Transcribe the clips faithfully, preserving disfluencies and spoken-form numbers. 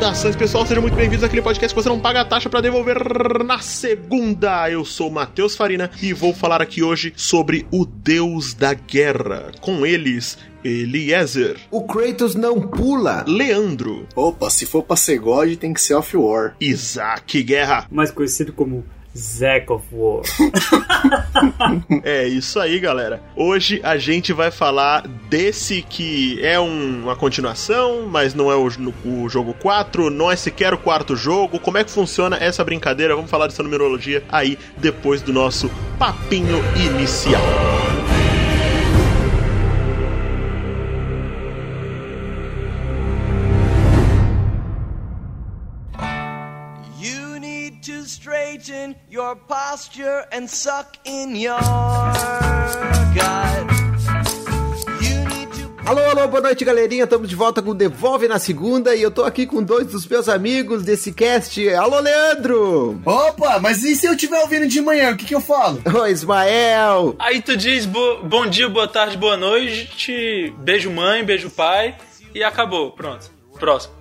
Saudações, pessoal, sejam muito bem-vindos àquele podcast que você não paga a taxa pra devolver na segunda. Eu sou o Matheus Farina e vou falar aqui hoje sobre o Deus da Guerra. Com eles, Eliezer. O Kratos não pula. Leandro. Opa, se for pra ser God, tem que ser Off-War. Isaac Guerra. Mais conhecido como Zack of War. É isso aí, galera. Hoje a gente vai falar desse que é um, uma continuação, mas não é o, o jogo quatro, não é sequer o quarto jogo. Como é que funciona essa brincadeira? Vamos falar dessa numerologia aí depois do nosso papinho inicial. Straighten your posture and suck in your gut. You need to... Alô, alô, boa noite, galerinha. Estamos de volta com Devolve na Segunda e eu tô aqui com dois dos meus amigos desse cast. Alô, Leandro! Opa, mas e se eu estiver ouvindo de manhã, o que que eu falo? Ô, Ismael! Aí tu diz bo- bom dia, boa tarde, boa noite, beijo mãe, beijo pai e acabou, pronto, próximo.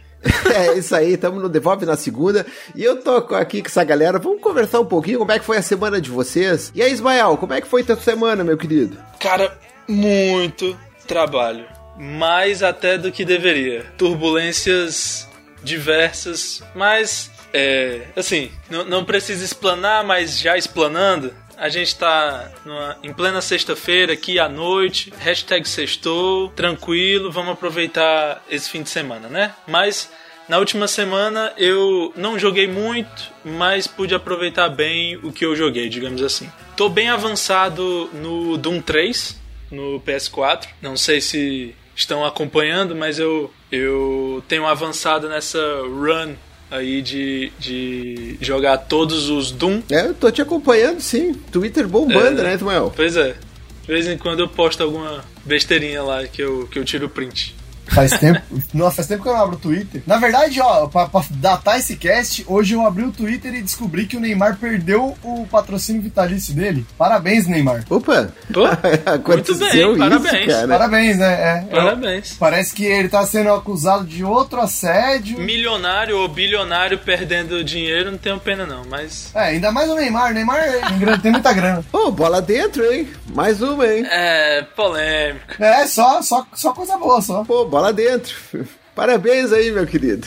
É isso aí, estamos no Devolve na Segunda e eu tô aqui com essa galera. Vamos conversar um pouquinho como é que foi a semana de vocês. E aí, Ismael, como é que foi tua semana, meu querido? Cara, muito trabalho, mais até do que deveria. Turbulências diversas, mas, é, assim, não, não precisa explanar, mas já explanando, a gente tá numa, em plena sexta-feira aqui à noite, hashtag sextou, tranquilo, vamos aproveitar esse fim de semana, né? Mas na última semana eu não joguei muito, mas pude aproveitar bem o que eu joguei, digamos assim. Tô bem avançado no Doom três, no P S quatro, não sei se estão acompanhando, mas eu, eu tenho avançado nessa run aí de, de jogar todos os Doom. É, eu tô te acompanhando, sim. Twitter bombando, é, né, Ismael? Pois é. De vez em quando eu posto alguma besteirinha lá que eu, que eu tiro o print. Faz tempo. Nossa, faz tempo que eu não abro o Twitter. Na verdade, ó, pra, pra datar esse cast, hoje eu abri o Twitter e descobri que o Neymar perdeu o patrocínio vitalício dele. Parabéns, Neymar. Opa! Pô, muito bem, isso, parabéns. cara? Parabéns, né? É, parabéns. Eu, parece que ele tá sendo acusado de outro assédio. Milionário ou bilionário perdendo dinheiro, não tenho pena não, mas... É, ainda mais o Neymar. O Neymar tem muita grana. Ô, oh, bola dentro, hein? Mais uma, hein? É, polêmico. É, só, só, só coisa boa, só. Pô, bola dentro. Parabéns aí, meu querido.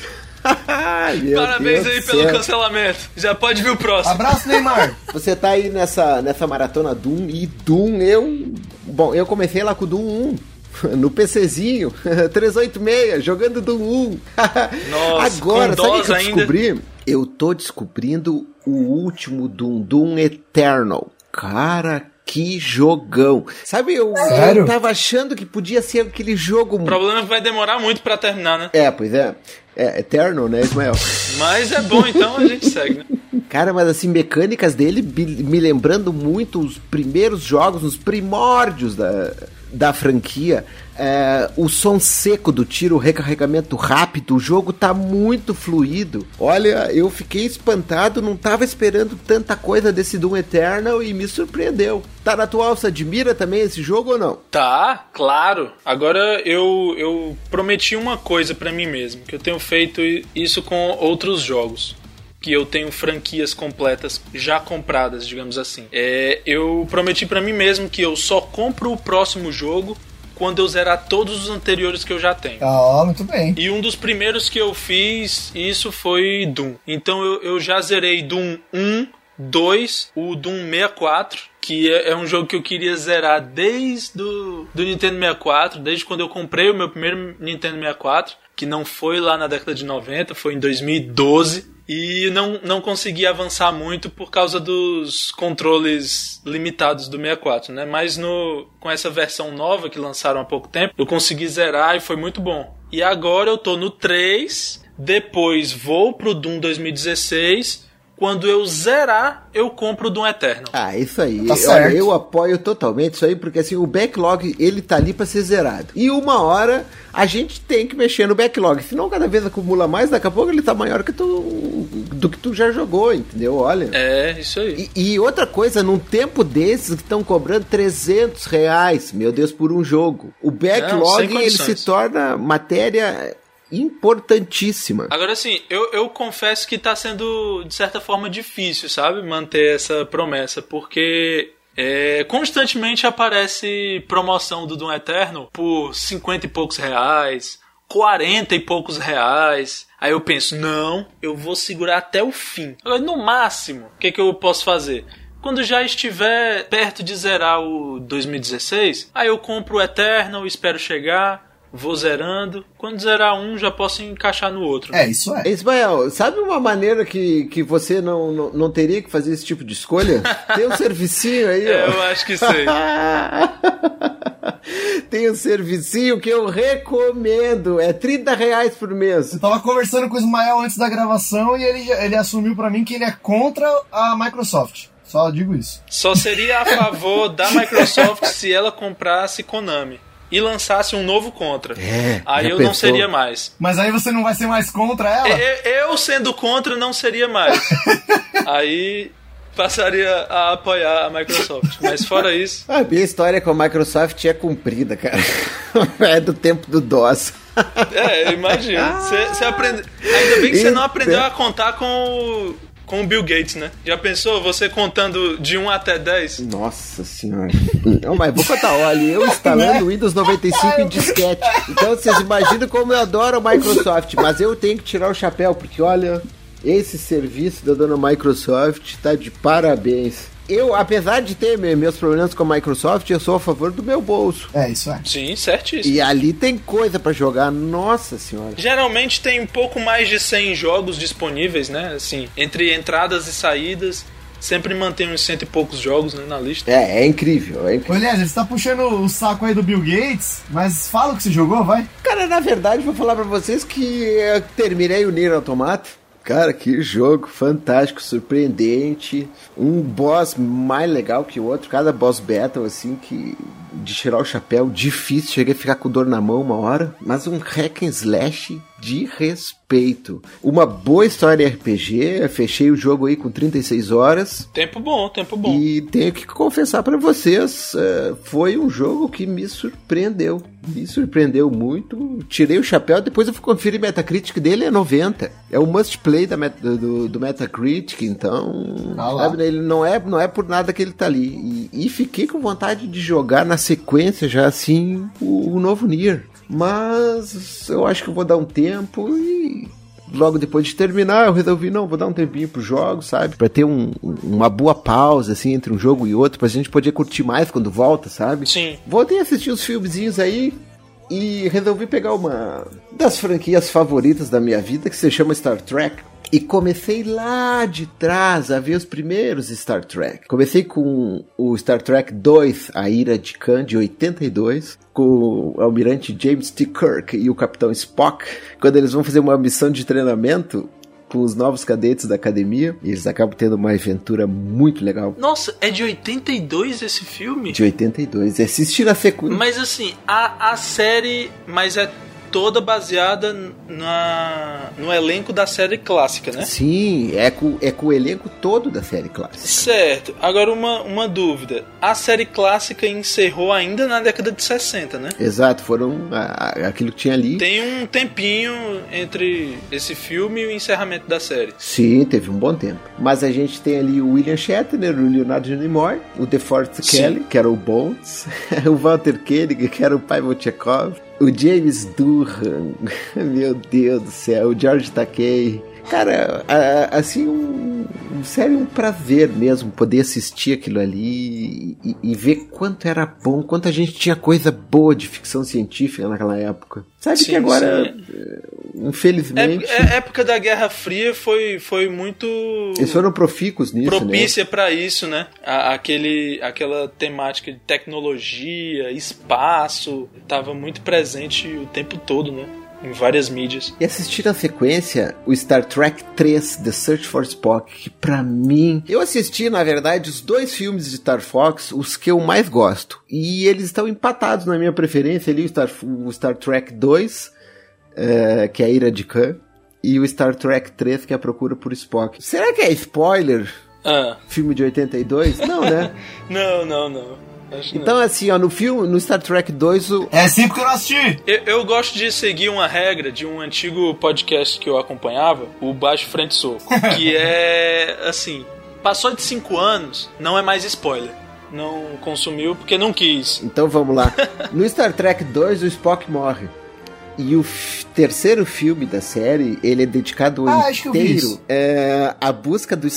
meu Parabéns Deus aí do pelo céu. Cancelamento. Já pode vir o próximo. Abraço, Neymar. Você tá aí nessa, nessa maratona Doom e Doom, eu... Bom, eu comecei lá com o Doom um. No PCzinho, trezentos e oitenta e seis, jogando Doom um. Nossa, agora, com sabe o DOS que eu ainda? descobri? Eu tô descobrindo o último Doom, Doom Eternal. Cara, que jogão. Sabe, eu, eu tava achando que podia ser aquele jogo... O problema é que vai demorar muito pra terminar, né? É, pois é. É Eternal, né, Ismael? Mas é bom, então a gente segue, né? Cara, mas assim, mecânicas dele me lembrando muito os primeiros jogos, os primórdios da, da franquia. É, o som seco do tiro, o recarregamento rápido, o jogo tá muito fluido. Olha, eu fiquei espantado, não tava esperando tanta coisa desse Doom Eternal e me surpreendeu. Tá na tua alça, admira também esse jogo ou não? Tá, claro. Agora eu, eu prometi uma coisa pra mim mesmo, que eu tenho feito isso com outros jogos. Que eu tenho franquias completas já compradas, digamos assim. É, eu prometi pra mim mesmo que eu só compro o próximo jogo quando eu zerar todos os anteriores que eu já tenho. Ah, muito bem. E um dos primeiros que eu fiz isso foi Doom. Então eu, eu já zerei Doom um, dois, o Doom sessenta e quatro, que é, é um jogo que eu queria zerar desde do, do Nintendo sessenta e quatro, desde quando eu comprei o meu primeiro Nintendo sessenta e quatro, que não foi lá na década de noventa, foi em dois mil e doze. E não, não consegui avançar muito por causa dos controles limitados do sessenta e quatro, né? Mas no, com essa versão nova que lançaram há pouco tempo, eu consegui zerar e foi muito bom. E agora eu tô no três, depois vou pro Doom dois mil e dezesseis... Quando eu zerar, eu compro o Doom Eternal. Ah, isso aí. Tá Olha, certo. eu apoio totalmente isso aí, porque assim, o backlog, ele tá ali pra ser zerado. E uma hora, a gente tem que mexer no backlog. Senão, cada vez acumula mais, daqui a pouco ele tá maior que tu, do que tu já jogou, entendeu? Olha. É, isso aí. E, e outra coisa, num tempo desses que estão cobrando trezentos reais, meu Deus, por um jogo. O backlog, Não, ele se torna matéria importantíssima. Agora, assim, eu, eu confesso que tá sendo, de certa forma, difícil, sabe? Manter essa promessa, porque... É, constantemente aparece promoção do Doom Eternal por cinquenta e poucos reais, quarenta e poucos reais. Aí eu penso, não, eu vou segurar até o fim. Agora, no máximo, o que, que eu posso fazer? Quando já estiver perto de zerar o dois mil e dezesseis, aí eu compro o Eternal, espero chegar, vou zerando. Quando zerar um, já posso encaixar no outro. É, isso é. Ismael, sabe uma maneira que, que você não, não, não teria que fazer esse tipo de escolha? Tem um servicinho aí, É, ó. eu acho que sei. Tem um servicinho que eu recomendo. É trinta reais por mês. Eu tava conversando com o Ismael antes da gravação e ele, ele assumiu pra mim que ele é contra a Microsoft. Só digo isso. Só seria a favor da Microsoft se ela comprasse Konami e lançasse um novo Contra. É, aí já eu pensou? não seria mais. Mas aí você não vai ser mais contra ela? Eu, eu sendo contra não seria mais. Aí passaria a apoiar a Microsoft. Mas fora isso... A minha história com a Microsoft é cumprida, cara. É do tempo do DOS. É, imagino. Você, você aprende... Ainda bem que você não aprendeu a contar com o... com o Bill Gates, né? Já pensou você contando de um até dez? Nossa senhora. Não, mas vou contar, olha, eu instalando o Windows noventa e cinco em disquete. Então vocês imaginam como eu adoro a Microsoft, mas eu tenho que tirar o chapéu, porque olha, esse serviço da dona Microsoft tá de parabéns. Eu, apesar de ter meus problemas com a Microsoft, eu sou a favor do meu bolso. É, isso é. Sim, certíssimo. E ali tem coisa pra jogar, nossa senhora. Geralmente tem um pouco mais de cem jogos disponíveis, né? Assim, entre entradas e saídas, sempre mantém uns cento e poucos jogos, né, na lista. É, é incrível, é incrível. Ô, Eliezer, você tá puxando o saco aí do Bill Gates, mas fala o que você jogou, vai. Cara, na verdade, vou falar pra vocês que eu terminei o Nier Automata. Cara, que jogo fantástico, surpreendente. Um boss mais legal que o outro. Cada boss battle, assim, que de tirar o chapéu, difícil. Cheguei a ficar com dor na mão uma hora. Mas um hack and slash de respeito. Uma boa história R P G. Fechei o jogo aí com trinta e seis horas. Tempo bom, tempo bom. E tenho que confessar pra vocês, uh, foi um jogo que me surpreendeu. Me surpreendeu muito. Tirei o chapéu, depois eu fui conferir o Metacritic dele, é noventa. É o must play da Met- do, do Metacritic, então... Ah lá. Sabe, ele não é, não é por nada que ele tá ali. E, e fiquei com vontade de jogar na sequência já, assim, o, o novo Nier. Mas eu acho que eu vou dar um tempo e... Logo depois de terminar, eu resolvi, não, vou dar um tempinho pros jogos, sabe? Pra ter um, uma boa pausa, assim, entre um jogo e outro, pra gente poder curtir mais quando volta, sabe? Sim. Voltei a assistir os filmezinhos aí e resolvi pegar uma das franquias favoritas da minha vida, que se chama Star Trek. E comecei lá de trás a ver os primeiros Star Trek. Comecei com o Star Trek dois, A Ira de Khan, de oitenta e dois, com o almirante James T. Kirk e o capitão Spock, quando eles vão fazer uma missão de treinamento com os novos cadetes da academia, e eles acabam tendo uma aventura muito legal. Nossa, é de oitenta e dois esse filme? De oitenta e dois, assistir na sequência. Mas assim, a, a série... Mas é toda baseada na, no elenco da série clássica, né? Sim, é com, é com o elenco todo da série clássica. Certo. Agora uma, uma dúvida. A série clássica encerrou ainda na década de sessenta, né? Exato, foram a, a, aquilo que tinha ali. Tem um tempinho entre esse filme e o encerramento da série. Sim, teve um bom tempo. Mas a gente tem ali o William Shatner, o Leonardo Nimoy, o DeForest Kelly, que era o Bones, o Walter Koenig, que era o Pavel Chekhov, o James Doohan, meu Deus do céu, o George Takei. Cara, a, assim, um, um sério um prazer mesmo poder assistir aquilo ali e, e ver quanto era bom, quanto a gente tinha coisa boa de ficção científica naquela época. Sabe Sim, que agora, sim. infelizmente... É, é, época da Guerra Fria foi, foi muito... Eles foram profícuos nisso, propícia né? pra isso, né? A, aquele, aquela temática de tecnologia, espaço, tava muito presente o tempo todo, né? Em várias mídias. E assistir na sequência o Star Trek três, The Search for Spock, que pra mim... Eu assisti, na verdade, os dois filmes de Star Fox, os que eu mais gosto. E eles estão empatados na minha preferência ali, o Star, o Star Trek dois, uh, que é a Ira de Khan, e o Star Trek três, que é a Procura por Spock. Será que é spoiler? Ah. Filme de oitenta e dois? Não, né? Não, não, não. Acho que Então, não. assim, ó, no filme, no Star Trek dois, o... É assim porque eu não assisti. Eu, eu gosto de seguir uma regra de um antigo podcast que eu acompanhava, o Baixo Frente Soco, que é, assim, passou de cinco anos, não é mais spoiler. Não consumiu porque não quis. Então vamos lá. No Star Trek dois, o Spock morre. E o f- terceiro filme da série, ele é dedicado Ah, acho que eu vi inteiro isso. é, à busca do,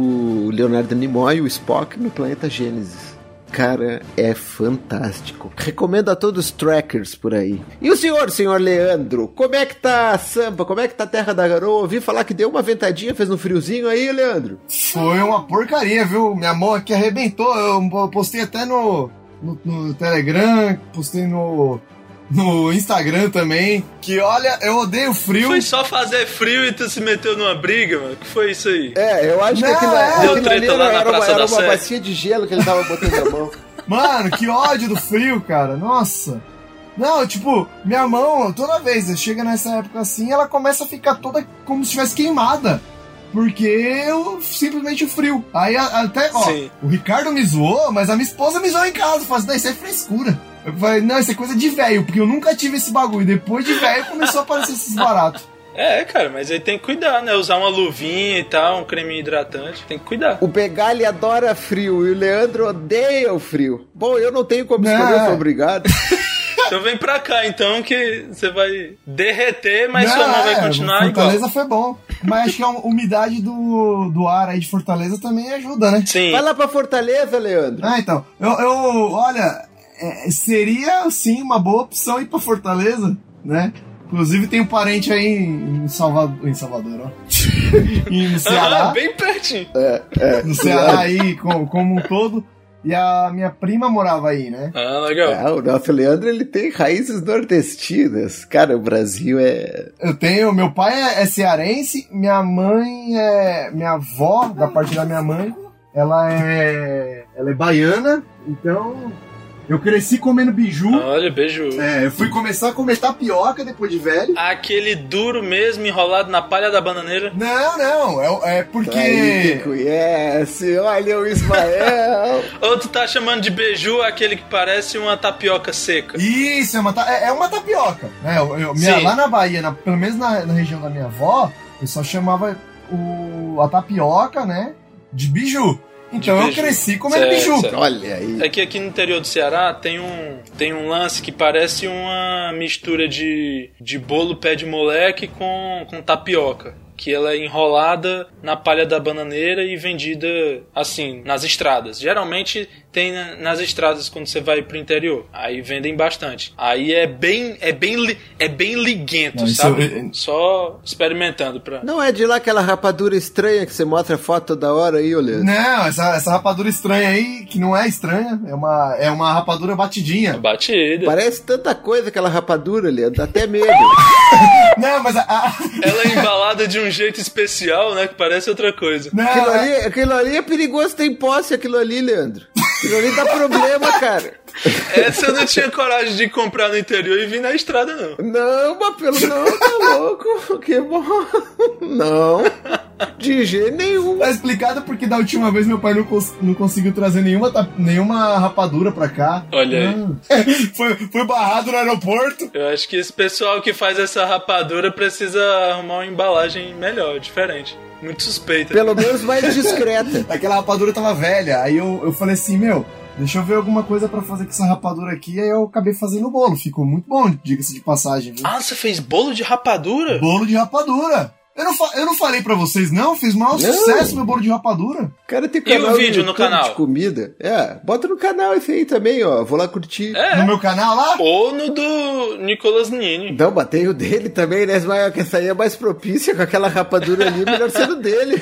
do Leonardo Nimoy, o Spock, no planeta Gênesis. Cara, é fantástico. Recomendo a todos os trackers por aí. E o senhor, senhor Leandro? Como é que tá a Sampa? Como é que tá a Terra da Garoa? Ouvi falar que deu uma ventadinha, fez um friozinho aí, Leandro? Foi uma porcaria, viu? Minha mão aqui arrebentou. Eu postei até no, no, no Telegram, postei no, no Instagram também. Que olha, eu odeio frio. Foi só fazer frio e tu se meteu numa briga, mano? Que foi isso aí? É, eu acho Não, que aquilo, é. aquilo Deu treta ali era, lá na era uma, Praça era da uma Sé. bacia de gelo que ele tava botando a mão. Mano, que ódio do frio, cara. Nossa. Não, tipo, minha mão, toda vez, chega nessa época assim, ela começa a ficar toda como se estivesse queimada. Porque eu simplesmente o frio. Aí a- até, ó, Sim. o Ricardo me zoou, mas a minha esposa me zoou em casa. Falei, não, isso é frescura. Eu falei, não, isso é coisa de velho, porque eu nunca tive esse bagulho. Depois de velho começou a aparecer esses baratos. É, cara, mas aí tem que cuidar, né? Usar uma luvinha e tal, um creme hidratante. Tem que cuidar. O Begali adora frio e o Leandro odeia o frio. Bom, eu não tenho como Não. escolher, eu sou obrigado. Então vem pra cá, então, que você vai derreter, mas sua Não, mão vai é, continuar Fortaleza igual. foi bom. Mas acho que a umidade do, do ar aí de Fortaleza também ajuda, né? Sim. Vai lá pra Fortaleza, Leandro. Ah, então. Eu, eu olha, é, seria sim uma boa opção ir pra Fortaleza, né? Inclusive tem um parente aí em Salvador, em Salvador, ó. E no Ah, Ceará, bem pertinho. no Ceará aí como, como um todo. E a minha prima morava aí, né? Ah, legal. Ah, o nosso Leandro, ele tem raízes nordestinas. Cara, o Brasil é... Eu tenho, meu pai é, é cearense, minha mãe é, minha avó, da parte da minha mãe, ela é, ela é baiana, então eu cresci comendo biju. Olha, beijo. É, eu fui começar a comer tapioca depois de velho. Aquele duro mesmo, enrolado na palha da bananeira. Não, não, é, é porque... Aí que conhece, olha o Ismael. Ou tu tá chamando de beiju aquele que parece uma tapioca seca. Isso, é uma, ta- é, é uma tapioca. Né? Eu, eu- minha- Sim. lá na Bahia, na- pelo menos na, na região da minha avó, eu só chamava o, a tapioca, né, de biju. Então De eu biju. cresci comendo Certo, biju. certo. Olha aí. É que aqui no interior do Ceará tem um, tem um lance que parece uma mistura de, de bolo pé de moleque com, com tapioca. Que ela é enrolada na palha da bananeira e vendida assim, nas estradas. Geralmente tem na- nas estradas quando você vai pro interior. Aí vendem bastante. Aí é bem, é bem, li- é bem liguento, Não, isso sabe? eu- Só experimentando pra... Não é de lá aquela rapadura estranha que você mostra foto toda hora aí, ô Leandro? Não, essa, essa rapadura estranha aí, que não é estranha, é uma, é uma rapadura batidinha. Batida. Parece tanta coisa aquela rapadura, Leandro, dá até medo. Não, mas a... a- Ela é embalada de um jeito especial, né? Que parece outra coisa. não, Aquilo é- ali, aquilo ali é perigoso, tem posse aquilo ali, Leandro. Aquilo ali dá problema, cara. Essa eu não tinha coragem de comprar no interior e vir na estrada, não. Não, mas pelo não, tá louco. Que bom. Não, de jeito nenhum. Tá explicado porque da última vez meu pai não, cons- não conseguiu trazer nenhuma, ta- nenhuma rapadura pra cá. Olha aí. Ah. foi, foi barrado no aeroporto. Eu acho que esse pessoal que faz essa rapadura precisa arrumar uma embalagem melhor, diferente. Muito suspeita. Pelo menos mais discreta. Aquela rapadura tava velha. Aí eu, eu falei assim, meu, deixa eu ver alguma coisa pra fazer com essa rapadura aqui. Aí eu acabei fazendo o bolo. Ficou muito bom, diga-se de passagem, viu? Ah, você fez bolo de rapadura? Bolo de rapadura. Eu não, fa- eu não falei pra vocês, não? Fiz o maior Não. sucesso meu bolo de rapadura. Cara, tem E o canal vídeo no YouTube canal? de comida. É, bota no canal esse aí também, ó. Vou lá curtir. É. No meu canal lá. Ou no do Nicolas Nini. Não, batei o dele também, né, Ismael? Que essa aí é mais propícia com aquela rapadura ali, melhor sendo dele.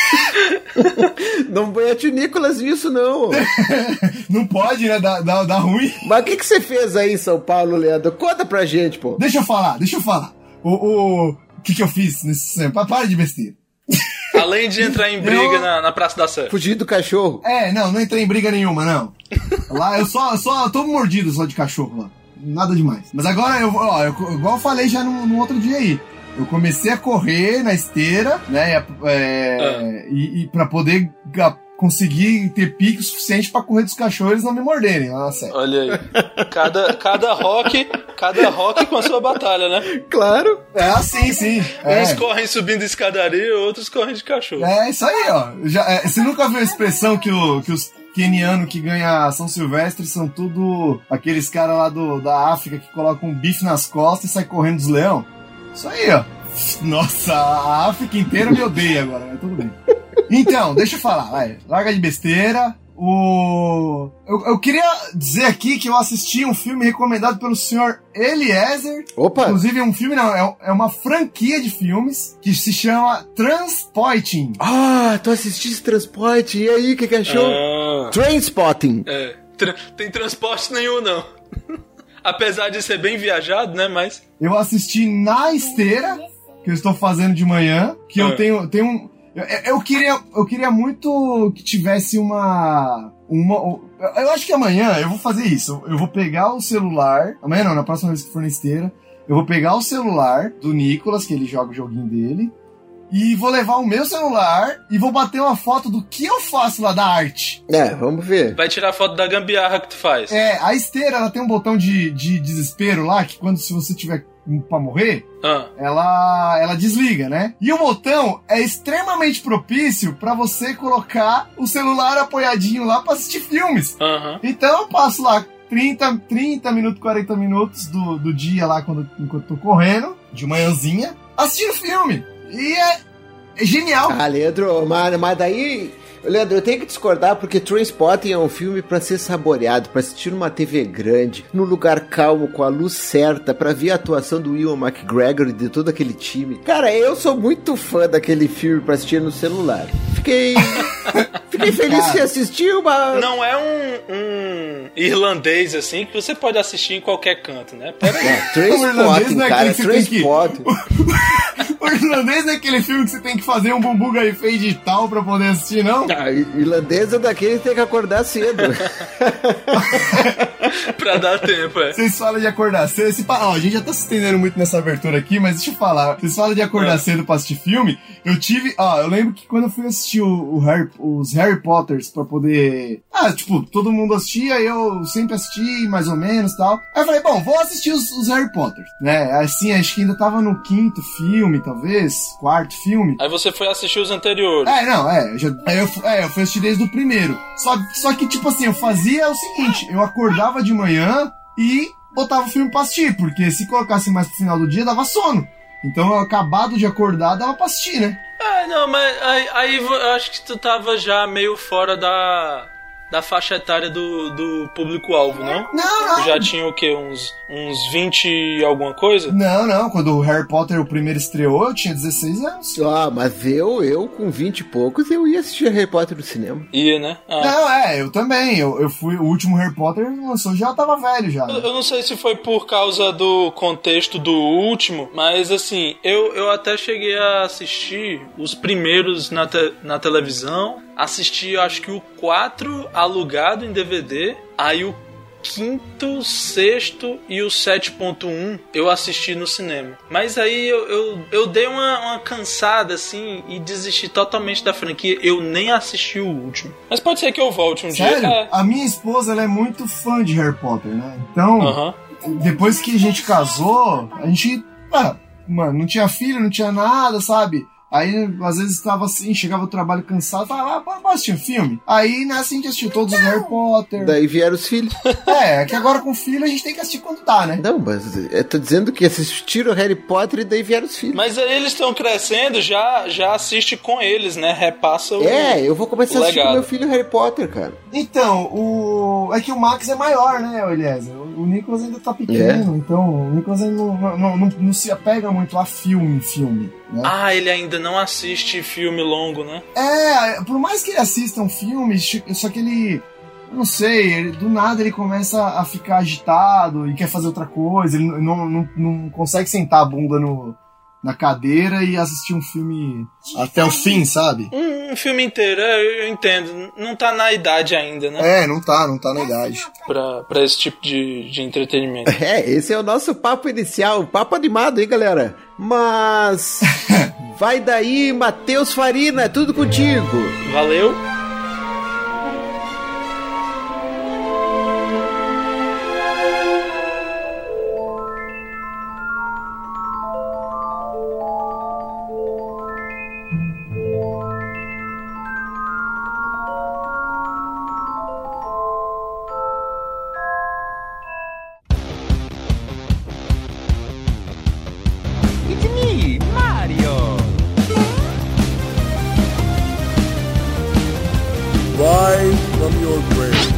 Não mete o Nicolas nisso, não. Não pode, né? Dá, dá, dá ruim. Mas o que, que você fez aí em São Paulo, Leandro? Conta pra gente, pô. Deixa eu falar, deixa eu falar. O, o, o que que eu fiz nesse tempo? Pa- Para de besteira. Além de entrar em briga Eu- na, na Praça da Sé. Fugir do cachorro. É, não, não entrei em briga nenhuma, não. Lá eu só, só tô mordido só de cachorro lá. Nada demais. Mas agora, eu, ó, eu, igual eu falei já no, no outro dia aí. Eu comecei a correr na esteira, né? É, Ah. e, e pra poder ga- conseguir ter pique o suficiente pra correr dos cachorros e eles não me morderem lá na série. Olha aí. Cada, cada rock, cada rock com a sua batalha, né? Claro. É, sim, sim. É. Uns correm subindo escadaria, outros correm de cachorro. É isso aí, ó. Já, é, você nunca viu a expressão que, o, que os quenianos que ganham São Silvestre são tudo aqueles caras lá do, da África que colocam um bife nas costas e saem correndo dos leão? Isso aí, ó. Nossa, a África inteira me odeia agora, mas tudo bem. Então, deixa eu falar, vai. Larga de besteira. O... Eu, eu queria dizer aqui que eu assisti um filme recomendado pelo senhor Eliezer. Opa! Inclusive, é um filme, não, é, é uma franquia de filmes que se chama Transporting. Ah, tu assististe Transporte, e aí, o que, que achou? Ah, Trainspotting. é. Tra- tem transporte nenhum, não. Apesar de ser bem viajado, né, mas... Eu assisti na esteira, que eu estou fazendo de manhã, que Ah. eu tenho, tenho um... Eu, eu, queria, eu queria muito que tivesse uma... uma eu acho que amanhã eu vou fazer isso. Eu vou pegar o celular... Amanhã não, na próxima vez que for na esteira. Eu vou pegar o celular do Nicolas, que ele joga o joguinho dele. E vou levar o meu celular e vou bater uma foto do que eu faço lá da arte. É, vamos ver. Vai tirar foto da gambiarra que tu faz. É, a esteira, ela tem um botão de, de desespero lá, que quando se você tiver pra morrer, Ah. ela, ela desliga, né? E o botão é extremamente propício pra você colocar o celular apoiadinho lá pra assistir filmes. Aham. Então eu passo lá trinta, trinta minutos, quarenta minutos do, do dia lá, quando, enquanto eu tô correndo, de manhãzinha, assistindo filme. E é, é genial. Ah, Leandro, mas, mas daí... Leandro, eu tenho que discordar porque Trainspotting é um filme pra ser saboreado, pra assistir numa T V grande, num lugar calmo, com a luz certa, pra ver a atuação do Ewan McGregor e de todo aquele time. Cara, eu sou muito fã daquele filme pra assistir no celular. Fiquei... Fiquei feliz que assistiu, mas... Não é um, um irlandês, assim, que você pode assistir em qualquer canto, né? Pera aí. É, O irlandês Trainspotting, não é cara, aquele que você tem que- Trainspotting. O irlandês é aquele filme que você tem que fazer um bumbum gaifei digital pra poder assistir, não? Ah, irlandês é daquele que tem que acordar cedo. Pra dar tempo, é. Vocês falam de acordar cedo. Esse pa... Ó, a gente já tá se estendendo muito nessa abertura aqui, mas deixa eu falar. Vocês falam de acordar É. cedo pra assistir filme. Eu tive. Ó, eu lembro que quando eu fui assistir o, o Harry, os Harry Potters pra poder. Ah, tipo, todo mundo assistia, eu sempre assisti, mais ou menos e tal. Aí eu falei, bom, vou assistir os, os Harry Potters, né? Assim, acho que ainda tava no quinto filme, talvez, quarto filme. Aí você foi assistir os anteriores. É, não, é. Eu já, aí eu, fu- é, eu fui assistir desde o primeiro. Só, só que, tipo assim, eu fazia o seguinte: eu acordava de manhã e botava o filme pra assistir, porque se colocasse mais pro final do dia, dava sono. Então, eu acabado de acordar, dava pra assistir, né? É, não, mas aí, aí eu acho que tu tava já meio fora da, da faixa etária do, do público-alvo, não? Não, não. Tu já tinha o quê? Uns, uns vinte e alguma coisa? Não, não. Quando o Harry Potter o primeiro estreou, eu tinha dezesseis anos. Ah, mas eu, eu com vinte e poucos, eu ia assistir Harry Potter no cinema. Ia, né? Ah. Não, é, eu também. Eu, eu fui. O último Harry Potter lançou, já tava velho já. Eu Né? eu não sei se foi por causa do contexto do último, mas assim, eu, eu até cheguei a assistir os primeiros na, te- na televisão. Assisti, eu acho que o quatro alugado em D V D. Aí o quinto, sexto e o sete ponto um eu assisti no cinema. Mas aí eu, eu, eu dei uma, uma cansada assim e desisti totalmente da franquia. Eu nem assisti o último. Mas pode ser que eu volte um Sério? dia. É. A minha esposa, ela é muito fã de Harry Potter, né? Então, Aham. depois que a gente casou, a gente, ah, mano, não tinha filho, não tinha nada, sabe? Aí, às vezes, estava assim, chegava do trabalho cansado, falava, ah, vamos assistir um filme? Aí, né, assim, a gente assistiu todos os Harry Potter. Daí vieram os filhos. É, é que agora com filho a gente tem que assistir quando dá, né? Não, mas eu tô dizendo que assistiram Harry Potter e daí vieram os filhos. Mas aí eles estão crescendo, já, já assiste com eles, né? Repassa o. É, eu vou começar a assistir com legado. meu filho Harry Potter, cara. Então, o... é que o Max é maior, né, Eliezer? O Nicolas ainda tá pequeno, então o Nicolas ainda não, não, não, não, não se apega muito a filme, filme, né? Ah, ele ainda não assiste filme longo, né? É, por mais que ele assista um filme, só que ele... Eu não sei, ele, do nada ele começa a ficar agitado e quer fazer outra coisa, ele não, não, não consegue sentar a bunda no, na cadeira e assistir um filme até o fim, sabe? Um, um filme inteiro, é, eu entendo. Não tá na idade ainda, né? É, não tá, não tá na idade. Pra, pra esse tipo de, de entretenimento. É, esse é o nosso papo inicial, papo animado, hein, galera? Mas... vai daí, Matheus Farina, é tudo contigo. Valeu. me, Mario. Rise from your grave.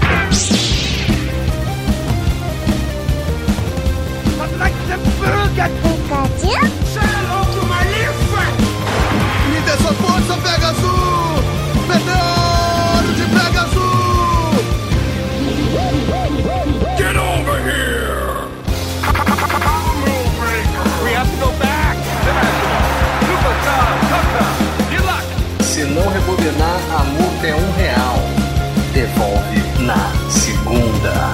I'd like to burger. Pikachu? Say hello to my little friend. Me dê sua força, Pegasus! Meteoro de Pegasus! Get over here! We have to go back. Superstar, touchdown. Good luck. Se não rebobinar, a multa é um real. Devolve na segunda.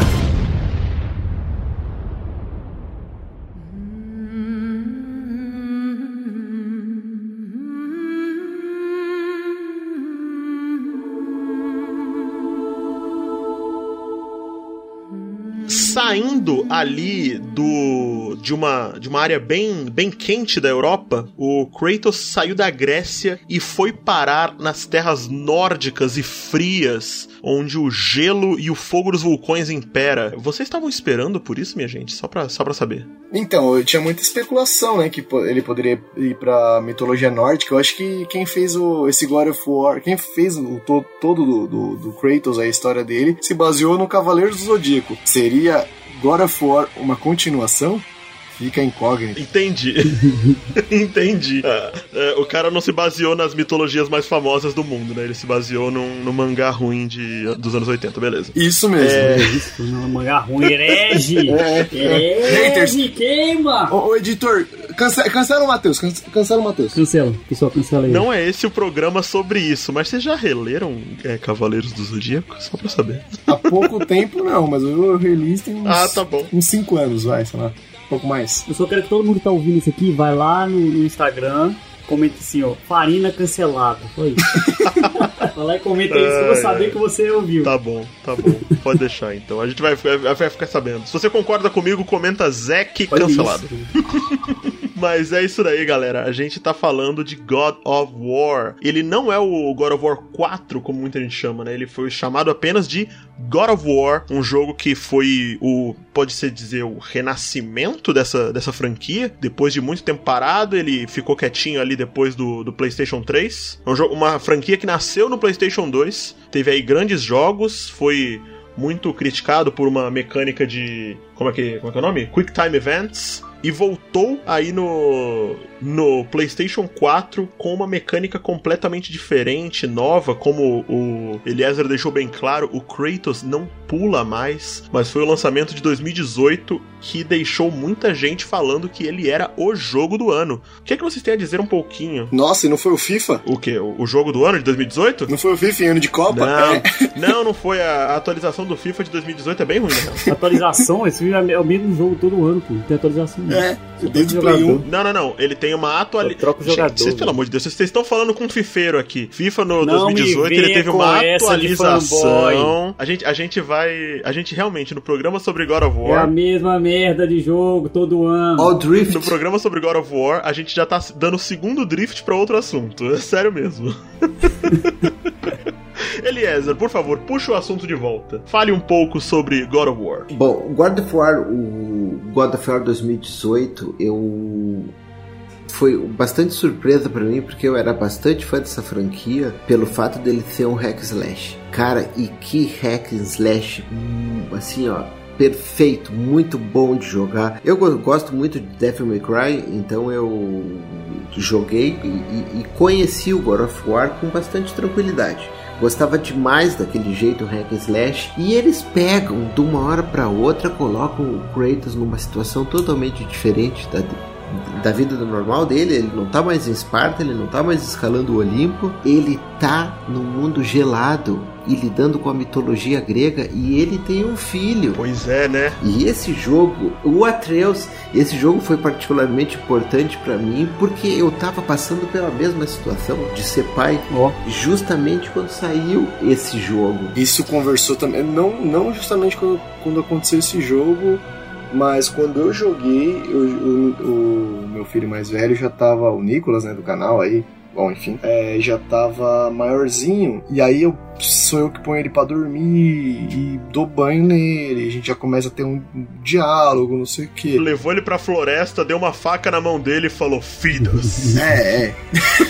Saindo ali do de uma, de uma área bem, bem quente da Europa, o Kratos saiu da Grécia e foi parar nas terras nórdicas e frias, onde o gelo e o fogo dos vulcões impera. Vocês estavam esperando por isso, minha gente? Só pra, só pra saber. Então, eu tinha muita especulação, né, que ele poderia ir pra mitologia nórdica. Eu acho que quem fez o, esse God of War, quem fez o to, todo do, do, do Kratos, a história dele, se baseou no Cavaleiros do Zodíaco. Seria God of War uma continuação? Fica incógnito. Entendi. Entendi. Ah, é, o cara não se baseou nas mitologias mais famosas do mundo, né? Ele se baseou num, num mangá ruim de, dos anos oitenta, beleza. Isso mesmo. É, isso, um mangá ruim, herege. É, herege, queima. Ô, ô editor, cancela, cancela o Matheus, cancela o Matheus. Cancela, pessoal, cancela aí. Não é esse o programa sobre isso, mas vocês já releram é, Cavaleiros do Zodíaco? Só pra saber. Há pouco tempo não, mas eu release tem uns, ah, tá bom. uns cinco anos, vai, sei lá. Um pouco mais. Eu só quero que todo mundo que tá ouvindo isso aqui vai lá no, no Instagram, comenta assim, ó, Farina cancelada. Foi isso. Vai lá e comenta isso pra eu saber que você ouviu. Tá bom, tá bom. Pode deixar então. A gente vai, vai, vai ficar sabendo. Se você concorda comigo, comenta Zek cancelado. Mas é isso daí, galera. A gente tá falando de God of War. Ele não é o God of War quatro, como muita gente chama, né? Ele foi chamado apenas de God of War, um jogo que foi o, pode-se dizer, o renascimento dessa, dessa franquia. Depois de muito tempo parado, ele ficou quietinho ali depois do, do PlayStation três. É um jogo, uma franquia que nasceu no PlayStation dois, teve aí grandes jogos, foi muito criticado por uma mecânica de... Como é que, como é, que é o nome? Quick Time Events. E voltou aí no, no PlayStation quatro com uma mecânica completamente diferente, nova, como o Eliezer deixou bem claro, o Kratos não pula mais, mas foi o lançamento de dois mil e dezoito que deixou muita gente falando que ele era o jogo do ano. O que é que vocês têm a dizer um pouquinho? Nossa, e não foi o FIFA? O quê? O, o jogo do ano de dois mil e dezoito? Não foi o FIFA em ano de Copa? Não, é. não, não foi. A, a atualização do FIFA de dois mil e dezoito é bem ruim, né? Atualização? Esse é o mesmo jogo todo ano, pô. Não tem atualização. É, desde o Play um. Não, não, não. Ele tem uma atualização. Troca o jogador. Vocês, pelo amor de Deus, vocês estão falando com um fifeiro aqui. FIFA no não dois mil e dezoito, ele teve uma atualização. A gente, a gente vai... A gente realmente, no programa sobre God of War... É a mesma merda de jogo todo ano. All Drift. No programa sobre God of War, a gente já tá dando o segundo drift pra outro assunto. É sério mesmo. Eliezer, por favor, puxa o assunto de volta. Fale um pouco sobre God of War. Bom, God of War, o God of War dois mil e dezoito, eu... foi bastante surpresa pra mim, porque eu era bastante fã dessa franquia pelo fato dele ser um hack and slash. Cara, e que hack and slash, assim, ó, perfeito, muito bom de jogar. Eu gosto muito de Devil May Cry, então eu joguei e, e, e conheci o God of War com bastante tranquilidade. Gostava demais daquele jeito hack and slash. E eles pegam, de uma hora pra outra, colocam o Kratos numa situação totalmente diferente da, da vida do normal dele. Ele não tá mais em Esparta, ele não tá mais escalando o Olimpo. Ele tá no mundo gelado e lidando com a mitologia grega, e ele tem um filho. Pois é, né? E esse jogo, o Atreus, esse jogo foi particularmente importante pra mim, porque eu tava passando pela mesma situação de ser pai, oh. justamente quando saiu esse jogo. Isso conversou também, não, não justamente quando, quando aconteceu esse jogo, mas quando eu joguei, eu, o, o meu filho mais velho já tava, o Nicolas, né, do canal aí, bom, enfim, é, já tava maiorzinho, e aí eu sou eu que ponho ele pra dormir e dou banho nele, a gente já começa a ter um diálogo, não sei o que. Levou ele pra floresta, deu uma faca na mão dele e falou, filhos. É, é.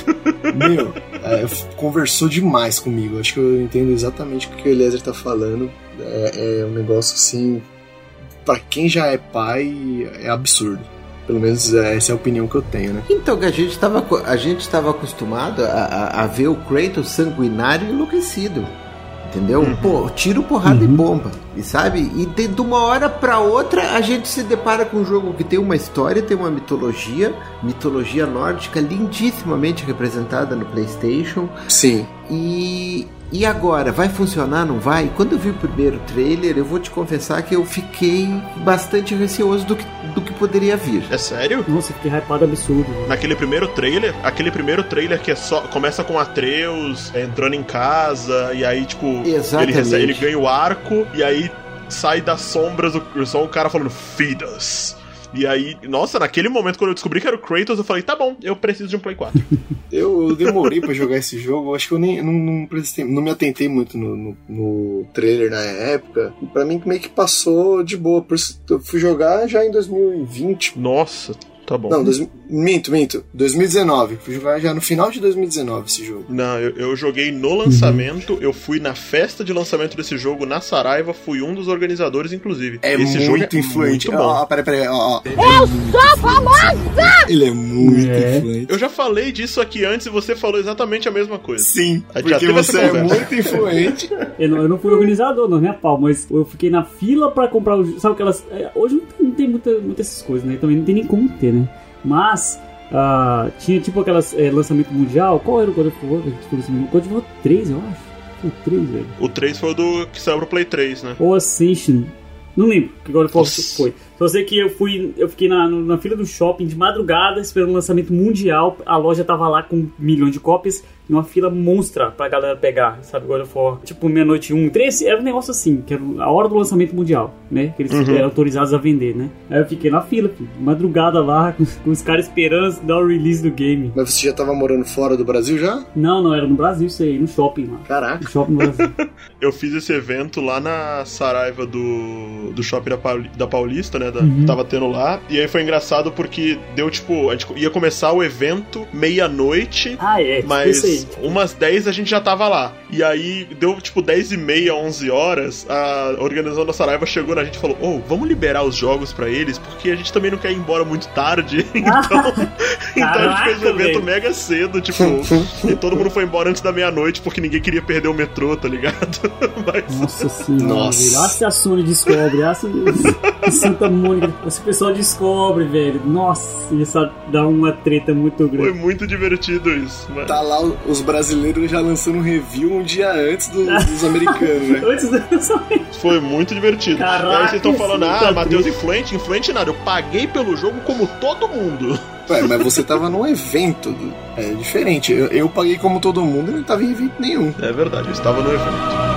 Meu, é, conversou demais comigo, acho que eu entendo exatamente o que o Eliezer tá falando. É, é um negócio assim, pra quem já é pai, é absurdo. Pelo menos essa é a opinião que eu tenho, né? Então, a gente estava a gente estava acostumado a, a, a ver o Kratos sanguinário e enlouquecido. Entendeu? Uhum. Pô, tiro, porrada uhum. e bomba. E sabe? E de, de uma hora pra outra a gente se depara com um jogo que tem uma história, tem uma mitologia, mitologia nórdica lindissimamente representada no PlayStation. Sim. E... E agora, vai funcionar, não vai? Quando eu vi o primeiro trailer, eu vou te confessar que eu fiquei bastante receoso do que, do que poderia vir. É sério? Nossa, fiquei hypado absurdo. Véio. Naquele primeiro trailer, aquele primeiro trailer que é só, começa com Atreus é, entrando em casa, e aí, tipo, ele, recebe, ele ganha o arco, e aí sai das sombras o, só um cara falando, feed us. E aí, nossa, naquele momento, quando eu descobri que era o Kratos, eu falei, tá bom, eu preciso de um Play quatro. eu demorei pra jogar esse jogo, acho que eu nem não, não, não me atentei muito no, no, no trailer na época. E pra mim meio que passou de boa, por isso eu fui jogar já em dois mil e vinte. Nossa, tá bom. Não, dois, minto, minto. dois mil e dezenove. Fui jogar já no final de dois mil e dezenove esse jogo. Não, eu, eu joguei no lançamento. Uhum. Eu fui na festa de lançamento desse jogo na Saraiva. Fui um dos organizadores, inclusive. É esse muito jogo é influente. Muito bom. Ó, peraí, peraí. Ó, ó. Eu sou famosa! Ele é muito é. influente. Eu já falei disso aqui antes e você falou exatamente a mesma coisa. Sim, porque você é muito influente. eu, não, eu não fui organizador, não, né, pau? Mas eu fiquei na fila pra comprar o... Sabe aquelas... Hoje não tem, não tem muita, muitas essas coisas, né? Também não tem nem como ter, né? Mas uh, tinha tipo aquelas é, lançamento mundial. Qual era o God of War? O God of War três, eu acho. Foi o três, velho. O três foi o do que saiu pro Play três, né? Ou Ascension. Não lembro que God of War foi. Só sei que eu fui, eu fiquei na, na fila do shopping de madrugada esperando o lançamento mundial. A loja tava lá com milhões de cópias. Numa fila monstra pra galera pegar, sabe? God of War. Tipo, meia-noite um, três. Era um negócio assim, que era a hora do lançamento mundial, né? Que eles uhum. eram autorizados a vender, né? Aí eu fiquei na fila, filho, de madrugada lá, com, com os caras esperando dar o release do game. Mas você já tava morando fora do Brasil já? Não, não, era no Brasil isso aí, no shopping lá. Caraca. No shopping no Brasil. Eu fiz esse evento lá na Saraiva do, do shopping da, Pauli, da Paulista, né? Da, uhum. Tava tendo lá. E aí foi engraçado porque deu, tipo, a gente ia começar o evento meia-noite. Ah, é. Mas umas dez a gente já tava lá. E aí deu, tipo, dez e meia, onze horas. A organização da Saraiva chegou na gente e falou, ô, oh, vamos liberar os jogos pra eles, porque a gente também não quer ir embora muito tarde. Então, então a gente fez o evento véio. mega cedo, tipo, e todo mundo foi embora antes da meia-noite porque ninguém queria perder o metrô, tá ligado? Mas... Nossa senhora, velho. Olha se a Sony descobre, olha se Santa Mônica, se o pessoal descobre, velho. Nossa, isso dá uma treta muito grande. Foi muito divertido isso, mano. Tá lá os brasileiros já lançando um review um dia antes do, dos americanos, né? Antes do lançamento. Foi muito divertido. Caraca, e aí vocês estão falando, ah, tá Matheus influente, influente nada. Eu paguei pelo jogo como todo mundo. Ué, mas você tava num evento. É diferente. Eu, eu paguei como todo mundo e não tava em evento nenhum. É verdade, eu estava no evento.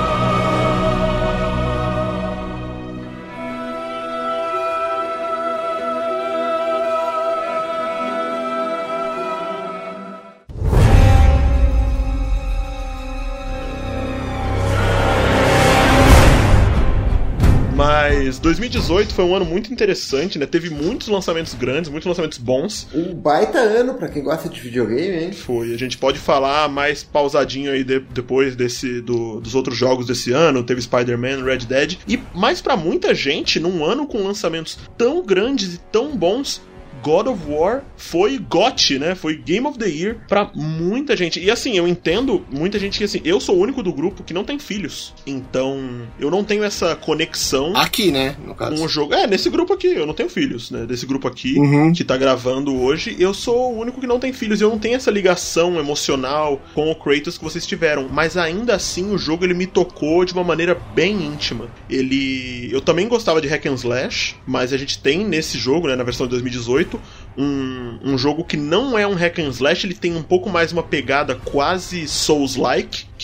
Mas dois mil e dezoito foi um ano muito interessante, né? Teve muitos lançamentos grandes, muitos lançamentos bons. Um baita ano pra quem gosta de videogame, hein? Foi. A gente pode falar mais pausadinho aí de, depois desse, do, dos outros jogos desse ano. Teve Spider-Man, Red Dead. E mais pra muita gente, num ano com lançamentos tão grandes e tão bons, God of War foi G O T Y, né? Foi Game of the Year pra muita gente. E assim, eu entendo muita gente que assim, eu sou o único do grupo que não tem filhos. Então, eu não tenho essa conexão. Aqui, né? No caso. Com o jogo. É, nesse grupo aqui, eu não tenho filhos, né? Desse grupo aqui, uhum. que tá gravando hoje, eu sou o único que não tem filhos. Eu não tenho essa ligação emocional com o Kratos que vocês tiveram. Mas ainda assim, o jogo ele me tocou de uma maneira bem íntima. Ele. Eu também gostava de Hack and Slash, mas a gente tem nesse jogo, né? Na versão de dois mil e dezoito. Um, um jogo que não é um hack and slash, ele tem um pouco mais uma pegada quase Souls-like, que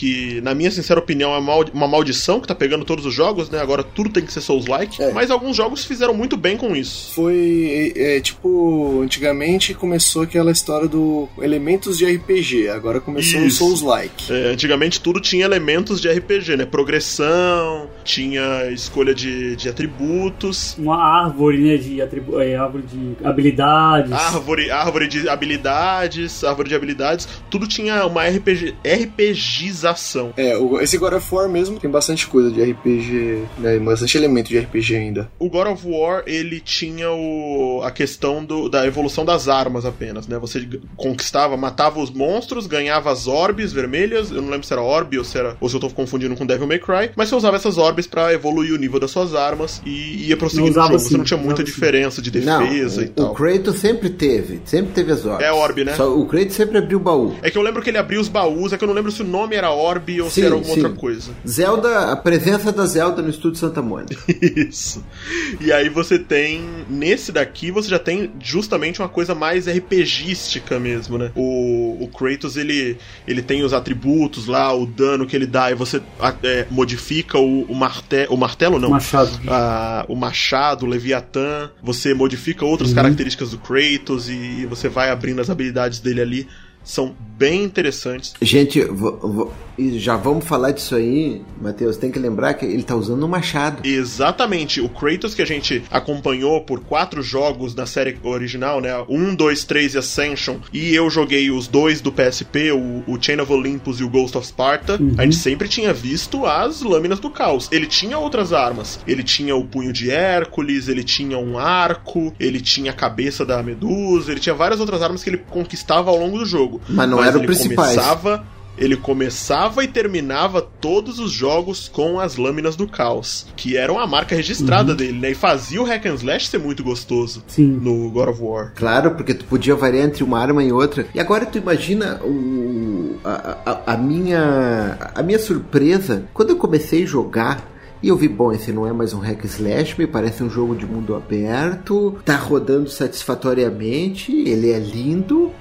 que, na minha sincera opinião, é uma maldição que tá pegando todos os jogos, né? Agora tudo tem que ser Souls-like, é. Mas alguns jogos fizeram muito bem com isso. Foi, é, tipo, antigamente começou aquela história do elementos de R P G, agora começou o Souls-like. É, antigamente tudo tinha elementos de R P G, né? Progressão, tinha escolha de, de atributos. Uma árvore, né? De atribu- é, árvore de habilidades. Árvore, árvore de habilidades, árvore de habilidades, tudo tinha uma R P G, RPGização. É, esse God of War mesmo tem bastante coisa de R P G, né? Bastante elemento de R P G ainda. O God of War, ele tinha o, a questão do, da evolução das armas apenas, né? Você conquistava, matava os monstros, ganhava as orbes vermelhas, eu não lembro se era orbe ou se era, ou se eu tô confundindo com Devil May Cry, mas você usava essas orbes pra evoluir o nível das suas armas e ia prosseguindo o jogo. Assim, você não tinha muita diferença de defesa não, e tal. O Kratos sempre teve, sempre teve as orbes. É orbe, né? Só o Kratos sempre abriu o baú. É que eu lembro que ele abria os baús, é que eu não lembro se o nome era orbe ou sim, se era alguma sim. outra coisa. Zelda, a presença da Zelda no estúdio Santa Mônica. Isso. E aí você tem, nesse daqui, você já tem justamente uma coisa mais RPGística mesmo, né? O, o Kratos, ele, ele tem os atributos lá, o dano que ele dá, e você é, modifica o, o, marte, o martelo, não. Machado. A, o machado, o Leviatã, você modifica outras uhum. características do Kratos e você vai abrindo as habilidades dele ali. São bem interessantes. Gente, v- v- já vamos falar disso aí, Matheus. Tem que lembrar que ele tá usando um machado. Exatamente. O Kratos que a gente acompanhou por quatro jogos da série original, né? Um, dois, três e Ascension. E eu joguei os dois do P S P, o, o Chain of Olympus e o Ghost of Sparta. Uhum. A gente sempre tinha visto as lâminas do caos. Ele tinha outras armas. Ele tinha o punho de Hércules, ele tinha um arco, ele tinha a cabeça da Medusa, ele tinha várias outras armas que ele conquistava ao longo do jogo. Mas não eram os principais. Começava, ele começava e terminava todos os jogos com as lâminas do caos, que eram a marca registrada uhum. dele, né? E fazia o hack and slash ser muito gostoso. Sim. No God of War. Claro, porque tu podia variar entre uma arma e outra. E agora tu imagina o, a, a, a, minha, a minha surpresa quando eu comecei a jogar. E eu vi, bom, esse não é mais um hack slash, me parece um jogo de mundo aberto, tá rodando satisfatoriamente, ele é lindo.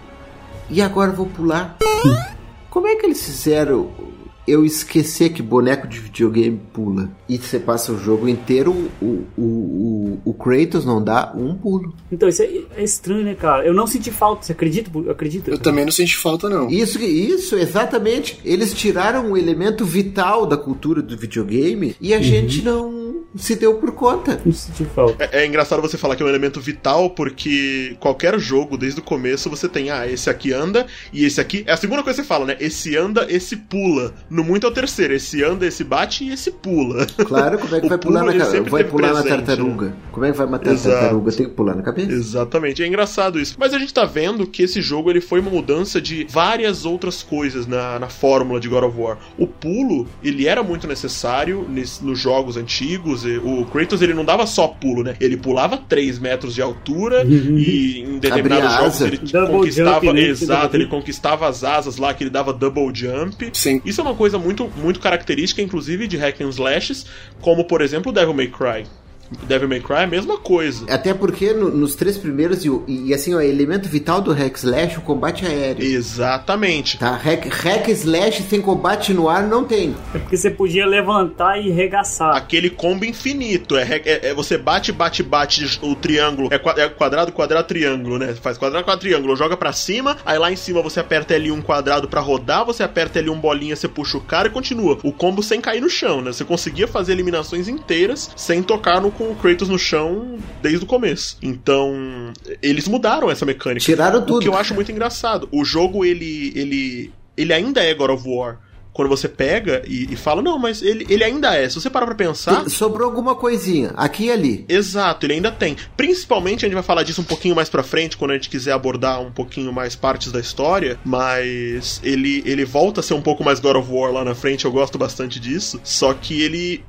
E agora eu vou pular. Como é que eles fizeram eu esquecer que boneco de videogame pula? E você passa o jogo inteiro, o, o, o, o Kratos não dá um pulo. Então, isso é, é estranho, né, cara? Eu não senti falta, você acredita? acredita eu também não senti falta, não. Isso, isso, exatamente. Eles tiraram um elemento vital da cultura do videogame e a uhum. gente não se deu por conta. Não senti falta. É, é engraçado você falar que é um elemento vital, porque qualquer jogo, desde o começo, você tem, ah, esse aqui anda e esse aqui... É a segunda coisa que você fala, né? Esse anda, esse pula. No muito é o terceiro. Esse anda, esse bate e esse pula. Claro, como é que vai pular, na, vai pular presente, na tartaruga? Né? Como é que vai matar Exato. a tartaruga? Tem que pular na cabeça? Exatamente. É engraçado isso. Mas a gente tá vendo que esse jogo ele foi uma mudança de várias outras coisas na, na fórmula de God of War. O pulo, ele era muito necessário nesse, nos jogos antigos. O Kratos, ele não dava só pulo, né? Ele pulava três metros de altura uhum. e em determinados jogos ele double conquistava... Jump, né? Exato, ele conquistava as asas lá, que ele dava double jump. Sim. Isso é uma coisa muito, muito característica, inclusive, de hack and slashes, como, por exemplo, Devil May Cry. Devil May Cry é a mesma coisa. Até porque no, nos três primeiros, e, e assim, o elemento vital do hack slash, o combate aéreo. Exatamente. Tá, hack, hack slash sem combate no ar não tem. É porque você podia levantar e regaçar. Aquele combo infinito. É, é, é você bate, bate, bate o triângulo. É, é quadrado, quadrado, triângulo, né? Faz quadrado, quadrado, triângulo. Joga pra cima, aí lá em cima você aperta L um quadrado pra rodar, você aperta L um bolinha, você puxa o cara e continua. O combo sem cair no chão, né? Você conseguia fazer eliminações inteiras sem tocar no com o Kratos no chão desde o começo. Então, eles mudaram essa mecânica. Tiraram tudo. O que eu acho muito engraçado. O jogo, ele, ele, ele ainda é God of War. Quando você pega e, e fala, não, mas ele, ele ainda é. Se você parar pra pensar... Sobrou alguma coisinha, aqui e ali. Exato, ele ainda tem. Principalmente, a gente vai falar disso um pouquinho mais pra frente, quando a gente quiser abordar um pouquinho mais partes da história, mas ele, ele volta a ser um pouco mais God of War lá na frente, eu gosto bastante disso, só que ele...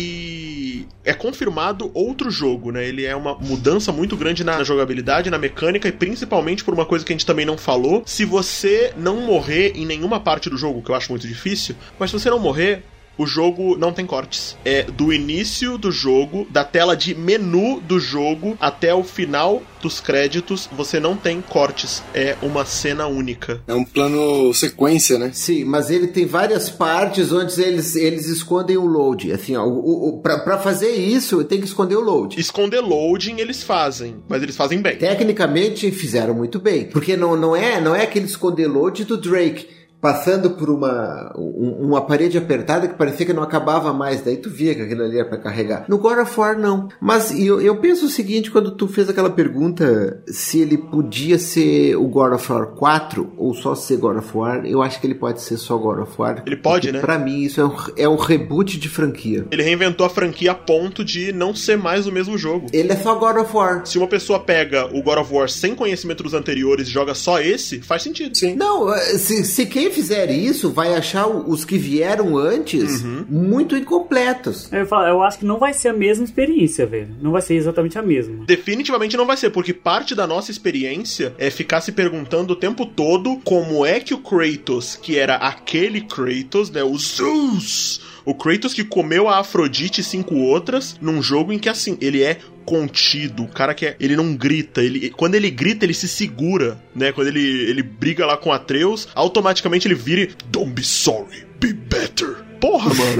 ele é confirmado outro jogo, né? Ele é uma mudança muito grande na jogabilidade, na mecânica e principalmente por uma coisa que a gente também não falou. Se você não morrer em nenhuma parte do jogo, que eu acho muito difícil, mas se você não morrer, o jogo não tem cortes. É do início do jogo, da tela de menu do jogo até o final dos créditos, você não tem cortes. É uma cena única. É um plano sequência, né? Sim, mas ele tem várias partes onde eles, eles escondem o load. Assim, ó, o, o, pra, pra fazer isso, tem que esconder o load. Esconder loading eles fazem, mas eles fazem bem. Tecnicamente fizeram muito bem. Porque não, não, é, não é aquele esconder load do Drake passando por uma, um, uma parede apertada que parecia que não acabava mais, daí tu via que aquilo ali era pra carregar. No God of War, não. Mas eu, eu penso o seguinte, quando tu fez aquela pergunta se ele podia ser o God of War quatro ou só ser God of War, eu acho que ele pode ser só God of War. Ele pode, né? Pra mim, isso é um, é um reboot de franquia. Ele reinventou a franquia a ponto de não ser mais o mesmo jogo. Ele é só God of War. Se uma pessoa pega o God of War sem conhecimento dos anteriores e joga só esse, faz sentido. Sim. Não, se, se quem fizer isso, vai achar os que vieram antes uhum. muito incompletos. Eu, falo, eu acho que não vai ser a mesma experiência, velho. Não vai ser exatamente a mesma. Definitivamente não vai ser, porque parte da nossa experiência é ficar se perguntando o tempo todo como é que o Kratos, que era aquele Kratos, né, o Zeus, o Kratos que comeu a Afrodite e cinco outras, num jogo em que, assim, ele é contido, o cara que é, ele não grita, ele, quando ele grita, ele se segura, né, quando ele, ele briga lá com Atreus, automaticamente ele vira e, don't be sorry, be better. Porra, mano.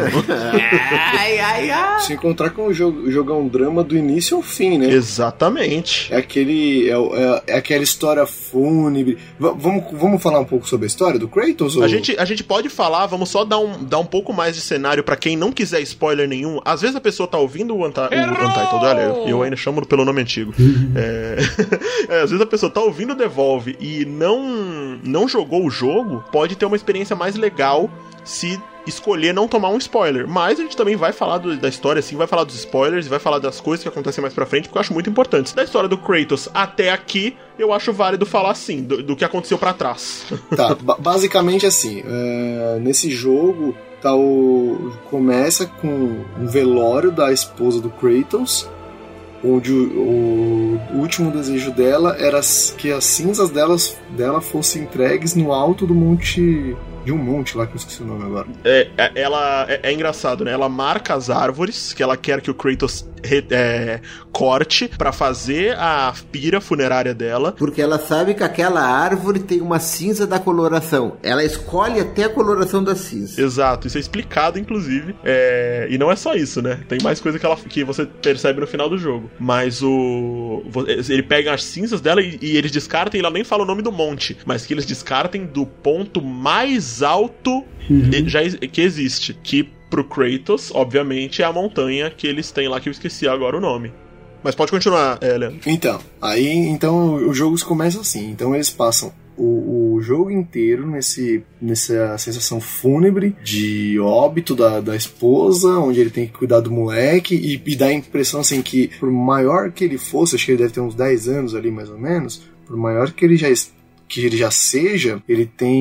ai, ai, ai. Se encontrar com o jogo, jogar um drama do início ao fim, né? Exatamente. É aquele. É, é, é aquela história fúnebre. V- vamos, vamos falar um pouco sobre a história do Kratos? Ou... A, gente, a gente pode falar, vamos só dar um, dar um pouco mais de cenário pra quem não quiser spoiler nenhum. Às vezes a pessoa tá ouvindo o, Anta- o Untitled, olha, eu, eu ainda chamo pelo nome antigo. é... é, às vezes a pessoa tá ouvindo o Devolve e não, não jogou o jogo, pode ter uma experiência mais legal se escolher não tomar um spoiler. Mas a gente também vai falar do, da história, assim, vai falar dos spoilers, vai falar das coisas que acontecem mais pra frente, porque eu acho muito importante. Da história do Kratos até aqui, eu acho válido falar, assim, do, do que aconteceu pra trás. Tá, b- basicamente assim, é, nesse jogo, tá o, começa com um velório da esposa do Kratos, onde o, o, o último desejo dela era que as cinzas delas, dela fossem entregues no alto do monte... de um monte lá, que eu esqueci o nome agora. É, ela, é, é engraçado, né? Ela marca as árvores que ela quer que o Kratos re, é, corte pra fazer a pira funerária dela. Porque ela sabe que aquela árvore tem uma cinza da coloração. Ela escolhe até a coloração da cinza. Exato, isso é explicado, inclusive. É, e não é só isso, né? Tem mais coisa que, ela, que você percebe no final do jogo. Mas o... ele pega as cinzas dela e, e eles descartem, e ela nem fala o nome do monte, mas que eles descartem do ponto mais alto uhum. já, que existe, que pro Kratos, obviamente, é a montanha que eles têm lá, que eu esqueci agora o nome. Mas pode continuar, Leandro. Então, aí então o jogo começa assim. Então eles passam o, o jogo inteiro nesse, nessa sensação fúnebre de óbito da, da esposa, onde ele tem que cuidar do moleque, e, e dá a impressão assim que, por maior que ele fosse, acho que ele deve ter uns dez anos ali mais ou menos, por maior que ele já que ele já seja, ele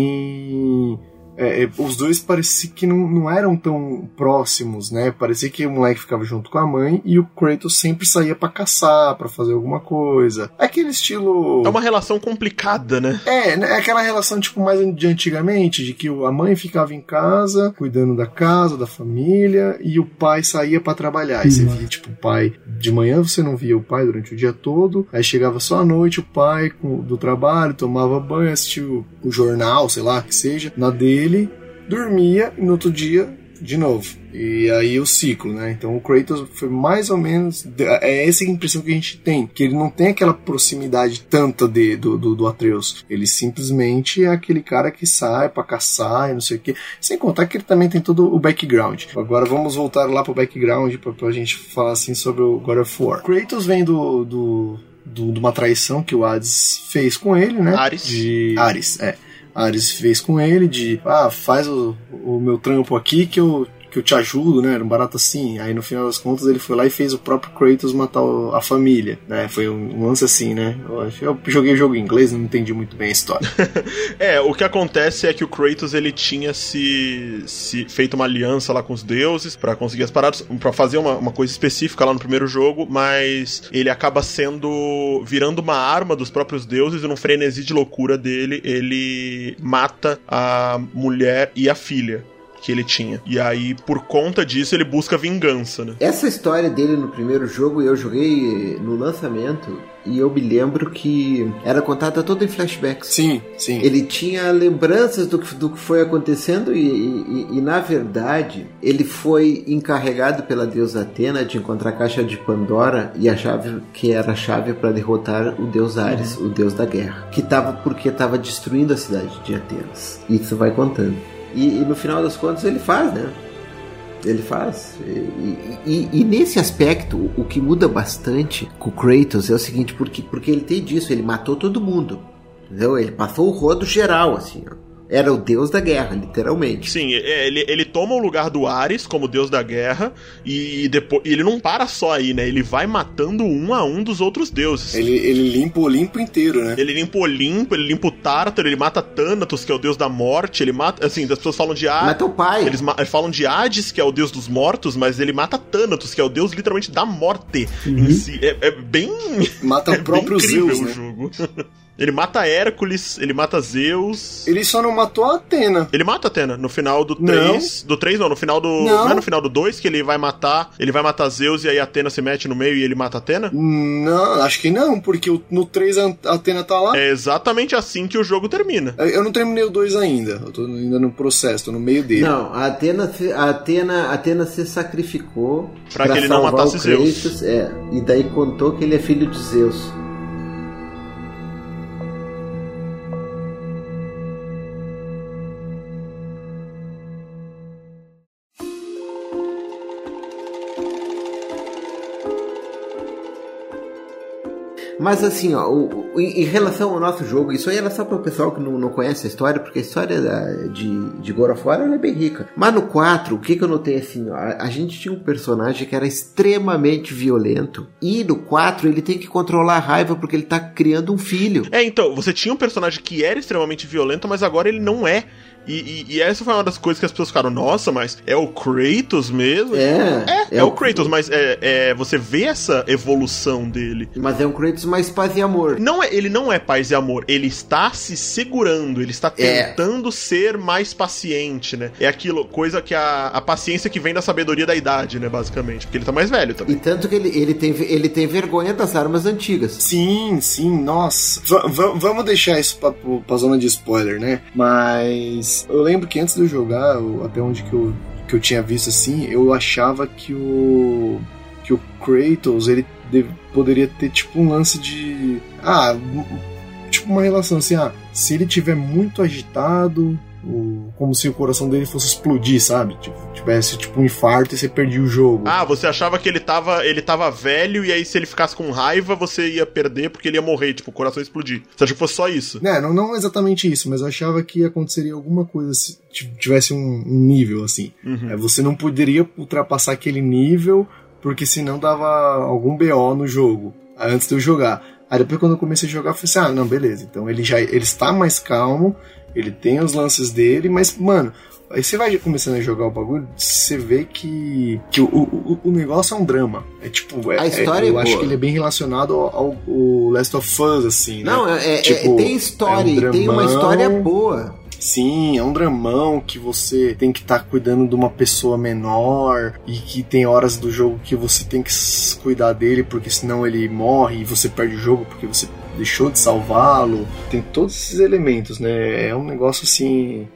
tem... É, os dois parecia que não, não eram tão próximos, né? Parecia que o moleque ficava junto com a mãe e o Kratos sempre saía pra caçar, pra fazer alguma coisa. Aquele estilo... É uma relação complicada, né? É, é aquela relação tipo mais de antigamente, de que a mãe ficava em casa, cuidando da casa, da família, e o pai saía pra trabalhar. Aí você via, tipo, o pai... De manhã você não via o pai durante o dia todo, aí chegava só à noite o pai com, do trabalho, tomava banho, assistia o, o jornal, sei lá, que seja, na dele, ele dormia e no outro dia de novo. E aí o ciclo, né? Então o Kratos foi mais ou menos... É essa a impressão que a gente tem. Que ele não tem aquela proximidade tanta de, do, do, do Atreus. Ele simplesmente é aquele cara que sai pra caçar e não sei o quê. Sem contar que ele também tem todo o background. Agora vamos voltar lá pro background pra, pra gente falar assim sobre o God of War. Kratos vem do... do, do de uma traição que o Hades fez com ele, né? Ares. De... Ares, é. Ares fez com ele de, ah, faz o, o meu trampo aqui que eu, que eu te ajudo, né, era um barato assim. Aí no final das contas ele foi lá e fez o próprio Kratos matar o, a família, né, foi um, um lance assim, né. Eu, eu joguei o jogo em inglês, não entendi muito bem a história. É, o que acontece é que o Kratos, ele tinha se, se feito uma aliança lá com os deuses pra conseguir as paradas, pra fazer uma, uma coisa específica lá no primeiro jogo, mas ele acaba sendo, virando uma arma dos próprios deuses, e num frenesi de loucura dele, ele mata a mulher e a filha. que ele tinha. E aí, por conta disso, ele busca vingança, né? Essa história dele no primeiro jogo, eu joguei no lançamento e eu me lembro que era contada toda em flashbacks. Sim, sim. Ele tinha lembranças do que, do que foi acontecendo e, e, e, na verdade, ele foi encarregado pela deusa Atena de encontrar a caixa de Pandora e a chave que era a chave para derrotar o deus Ares, uhum. o deus da guerra, que tava porque estava destruindo a cidade de Atenas. Isso vai contando. E, e no final das contas ele faz, né? Ele faz. E, e, e nesse aspecto, o que muda bastante com o Kratos é o seguinte, porque, porque ele tem disso, ele matou todo mundo. Entendeu? Ele passou o rodo geral, assim, ó. Era o deus da guerra, literalmente. Sim, ele, ele toma o lugar do Ares como deus da guerra e depois ele não para só aí, né? Ele vai matando um a um dos outros deuses. Ele, ele limpa o Olimpo inteiro, né? Ele limpa o Olimpo, ele limpa o Tártaro, ele mata Thanatos, que é o deus da morte, ele mata, assim, as pessoas falam de Hades. Mata o pai. Eles ma- falam de Hades, que é o deus dos mortos, mas ele mata Thanatos, que é o deus literalmente da morte uhum. em si. É, é bem... Mata é o próprio Zeus, o né? jogo. Ele mata Hércules, ele mata Zeus. Ele só não matou a Atena. Ele mata a Atena no final do três. Do três não, no final do. Não. não é no final do dois que ele vai matar. Ele vai matar Zeus e aí a Atena se mete no meio e ele mata a Atena? Não, acho que não, porque no três a Atena tá lá. É exatamente assim que o jogo termina. Eu não terminei o dois ainda. Eu tô ainda no processo, tô no meio dele. Não, a Atena, a Atena, a Atena se sacrificou pra, pra que ele não matasse Zeus. É, e daí contou que ele é filho de Zeus. Mas assim, ó, o, o, em relação ao nosso jogo, isso aí era só para o pessoal que não, não conhece a história, porque a história da, de, de God of War é bem rica. Mas no quatro, o que, que eu notei assim, ó, a, a gente tinha um personagem que era extremamente violento, e no quatro ele tem que controlar a raiva porque ele tá criando um filho. É, então, você tinha um personagem que era extremamente violento, mas agora ele não é. E, e, e essa foi uma das coisas que as pessoas ficaram, nossa, mas é o Kratos mesmo? É, é, é, é o o Kratos, mas é, é, você vê essa evolução dele. Mas é um Kratos mais paz e amor. Não é, ele não é paz e amor, ele está se segurando, ele está tentando é. ser mais paciente, né? É aquilo, coisa que a, a paciência que vem da sabedoria da idade, né, basicamente, porque ele tá mais velho também. E tanto que ele, ele, tem, ele tem vergonha das armas antigas. Sim, sim, nossa. V- v- vamos deixar isso pra, pra zona de spoiler, né? Mas eu lembro que antes de eu jogar, até onde que eu, que eu tinha visto assim, eu achava que o que o Kratos, ele deve, poderia ter tipo um lance de ah, tipo uma relação assim, ah, se ele tiver muito agitado, o, como se o coração dele fosse explodir, sabe? Tipo, tivesse tipo um infarto e você perdia o jogo. Ah, você achava que ele tava, ele tava velho e aí se ele ficasse com raiva você ia perder porque ele ia morrer, tipo, o coração ia explodir. Você achou que fosse só isso? É, não, não exatamente isso, mas eu achava que aconteceria alguma coisa se tivesse um, um nível assim. Uhum. É, você não poderia ultrapassar aquele nível porque senão dava algum B O no jogo, antes de eu jogar. Aí depois quando eu comecei a jogar, eu falei assim, ah, não, beleza, então ele já ele está mais calmo, ele tem os lances dele, mas, mano, aí você vai começando a jogar o bagulho, você vê que, que o, o, o negócio é um drama. É tipo, é, a história é, eu é acho boa. que ele é bem relacionado ao, ao, ao Last of Us, assim, né? Não, é, tipo, é, tem história, é um tem uma história boa. Sim, é um dramão que você tem que estar tá cuidando de uma pessoa menor e que tem horas do jogo que você tem que cuidar dele porque senão ele morre e você perde o jogo porque você deixou de salvá-lo. Tem todos esses elementos, né? É um negócio assim...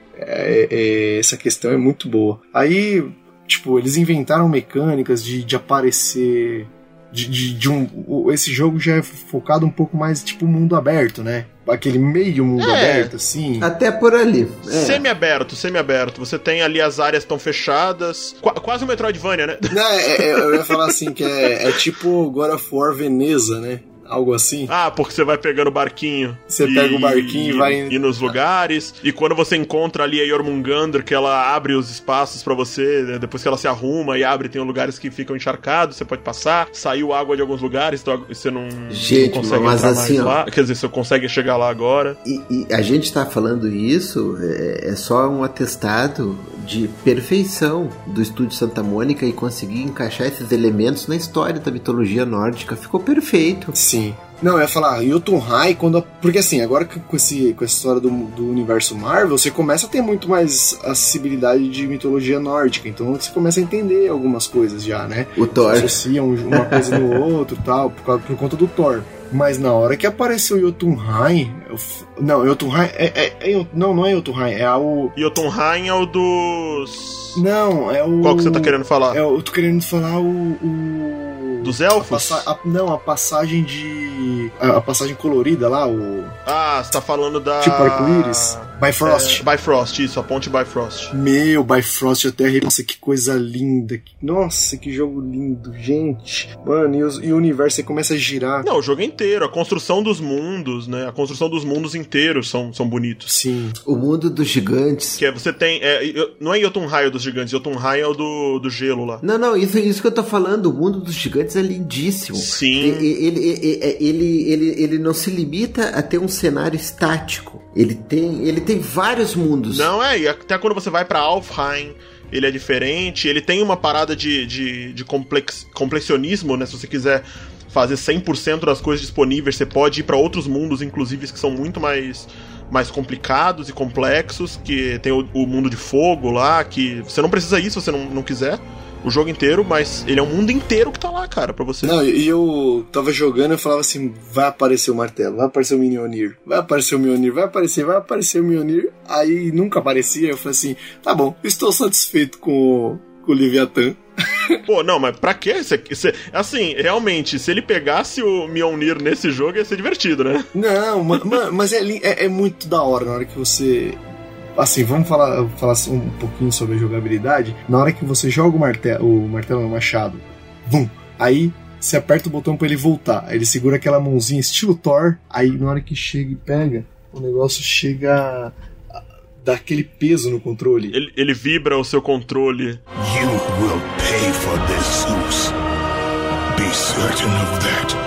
É, é, essa questão é muito boa. Aí, tipo, eles inventaram mecânicas de, de aparecer... De, de, de um, esse jogo já é focado um pouco mais tipo mundo aberto, né? Aquele meio mundo é, aberto, assim. Até por ali. É. Semi-aberto, semi-aberto. Você tem ali as áreas estão fechadas. Qu- quase um Metroidvania, né? Não, é, é, eu ia falar assim, que é, é tipo God of War Veneza, né? Algo assim. Ah, porque você vai pegando o barquinho. Você e, pega o barquinho e vai... Ir nos lugares. E quando você encontra ali a Jormungandr, que ela abre os espaços pra você, né? Depois que ela se arruma e abre, tem lugares que ficam encharcados, você pode passar. Saiu água de alguns lugares, então você não, gente, não consegue mas entrar assim, mais ó, lá. Quer dizer, você consegue chegar lá agora. E, e a gente tá falando isso, é, é só um atestado de perfeição do Estúdio Santa Mônica e conseguir encaixar esses elementos na história da mitologia nórdica. Ficou perfeito. Sim. Não, eu ia falar, Jotunheim, quando. A, porque assim, agora com, esse, com essa história do, do universo Marvel, você começa a ter muito mais acessibilidade de mitologia nórdica. Então você começa a entender algumas coisas já, né? O Thor. Associam uma coisa no outro e tal, por, por conta do Thor. Mas na hora que apareceu Jotunheim. Eu, não, Jotunheim. É, é, é, não, não é Jotunheim, é o. Jotunheim é o dos. Não, é o. Qual que você tá querendo falar? É, eu tô querendo falar o. o... Dos elfos? A passa... a... Não, a passagem de. A, a passagem colorida lá, o. Ah, você tá falando da. Tipo arco-íris? Bifrost. É, Bifrost, isso, a ponte Bifrost. Meu, Bifrost até arrepio. Nossa, que coisa linda. Nossa, que jogo lindo, gente. Mano, e, os... e o universo você começa a girar. Não, o jogo inteiro, a construção dos mundos, né? A construção dos mundos inteiros são, são bonitos. Sim. O mundo dos gigantes. Que é, você tem. É, não é Jotunheim dos gigantes, Jotunheim é o do, do gelo lá. Não, não, isso, isso que eu tô falando. O mundo dos gigantes é lindíssimo. Sim. Ele, ele, ele, ele, ele, ele não se limita a ter um cenário estático. Ele tem, ele tem vários mundos. Não, é, e até quando você vai pra Alfheim, ele é diferente, ele tem uma parada de, de, de complex, complexionismo, né? Se você quiser fazer cem por cento das coisas disponíveis, você pode ir pra outros mundos, inclusive, que são muito mais, mais complicados e complexos, que tem o, o mundo de fogo lá, que você não precisa ir se você não, não quiser. O jogo inteiro, mas ele é um mundo inteiro que tá lá, cara, pra você. Não, e eu tava jogando e eu falava assim, vai aparecer o martelo, vai aparecer o Mjolnir, vai aparecer o Mjolnir, vai aparecer, vai aparecer o Mjolnir. Aí nunca aparecia, eu falei assim, tá bom, estou satisfeito com, com o Leviatã. Pô, não, mas pra quê? Cê, cê, assim, realmente, se ele pegasse o Mjolnir nesse jogo, ia ser divertido, né? Não, mas, mas é, é, é muito da hora na hora que você... Assim, vamos falar, falar um pouquinho sobre a jogabilidade. Na hora que você joga o martelo, o martelo no machado, vum, aí você aperta o botão pra ele voltar. Aí ele segura aquela mãozinha estilo Thor. Aí na hora que chega e pega, o negócio chega a dar aquele peso no controle. Ele, ele vibra o seu controle. You will pay for this, Zeus. Be certain of that.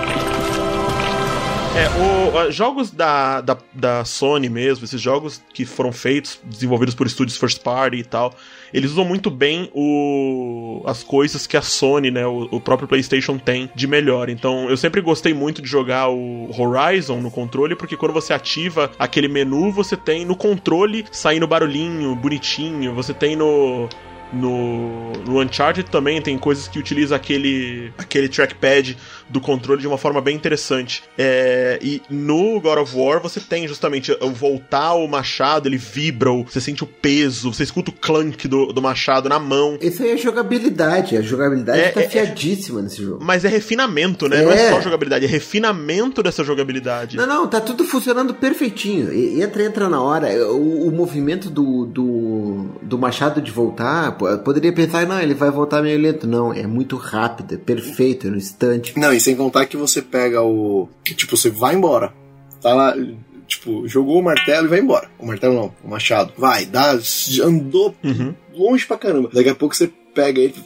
É, o, jogos da, da, da Sony mesmo, esses jogos que foram feitos, desenvolvidos por estúdios first party e tal, eles usam muito bem o, as coisas que a Sony, né, o, o próprio PlayStation tem de melhor. Então, eu sempre gostei muito de jogar o Horizon no controle, porque quando você ativa aquele menu, você tem no controle saindo barulhinho, bonitinho, você tem no... No, no Uncharted também tem coisas que utilizam aquele, aquele trackpad do controle de uma forma bem interessante. É, e no God of War você tem justamente o voltar o machado, ele vibra, você sente o peso, você escuta o clunk do, do machado na mão. Isso aí é jogabilidade, a jogabilidade é, tá é, afiadíssima nesse jogo. Mas é refinamento, né? É. Não é só jogabilidade, é refinamento dessa jogabilidade. Não, não, tá tudo funcionando perfeitinho. Entra, entra na hora. O, o movimento do, do, do machado de voltar... Poderia pensar, não, ele vai voltar meio lento. Não, é muito rápido, é perfeito, é no instante. Não, e sem contar que você pega o... Tipo, você vai embora. Tá lá, tipo, jogou o martelo e vai embora. O martelo não, o machado. Vai, dá, andou uhum. longe pra caramba. Daqui a pouco você pega ele...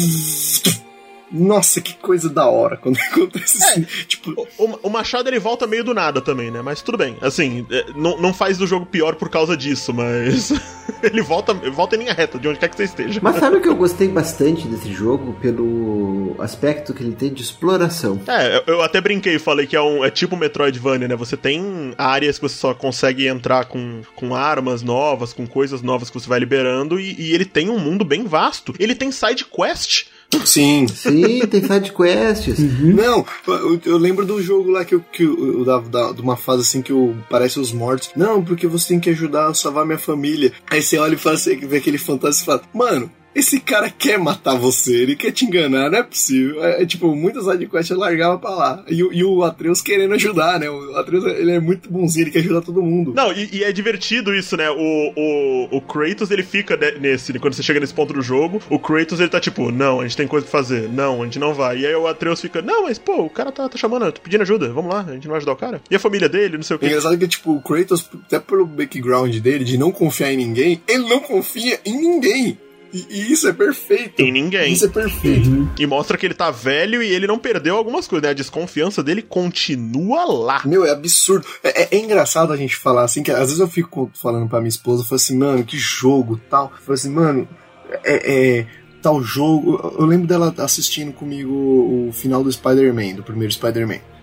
Nossa, que coisa da hora quando acontece assim. É, tipo, o, o machado ele volta meio do nada também, né? Mas tudo bem. Assim, não, não faz do jogo pior por causa disso, mas ele volta, volta em linha reta, de onde quer que você esteja. Mas sabe o que eu gostei bastante desse jogo? Pelo aspecto que ele tem de exploração. É, eu até brinquei e falei que é, um, é tipo Metroidvania, né? Você tem áreas que você só consegue entrar com, com armas novas, com coisas novas que você vai liberando, e, e ele tem um mundo bem vasto. Ele tem side quest. Sim. Sim, tem side quests. Uhum. Não, eu, eu lembro do jogo lá que eu, que eu, da, da, de uma fase assim que eu, parece os mortos. Não, porque você tem que ajudar a salvar minha família. Aí você olha e fala assim, vê aquele fantasma e fala, mano, esse cara quer matar você, ele quer te enganar, não é possível. É, é tipo, muitas sidequests eu largava pra lá. E, e o Atreus querendo ajudar, né? O Atreus, ele é muito bonzinho, ele quer ajudar todo mundo. Não, e, e é divertido isso, né? O, o, o Kratos, ele fica nesse, quando você chega nesse ponto do jogo, o Kratos, ele tá tipo, não, a gente tem coisa pra fazer, não, a gente não vai. E aí o Atreus fica, não, mas pô, o cara tá, tá chamando, eu tô pedindo ajuda, vamos lá, a gente não vai ajudar o cara. E a família dele, não sei o que. É engraçado que, tipo, o Kratos, até pelo background dele, de não confiar em ninguém, ele não confia em ninguém. E, e isso é perfeito. Em ninguém. Isso é perfeito. Uhum. E mostra que ele tá velho e ele não perdeu algumas coisas, né? A desconfiança dele continua lá. Meu, é absurdo. É, é, é engraçado a gente falar assim, que às vezes eu fico falando pra minha esposa, eu falo assim, mano, que jogo, tal. Eu falo assim, mano, é, é tal jogo. Eu lembro dela assistindo comigo o final do Spider-Man, do primeiro Spider-Man.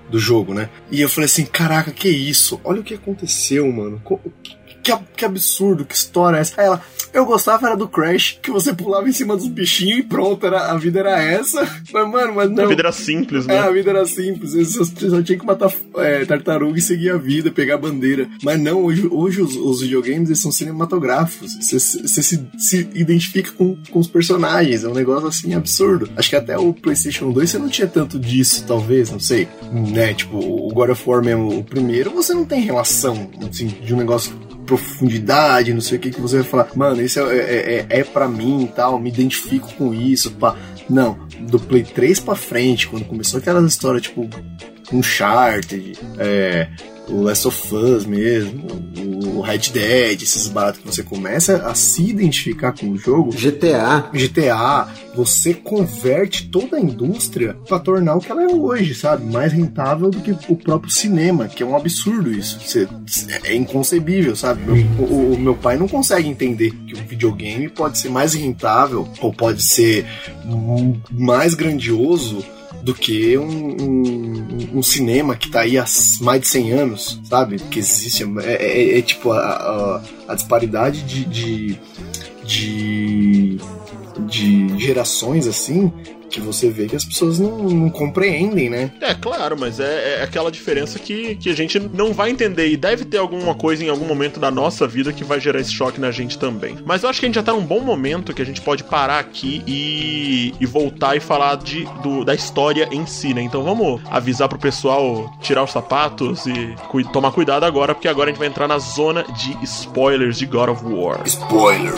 do jogo, né? E eu falei assim, caraca, que isso? Olha o que aconteceu, mano. Que, que absurdo, que história é essa? Aí ela, eu gostava era do Crash, que você pulava em cima dos bichinhos e pronto, era, a vida era essa. Mas, mano, mas não. A vida era simples, né? É, a vida era simples. Você só, só tinha que matar é, tartaruga e seguir a vida, pegar a bandeira. Mas não, hoje, hoje os, os videogames eles são cinematográficos. Você, você se, se identifica com, com os personagens. É um negócio assim absurdo. Acho que até o PlayStation dois você não tinha tanto disso, talvez, não sei. Né? Tipo, o God of War mesmo, o primeiro, você não tem relação assim, de um negócio profundidade, não sei o que, que você vai falar, mano, isso é, é, é pra mim e tal, me identifico com isso, pá. Não, do Play três pra frente, quando começou aquelas histórias tipo Uncharted, é, o Last of Us mesmo, o Red Dead, esses baratos que você começa a se identificar com o jogo. G T A. G T A, você converte toda a indústria pra tornar o que ela é hoje, sabe? Mais rentável do que o próprio cinema, que é um absurdo isso. Você, é inconcebível, sabe? Meu, o, o meu pai não consegue entender que um videogame pode ser mais rentável ou pode ser mais grandioso do que um, um, um cinema que tá aí há mais de cem anos, sabe? Que existe. É, é, é tipo a, a, a disparidade de, de, de, de gerações assim, que você vê que as pessoas não, não compreendem, né? É, claro, mas é, é aquela diferença que, que a gente não vai entender, e deve ter alguma coisa em algum momento da nossa vida que vai gerar esse choque na gente também. Mas eu acho que a gente já tá num bom momento que a gente pode parar aqui e, e voltar e falar de, do, da história em si, né? Então vamos avisar pro pessoal tirar os sapatos e cu- tomar cuidado agora, porque agora a gente vai entrar na zona de spoilers de God of War. Spoiler!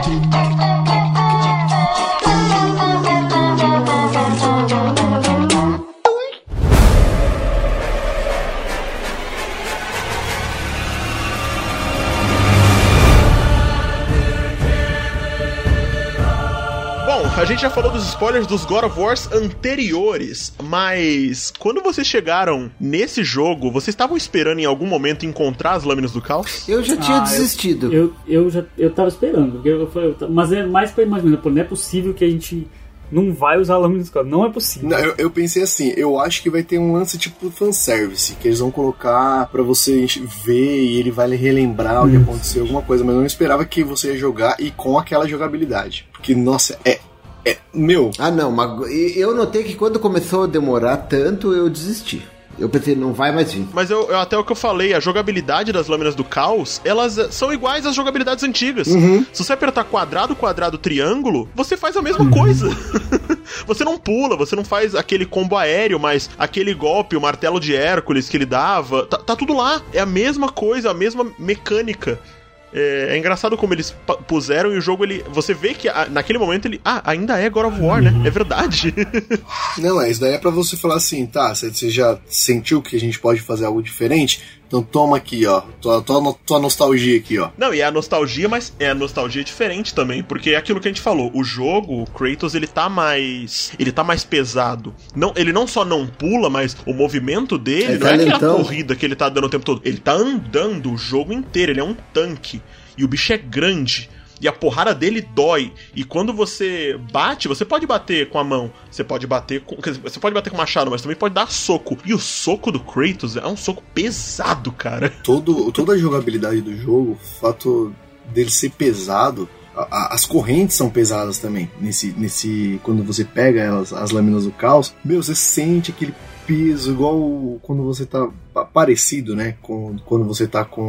A gente já falou dos spoilers dos God of Wars anteriores, mas quando vocês chegaram nesse jogo, vocês estavam esperando em algum momento encontrar as lâminas do caos? Eu já tinha ah, desistido. Eu, eu, eu já eu tava esperando, eu, eu, eu, mas é mais pra imaginar, pô, não é possível que a gente não vai usar lâminas do caos, não é possível. Não, eu, eu pensei assim, eu acho que vai ter um lance tipo fanservice, que eles vão colocar pra você ver e ele vai relembrar hum. o que aconteceu, alguma coisa, mas eu não esperava que você ia jogar e com aquela jogabilidade, porque, nossa, é É, meu. Ah, não, mas eu notei que quando começou a demorar tanto, eu desisti. Eu pensei, não vai mais vir. Mas eu, eu, até o que eu falei, a jogabilidade das lâminas do caos, elas são iguais às jogabilidades antigas. Uhum. Se você apertar quadrado, quadrado, triângulo, você faz a mesma uhum. coisa. Você não pula, você não faz aquele combo aéreo, mas aquele golpe, o martelo de Hércules que ele dava, tá, tá tudo lá. É a mesma coisa, a mesma mecânica. É, é engraçado como eles puseram e o jogo, ele, você vê que a, naquele momento ele, ah, ainda é God of War, né? É verdade. Não, é, isso daí é pra você falar assim, tá, você já sentiu que a gente pode fazer algo diferente? Então toma aqui, ó, tua, tua, tua nostalgia aqui, ó. Não, e é a nostalgia, mas é a nostalgia diferente também, porque é aquilo que a gente falou, o jogo, o Kratos, ele tá mais, ele tá mais pesado. Não, ele não só não pula, mas o movimento dele é, não é aquela então. corrida que ele tá dando o tempo todo, ele tá andando o jogo inteiro, ele é um tanque, e o bicho é grande. E a porrada dele dói. E quando você bate, você pode bater com a mão. Você pode bater com. Quer dizer, você pode bater com o machado, mas também pode dar soco. E o soco do Kratos é um soco pesado, cara. Todo, toda a jogabilidade do jogo, o fato dele ser pesado. A, a, as correntes são pesadas também. Nesse. nesse quando você pega elas, as lâminas do caos, meu, você sente aquele peso, igual quando você tá parecido, né? Com, quando você tá com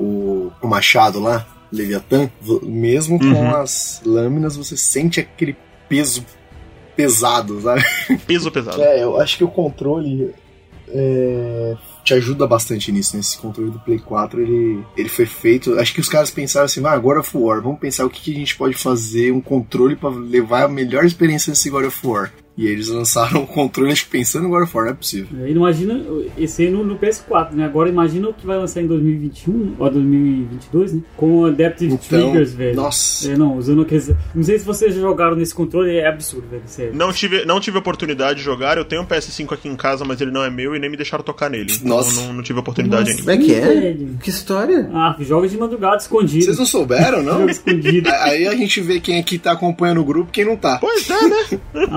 o, o machado lá. Leviatã, mesmo com uhum. as lâminas, você sente aquele peso pesado, sabe? Peso pesado. É, eu acho que o controle é, te ajuda bastante nisso, nesse controle do Play quatro, ele, ele foi feito, acho que os caras pensaram assim, ah, God of War, vamos pensar o que, que a gente pode fazer, um controle pra levar a melhor experiência desse God of War. E eles lançaram o controle pensando em God of War, não é possível. E imagina esse aí no, no P S quatro, né? Agora imagina o que vai lançar em dois mil e vinte e um ou dois mil e vinte e dois, né? Com Adaptive então, Triggers, velho. Nossa. É, não, usando aqueles. Não sei se vocês já jogaram nesse controle, é absurdo, velho. Sério. Não tive, não tive oportunidade de jogar, eu tenho um P S cinco aqui em casa, mas ele não é meu e nem me deixaram tocar nele. Nossa. Então não, não tive oportunidade Nossa, ainda. Como é que é? Velho. Que história? Ah, joga de madrugada escondido. Vocês não souberam, não? Joga escondido. Aí a gente vê quem aqui tá acompanhando o grupo e quem não tá. Pois é, né? Ah, velho,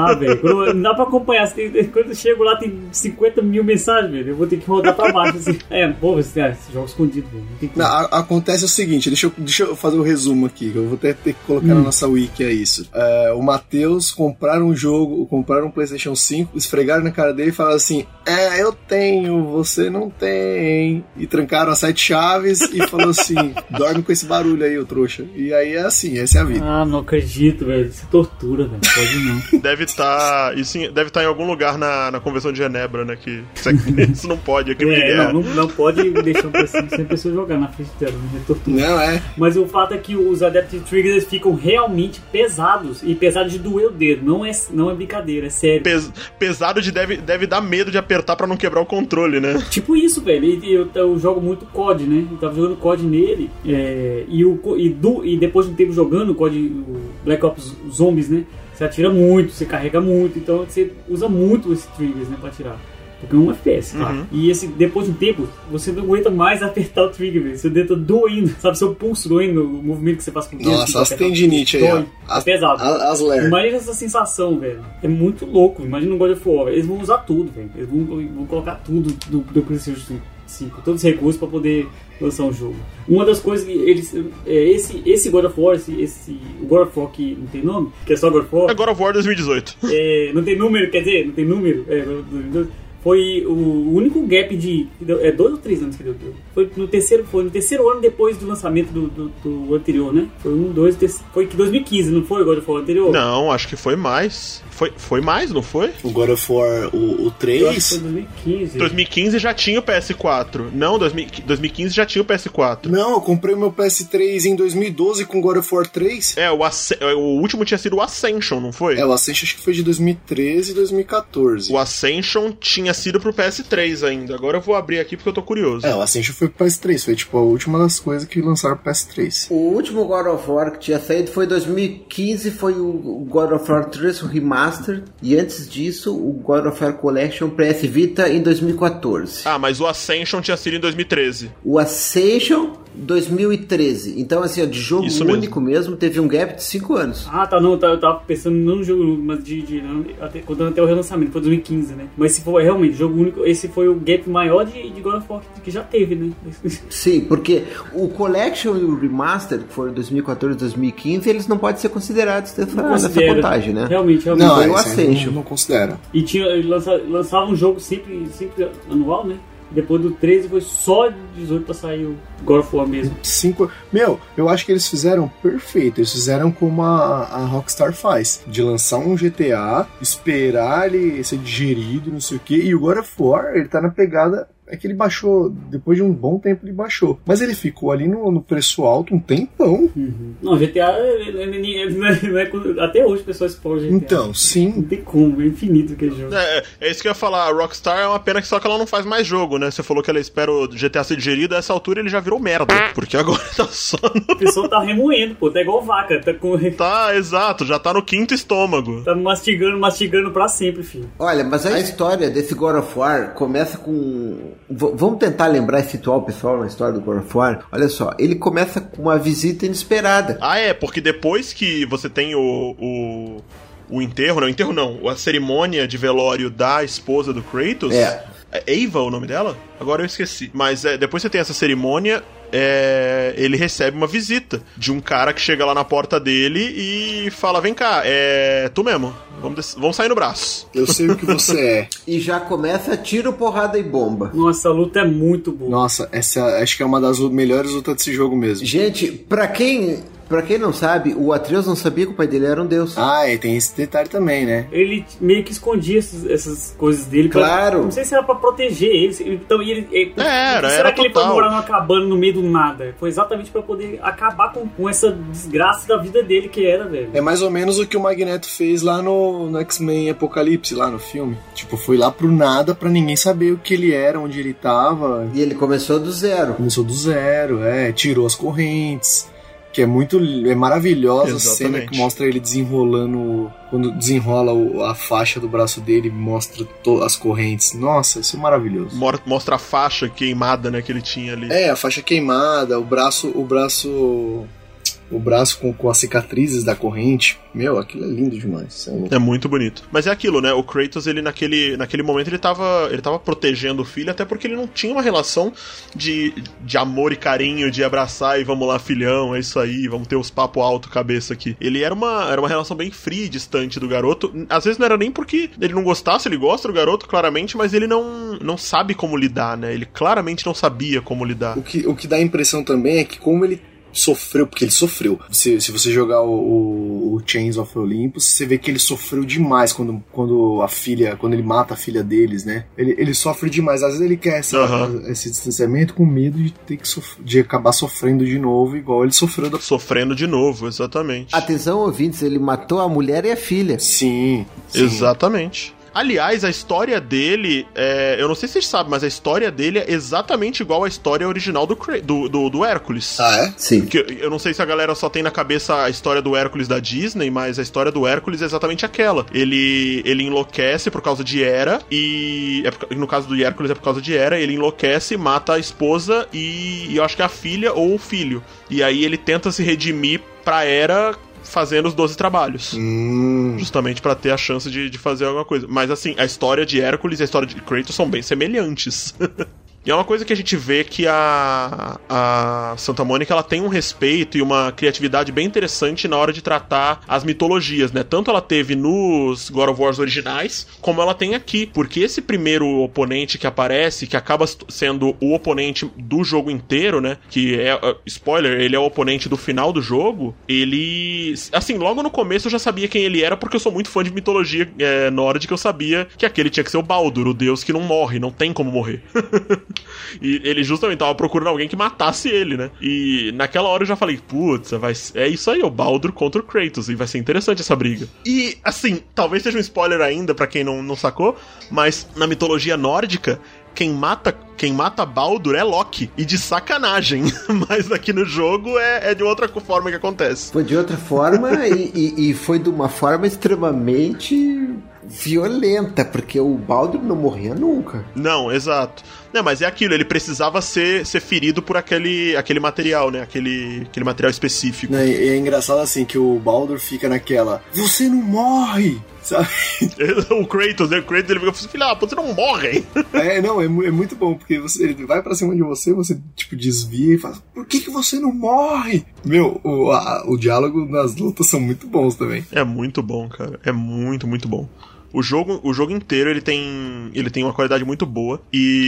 Quando, não dá pra acompanhar. Tem, quando eu chego lá, tem cinquenta mil mensagens, velho. Eu vou ter que rodar pra baixo. Assim. É, pô, esse, é, esse jogo escondido, velho. Não tem que... não, a, acontece o seguinte, deixa eu, deixa eu fazer o um resumo aqui, que eu vou até ter que colocar hum. na nossa wiki é isso. É, o Matheus compraram um jogo, compraram um PlayStation cinco, esfregaram na cara dele e falaram assim: é, eu tenho, você não tem. E trancaram as sete chaves e falou assim: dorme com esse barulho aí, ô trouxa. E aí é assim, essa é a vida. Ah, não acredito, velho. Isso é tortura, velho. Pode não. Deve estar. Tá, isso deve estar tá em algum lugar na, na Convenção de Genebra, né? Que isso não pode, é crime é, de guerra. Não, não, não pode deixar sem pessoa jogar na frente dela, né? É tortura. Não, é. Mas o fato é que os Adaptive Triggers ficam realmente pesados. E pesados de doer o dedo. Não é, não é brincadeira, é sério. Pes, pesado de deve, deve dar medo de apertar pra não quebrar o controle, né? Tipo isso, velho. Eu, eu, eu jogo muito C O D, né? Eu tava jogando C O D nele. É, e, o, e, do, e depois de um tempo jogando o C O D, o Black Ops Zombies, né? Você atira muito, você carrega muito. Então você usa muito esses triggers, né? Pra atirar. Porque é um F P S, claro. Uhum. E esse, depois de um tempo, você não aguenta mais apertar o trigger, velho. Seu dedo tá doendo, sabe? Seu pulso doendo, o movimento que você faz com o dedo. Nossa, as tendinite aí, ó. É pesado. As ler. Imagina essa sensação, velho. É muito louco. Imagina um God of War. Eles vão usar tudo, velho. Eles vão, vão colocar tudo do, do PlayStation cinco. Todos os recursos pra poder lançar um jogo. Uma das coisas que eles... É, esse, esse God of War, esse, esse, o God of War que não tem nome, que é só God of War... É God of War dois mil e dezoito. É, não tem número, quer dizer, não tem número. É, dois mil e dezoito. Foi o único gap de... É dois ou três anos que deu. Foi no terceiro, foi no terceiro ano depois do lançamento do, do, do anterior, né? Foi um, dois, terceiro, foi que dois mil e quinze, não foi o God of War anterior? Não, acho que foi mais. Foi, foi mais, não foi? O God of War, o, o três? Eu acho que foi dois mil e quinze. dois mil e quinze já tinha o P S quatro. Não, dois mil e quinze já tinha o P S quatro. Não, eu comprei o meu P S três em dois mil e doze com God of War três. É, o, Asc- o último tinha sido o Ascension, não foi? É, o Ascension acho que foi de dois mil e treze e dois mil e quatorze. O Ascension tinha sido pro P S três ainda. Agora eu vou abrir aqui porque eu tô curioso. É, o Ascension foi pro P S três. Foi tipo a última das coisas que lançaram pro P S três. O último God of War que tinha saído foi em dois mil e quinze, foi o God of War três Remastered. E antes disso, o God of War Collection P S Vita em dois mil e quatorze. Ah, mas o Ascension tinha sido em dois mil e treze. O Ascension, dois mil e treze. Então, assim, ó, de jogo Isso único mesmo. mesmo, teve um gap de cinco anos. Ah, tá, não, tá, eu tava pensando não no jogo único, mas de, de não, até, contando até o relançamento, foi dois mil e quinze, né? Mas se for realmente jogo único, esse foi o gap maior de, de God of War que já teve, né? Sim, porque o Collection e o Remaster, que foram dois mil e quatorze e dois mil e quinze, eles não podem ser considerados dessa, nessa contagem, né? Realmente, realmente. Não, foi o Ascension. Não, não considera. E tinha, lança, lançava um jogo sempre, sempre anual, né? Depois do treze foi só dezoito pra sair o God of War mesmo. Cinco... Meu, eu acho que eles fizeram perfeito. Eles fizeram como a, a Rockstar faz. De lançar um G T A, esperar ele ser digerido, não sei o que. E o God of War, ele tá na pegada... É que ele baixou, depois de um bom tempo ele baixou. Mas ele ficou ali no, no preço alto um tempão. Uhum. Não, G T A, ele, ele, ele, ele é, até hoje o pessoal expõe o G T A. Então, sim. Não tem como, é infinito aquele jogo. É, é isso que eu ia falar, a Rockstar é uma pena que só que ela não faz mais jogo, né? Você falou que ela espera o G T A ser digerido, a essa altura ele já virou merda. Porque agora tá só no... O pessoal tá remoendo, pô, tá igual vaca. Tá, com... tá, exato, já tá no quinto estômago. Tá mastigando, mastigando pra sempre, filho. Olha, mas a história desse God of War começa com... V- vamos tentar lembrar e situar o pessoal na história do God of War. Olha só, ele começa com uma visita inesperada. Ah, é, porque depois que você tem o... o... o enterro, não, o enterro não, a cerimônia de velório da esposa do Kratos. É. É Ava o nome dela? Agora eu esqueci. Mas é, depois você tem essa cerimônia, é, ele recebe uma visita de um cara que chega lá na porta dele e fala: vem cá, é tu mesmo, vamos, des- vamos sair no braço. Eu sei o que você é. E já começa tiro, porrada e bomba. Nossa, a luta é muito boa. Nossa, essa acho que é uma das melhores lutas desse jogo mesmo. Gente, pra quem... Pra quem não sabe, o Atreus não sabia que o pai dele era um deus. Ah, e tem esse detalhe também, né? Ele meio que escondia essas, essas coisas dele. Pra, Claro. Não sei se era pra proteger ele. Então, ele, ele, É, era, será era que ele total. foi morar numa cabana no meio do nada? Foi exatamente pra poder acabar com, com essa desgraça da vida dele que era, velho. É mais ou menos o que o Magneto fez lá no, no X-Men Apocalipse, lá no filme. Tipo, foi lá pro nada pra ninguém saber o que ele era, onde ele tava. E ele começou do zero. Começou do zero, é, tirou as correntes. Que é muito... É maravilhosa a Exatamente. cena que mostra ele desenrolando... Quando desenrola o, a faixa do braço dele, mostra to, as correntes. Nossa, isso é maravilhoso. Mostra a faixa queimada, né, que ele tinha ali. É, a faixa queimada, o braço... O braço... o braço com, com as cicatrizes da corrente. Meu, aquilo é lindo demais. É muito bonito. Mas é aquilo, né? O Kratos, ele naquele, naquele momento, ele tava, ele tava protegendo o filho, até porque ele não tinha uma relação de, de amor e carinho, de abraçar e vamos lá, filhão, é isso aí, vamos ter os papo alto cabeça aqui. Ele era uma, era uma relação bem fria e distante do garoto. Às vezes não era nem porque ele não gostasse, ele gosta do garoto, claramente, mas ele não, não sabe como lidar, né? Ele claramente não sabia como lidar. O que, o que dá a impressão também é que como ele sofreu, porque ele sofreu. Se, se você jogar o, o, o Chains of Olympus, você vê que ele sofreu demais quando, quando a filha, quando ele mata a filha deles, né? Ele, ele sofre demais. Às vezes ele quer essa, uhum. esse distanciamento com medo de ter que sof- de acabar sofrendo de novo, igual ele sofreu. Da... Sofrendo de novo, exatamente. Atenção, ouvintes, ele matou a mulher e a filha. Sim. sim. Exatamente. Aliás, a história dele, é, eu não sei se vocês sabem, mas a história dele é exatamente igual à história original do, do, do, do Hércules. Ah, é? Sim. Porque eu não sei se a galera só tem na cabeça a história do Hércules da Disney, mas a história do Hércules é exatamente aquela. Ele, ele enlouquece por causa de Hera, e é por, no caso do Hércules é por causa de Hera, ele enlouquece, mata a esposa e, e eu acho que é a filha ou o filho. E aí ele tenta se redimir pra Hera fazendo os doze trabalhos. Hum. Justamente pra ter a chance de, de fazer alguma coisa. Mas assim, a história de Hércules e a história de Kratos são bem semelhantes. E é uma coisa que a gente vê que a, a Santa Mônica, ela tem um respeito e uma criatividade bem interessante na hora de tratar as mitologias, né? Tanto ela teve nos God of War originais, como ela tem aqui. Porque esse primeiro oponente que aparece, que acaba sendo o oponente do jogo inteiro, né? Que é, uh, spoiler, ele é o oponente do final do jogo. Ele... Assim, logo no começo eu já sabia quem ele era, porque eu sou muito fã de mitologia é, nórdica, eu sabia que aquele tinha que ser o Baldur, o deus que não morre, não tem como morrer. E ele justamente tava procurando alguém que matasse ele, né? E naquela hora eu já falei, putz, vai... é isso aí, o Baldur contra o Kratos, e vai ser interessante essa briga. E, assim, talvez seja um spoiler ainda pra quem não, não sacou, mas na mitologia nórdica, quem mata, quem mata Baldur é Loki, e de sacanagem, mas aqui no jogo é, é de outra forma que acontece. Foi de outra forma e, e, e foi de uma forma extremamente violenta, porque o Baldur não morria nunca. Não, exato. Não, mas é aquilo, ele precisava ser, ser ferido por aquele, aquele material, né? Aquele, aquele material específico. Não, e é engraçado assim, que o Baldur fica naquela, você não morre! Sabe? O Kratos, né? O Kratos, ele fica assim, filha, você não morre! É, não, é, é muito bom, porque você, ele vai pra cima de você, você, tipo, desvia e fala, por que que você não morre? Meu, o, a, o diálogo nas lutas são muito bons também. É muito bom, cara. É muito, muito bom. O jogo, o jogo inteiro, ele tem, ele tem uma qualidade muito boa.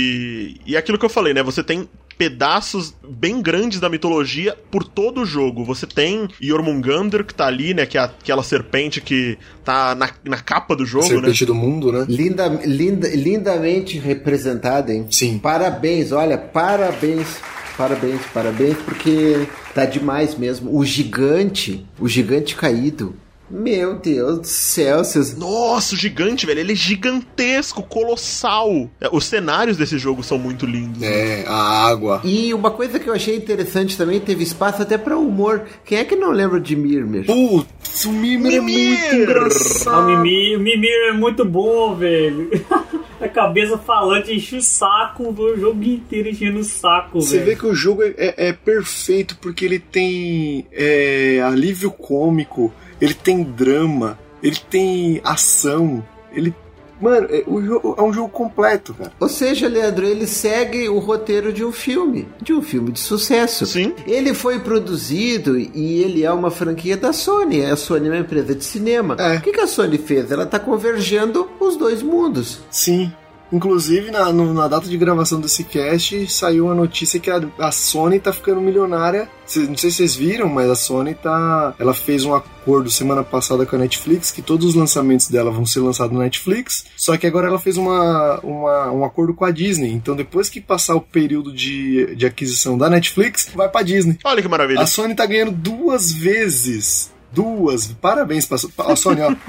E, e é aquilo que eu falei, né? Você tem pedaços bem grandes da mitologia por todo o jogo. Você tem Jormungandr, que tá ali, né? Que é aquela serpente que tá na, na capa do jogo, serpente, né? Serpente do mundo, né? Linda, linda, lindamente representada, hein? Sim. Parabéns, olha, parabéns. Parabéns, parabéns, porque tá demais mesmo. O gigante, o gigante caído. Meu Deus do céu, seus... Nossa, o gigante, velho, ele é gigantesco, colossal. Os cenários desse jogo são muito lindos. É, né? A água. E uma coisa que eu achei interessante também, teve espaço até pra humor. Quem é que não lembra de Mimir? Putz, o Mimir, Mimir é muito engraçado. O Mimir, o Mimir é muito bom, velho. A cabeça falante enche o saco, o jogo inteiro enchendo o saco, Você velho. vê que o jogo é, é, é perfeito, porque ele tem é, alívio cômico, ele tem drama, ele tem ação, ele... Mano, é, o jogo, é um jogo completo, cara. Ou seja, Leandro, ele segue o roteiro de um filme, de um filme de sucesso. Sim. Ele foi produzido e ele é uma franquia da Sony. A Sony é uma empresa de cinema. É. O que, que a Sony fez? Ela tá convergendo os dois mundos. Sim. Inclusive, na, no, na data de gravação desse cast, saiu a notícia que a, a Sony tá ficando milionária. Cês, não sei se vocês viram, mas a Sony tá... Ela fez um acordo semana passada com a Netflix, que todos os lançamentos dela vão ser lançados na Netflix, só que agora ela fez uma, uma, um acordo com a Disney. Então, depois que passar o período de, de aquisição da Netflix, vai pra Disney. Olha que maravilha. A Sony tá ganhando duas vezes. Duas. Parabéns pra a Sony, ó.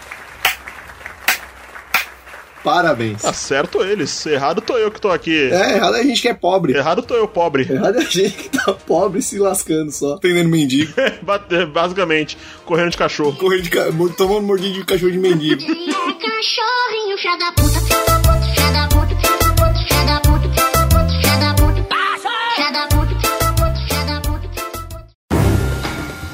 Parabéns. Acerto eles. Errado tô eu que tô aqui. É, errado é a gente que é pobre. Errado tô eu, pobre. Errado é a gente que tá pobre se lascando só. Atendendo mendigo. Basicamente, correndo de cachorro. Correndo de cachorro. Tomando mordida de cachorro de mendigo. Cachorrinho, filha da puta, filha da puta, filha da puta, filha da puta, filha da puta, filha da puta, filha da puta, passa! Filha da puta, filha da puta, filha da puta, filha da puta.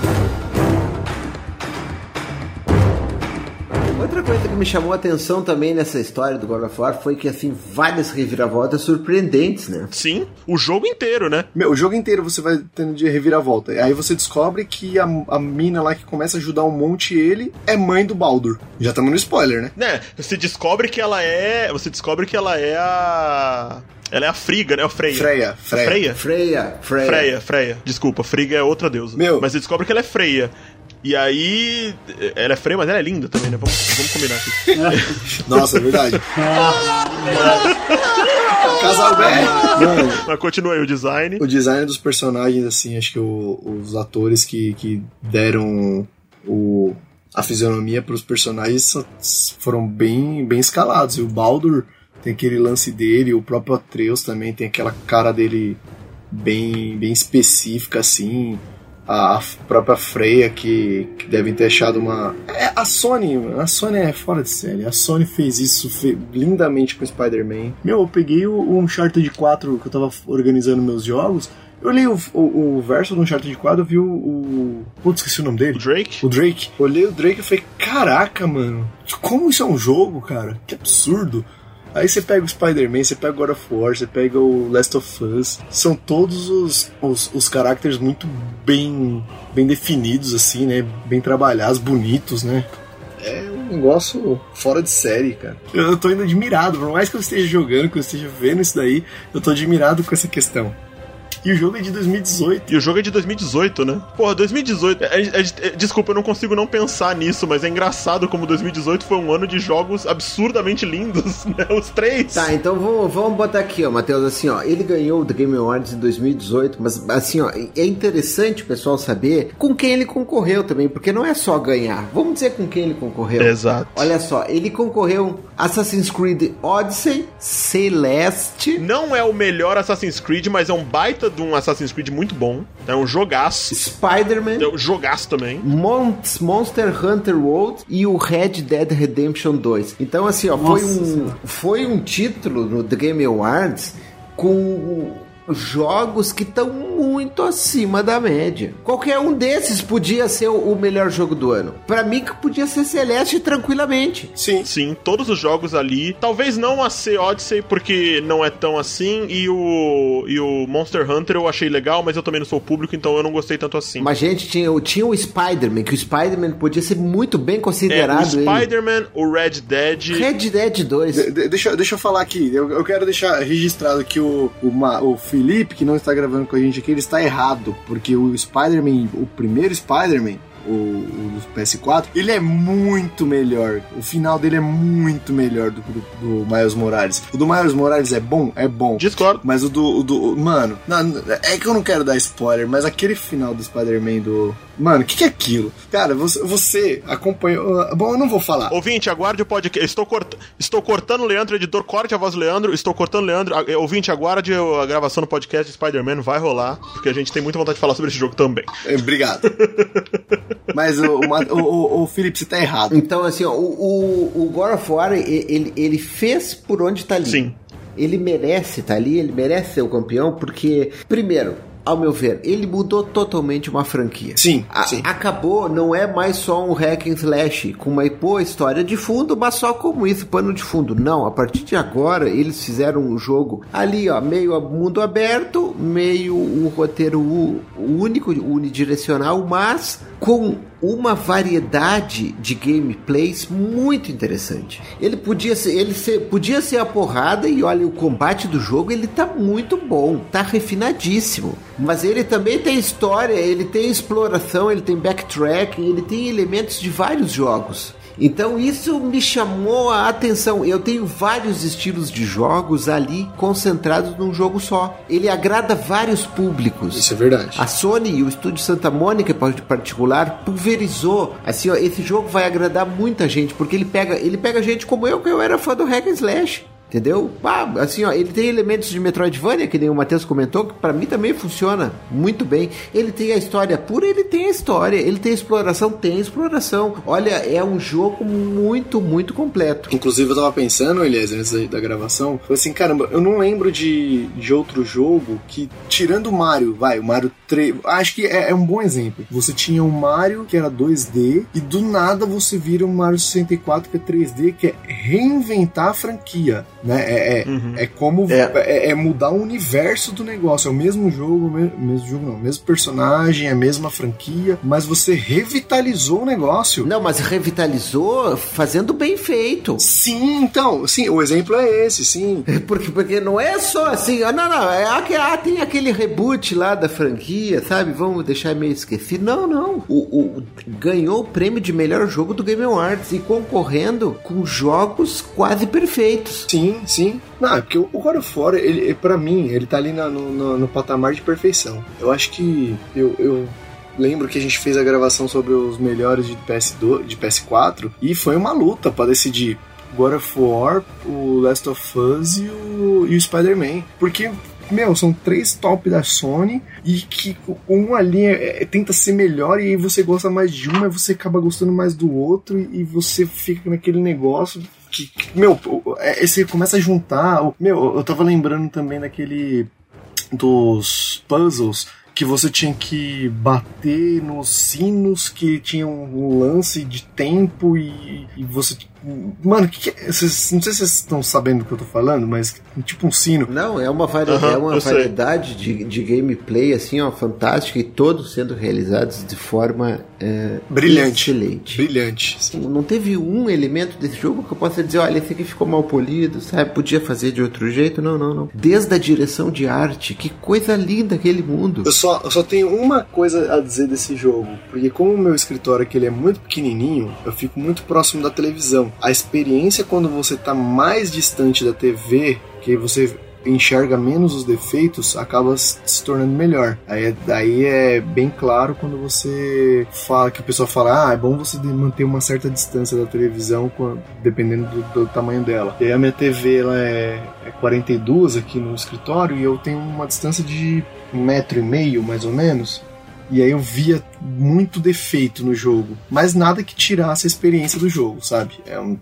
me chamou a atenção também nessa história do God of War foi que, assim, várias reviravoltas surpreendentes, né? Sim, o jogo inteiro, né? Meu, o jogo inteiro você vai tendo de reviravolta. Aí você descobre que a, a mina lá que começa a ajudar um monte ele é mãe do Baldur. Já estamos no spoiler, né? Né, você descobre que ela é... Você descobre que ela é a... Ela é a Friga, né? O Freya. Freya. Freya. Freya? Freya. Freya. Freya, Freya. Desculpa, Friga é outra deusa. Meu. Mas você descobre que ela é Freya. E aí... Ela é Freya, mas ela é linda também, né? Vamos, vamos combinar aqui. Nossa, é verdade. Casal bem. Mas continua aí o design. O design dos personagens, assim, acho que o, os atores que, que deram o, a fisionomia para os personagens foram bem, bem escalados. E o Baldur tem aquele lance dele, o próprio Atreus também tem aquela cara dele bem, bem específica, assim. A, a própria Freya, que, que devem ter achado uma... É, a Sony, a Sony é fora de série. A Sony fez isso fe... lindamente com o Spider-Man. Meu, eu peguei o, o Uncharted quatro que eu tava organizando meus jogos. Eu li o, o, o verso do Uncharted quatro, eu vi o... o... Putz, esqueci o nome dele. O Drake? O Drake. Eu olhei o Drake e falei, caraca, mano, como isso é um jogo, cara? Que absurdo. Aí você pega o Spider-Man, você pega o God of War, você pega o Last of Us. São todos os, os, os caracteres muito bem, bem definidos, assim, né? Bem trabalhados, bonitos, né? É um negócio fora de série, cara. Eu, eu tô ainda admirado, por mais que eu esteja jogando, que eu esteja vendo isso daí, eu tô admirado com essa questão. E o jogo é de dois mil e dezoito. E o jogo é de dois mil e dezoito, né? Porra, dois mil e dezoito... É, é, é, desculpa, eu não consigo não pensar nisso, mas é engraçado como dois mil e dezoito foi um ano de jogos absurdamente lindos, né? Os três. Tá, então vamos, vamos botar aqui, ó, Matheus, assim, ó, ele ganhou o The Game Awards em dois mil e dezoito, mas, assim, ó, é interessante o pessoal saber com quem ele concorreu também, porque não é só ganhar. Vamos dizer com quem ele concorreu. Exato. Olha só, ele concorreu Assassin's Creed Odyssey, Celeste... Não é o melhor Assassin's Creed, mas é um baita de um Assassin's Creed muito bom. É um jogaço. Spider-Man. É um jogaço também. Mon- Monster Hunter World e o Red Dead Redemption dois. Então, assim, ó, foi um, foi um título no The Game Awards com jogos que estão muito acima da média. Qualquer um desses podia ser o melhor jogo do ano. Pra mim, que podia ser Celeste tranquilamente. Sim. Sim, todos os jogos ali. Talvez não a C Odyssey, porque não é tão assim. E o, e o Monster Hunter eu achei legal, mas eu também não sou público, então eu não gostei tanto assim. Mas, gente, tinha, tinha o Spider-Man, que o Spider-Man podia ser muito bem considerado. É, o Spider-Man, o Red Dead... Red Dead dois. De, de, deixa, deixa eu falar aqui. Eu, eu quero deixar registrado que o, o, o Felipe, que não está gravando com a gente aqui, ele está errado, porque o Spider-Man, o primeiro Spider-Man, o, o do P S quatro, ele é muito melhor. O final dele é muito melhor do que do, do Miles Morales. O do Miles Morales é bom? É bom. Discordo. Mas o do... O do mano, não, é que eu não quero dar spoiler, mas aquele final do Spider-Man do... Mano, o que, que é aquilo? Cara, você, você acompanhou... Bom, eu não vou falar. Ouvinte, aguarde o podcast. Estou, cort... Estou cortando o Leandro, editor, corte a voz do Leandro. Estou cortando o Leandro. Ouvinte, aguarde a gravação do podcast de Spider-Man. Vai rolar, porque a gente tem muita vontade de falar sobre esse jogo também. É, obrigado. Mas o, o, o, o Felipe, você tá errado. Então, assim, ó, o, o, o God of War, ele, ele fez por onde tá ali. Sim. Ele merece estar ali, ele merece ser o campeão, porque, primeiro, ao meu ver, ele mudou totalmente uma franquia. Sim, a, sim. Acabou, não é mais só um hack and slash com uma boa história de fundo, mas só como isso, pano de fundo. Não, a partir de agora, eles fizeram um jogo ali, ó, meio mundo aberto, meio um roteiro único, unidirecional, mas com uma variedade de gameplays muito interessante. Ele podia ser, ele ser, podia ser a porrada, e olha, o combate do jogo, ele tá muito bom, tá refinadíssimo. Mas ele também tem história, ele tem exploração, ele tem backtracking, ele tem elementos de vários jogos. Então isso me chamou a atenção. Eu tenho vários estilos de jogos ali concentrados num jogo só. Ele agrada vários públicos. Isso é verdade. A Sony e o estúdio Santa Mônica, em particular, pulverizou. Assim, ó, esse jogo vai agradar muita gente, porque ele pega, ele pega gente como eu, que eu era fã do Hack and Slash. entendeu? Ah, assim, ó, ele tem elementos de Metroidvania, que nem o Matheus comentou, que pra mim também funciona muito bem. Ele tem a história pura, ele tem a história. Ele tem exploração, tem exploração. Olha, é um jogo muito, muito completo. Inclusive, eu tava pensando, Elias, antes da, da gravação, foi assim, caramba, eu não lembro de, de outro jogo que, tirando o Mario, vai, o Mario três, acho que é, é um bom exemplo. Você tinha um Mario que era dois D, e do nada você vira um Mario sessenta e quatro que é três D, que é reinventar a franquia, né? É, é, uhum. é como é. É, é mudar o universo do negócio. É o mesmo jogo, mesmo, mesmo jogo não, mesmo personagem, a mesma franquia, mas você revitalizou o negócio. Não, mas revitalizou fazendo bem feito. Sim, então, sim, o exemplo é esse, sim. Porque, porque não é só assim, não, não, é, ah, tem aquele reboot lá da franquia, sabe? Vamos deixar meio esquecido. Não, não. O, o, ganhou o prêmio de melhor jogo do Game Awards e concorrendo com jogos quase perfeitos. Sim, sim. Não, é porque o God of War, ele, pra mim, ele tá ali na, no, no, no patamar de perfeição. Eu acho que eu, eu lembro que a gente fez a gravação sobre os melhores de, P S dois, de P S quatro e foi uma luta pra decidir God of War, o Last of Us e o, e o Spider-Man. Porque, meu, são três top da Sony e que um ali é, é, tenta ser melhor e aí você gosta mais de um, mas você acaba gostando mais do outro e, e você fica naquele negócio que, que meu, é, você começa a juntar. Meu, eu tava lembrando também daquele dos puzzles que você tinha que bater nos sinos que tinham um lance de tempo e, e você... Mano, que que é? Cês, não sei se vocês estão sabendo do que eu tô falando, mas tipo um sino. Não, é uma, vari... uhum, é uma variedade de, de gameplay assim, ó, fantástica e todos sendo realizados de forma é, brilhante. Excelente. Brilhante. Não teve um elemento desse jogo que eu possa dizer, olha, esse aqui ficou mal polido, sabe? Podia fazer de outro jeito. Não, não, não. Desde a direção de arte, que coisa linda aquele mundo. Eu só, eu só tenho uma coisa a dizer desse jogo, porque como o meu escritório aqui ele é muito pequenininho, eu fico muito próximo da televisão. A experiência quando você está mais distante da T V, que você enxerga menos os defeitos, acaba se tornando melhor. Aí, aí é bem claro quando você fala, que o pessoal fala, ah, é bom você manter uma certa distância da televisão dependendo do, do tamanho dela. E aí a minha T V ela é, é quarenta e dois aqui no escritório e eu tenho uma distância de um metro e meio, mais ou menos. E aí eu via muito defeito no jogo, mas nada que tirasse a experiência do jogo, sabe? É um,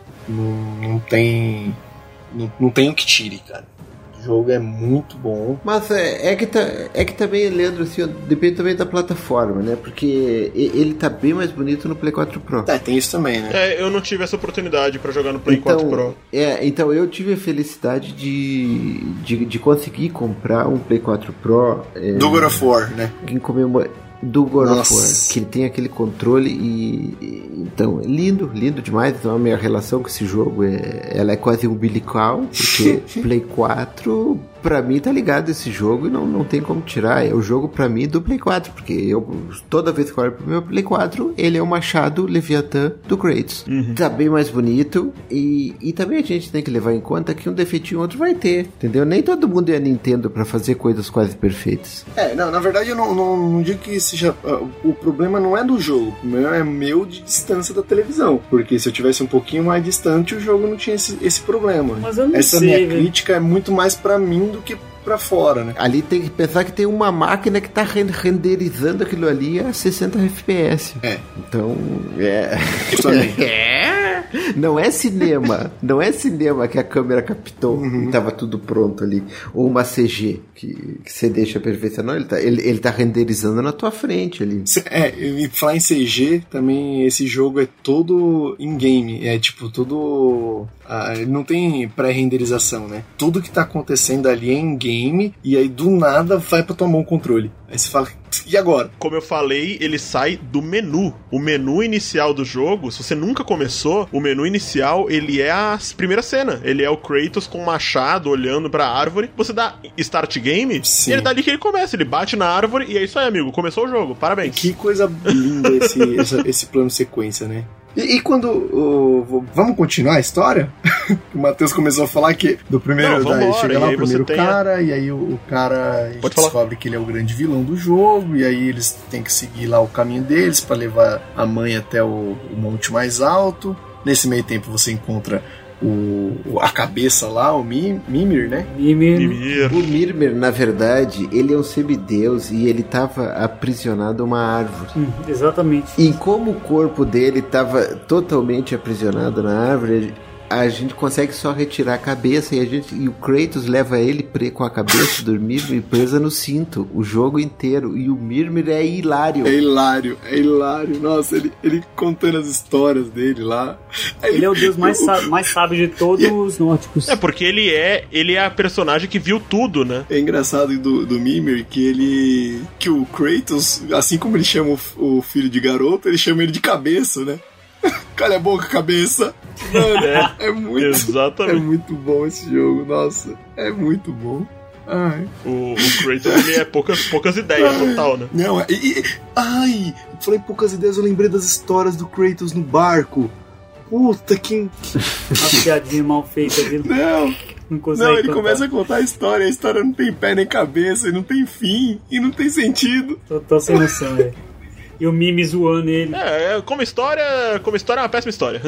não, não tem não, não tem o que tire, cara. O jogo é muito bom. Mas é, é, que, tá, é que também, Leandro, assim, depende também da plataforma, né? Porque ele tá bem mais bonito no Play quatro Pro. É, tem isso também, né? É, eu não tive essa oportunidade pra jogar no Play então, quatro Pro. É, então eu tive a felicidade de, de, de conseguir comprar um Play quatro Pro. É, do God of War, né? Em comemora... do God of War, que ele tem aquele controle e, e então, lindo, lindo demais. Então a minha relação com esse jogo é, ela é quase umbilical, porque Play quatro pra mim tá ligado esse jogo e não, não tem como tirar. É o jogo pra mim do Play quatro, porque eu toda vez que eu olho pro meu Play quatro, ele é o machado Leviathan do Kratos. Uhum. Tá bem mais bonito e, e também a gente tem que levar em conta que um defeitinho outro vai ter, entendeu? Nem todo mundo é Nintendo pra fazer coisas quase perfeitas. É, não, na verdade eu não, não, não digo que seja... Uh, o problema não é do jogo, o problema é meu de distância da televisão, porque se eu tivesse um pouquinho mais distante, o jogo não tinha esse, esse problema. Mas eu não Essa sei, minha velho. crítica é muito mais pra mim do que pra fora, né? Ali tem que pensar que tem uma máquina que tá renderizando aquilo ali a sessenta F P S. É. Então, é... Isso também. É... Não é cinema. Não é cinema que a câmera captou uhum. e tava tudo pronto ali. Ou uma C G que, que você deixa perfeita. Não, ele tá, ele, ele tá renderizando na tua frente ali. É, e falar em C G, também esse jogo é todo in-game. É tipo, todo... Ah, não tem pré-renderização, né? Tudo que tá acontecendo ali é in-game e aí do nada vai pra tua mão o controle. Aí você fala, e agora? Como eu falei, ele sai do menu. O menu inicial do jogo, se você nunca começou, o menu inicial, ele é a primeira cena. Ele é o Kratos com um machado olhando pra árvore. Você dá start game, Sim. e ele dá ali que ele começa. Ele bate na árvore e é isso aí, amigo. Começou o jogo. Parabéns. Que coisa linda esse, essa, esse plano sequência, né? E, e quando... Uh, vamos continuar a história? O Matheus começou a falar que do primeiro... Não, da, chega lá o primeiro cara, a... e aí o, o cara... A gente descobre que ele é o grande vilão do jogo, e aí eles têm que seguir lá o caminho deles pra levar a mãe até o, o monte mais alto. Nesse meio tempo você encontra o, a cabeça lá, o Mim, Mimir, né? Mimir. Mimir. O Mimir, na verdade, ele é um semideus e ele estava aprisionado a uma árvore. Hum, exatamente. E como o corpo dele estava totalmente aprisionado na árvore, a gente consegue só retirar a cabeça e, a gente, e o Kratos leva ele pre, com a cabeça do Mimir presa no cinto o jogo inteiro. E o Mimir é hilário. É hilário, é hilário. Nossa, ele, ele contando as histórias dele lá. Ele, ele é o deus mais, sá, mais sábio de todos os nórdicos. É, porque ele é, ele é a personagem que viu tudo, né? É engraçado do, do Mimir que ele... que o Kratos, assim como ele chama o, o filho de garoto, ele chama ele de cabeça, né? Cala a boca, cabeça. Mano, é, é muito... Exatamente. É muito bom esse jogo, nossa. É muito bom. Ai. O, o Kratos, ele é poucas, poucas ideias, total, né? Não, e, e, ai, falei poucas ideias, eu lembrei das histórias do Kratos no barco. Puta, que... A piadinha mal feita dele. Não... Não, não, ele contar. começa a contar a história, a história não tem pé nem cabeça, e não tem fim, e não tem sentido. Tô, tô sem noção, velho. E o Mimi zoando ele. É, como história, como história é uma péssima história.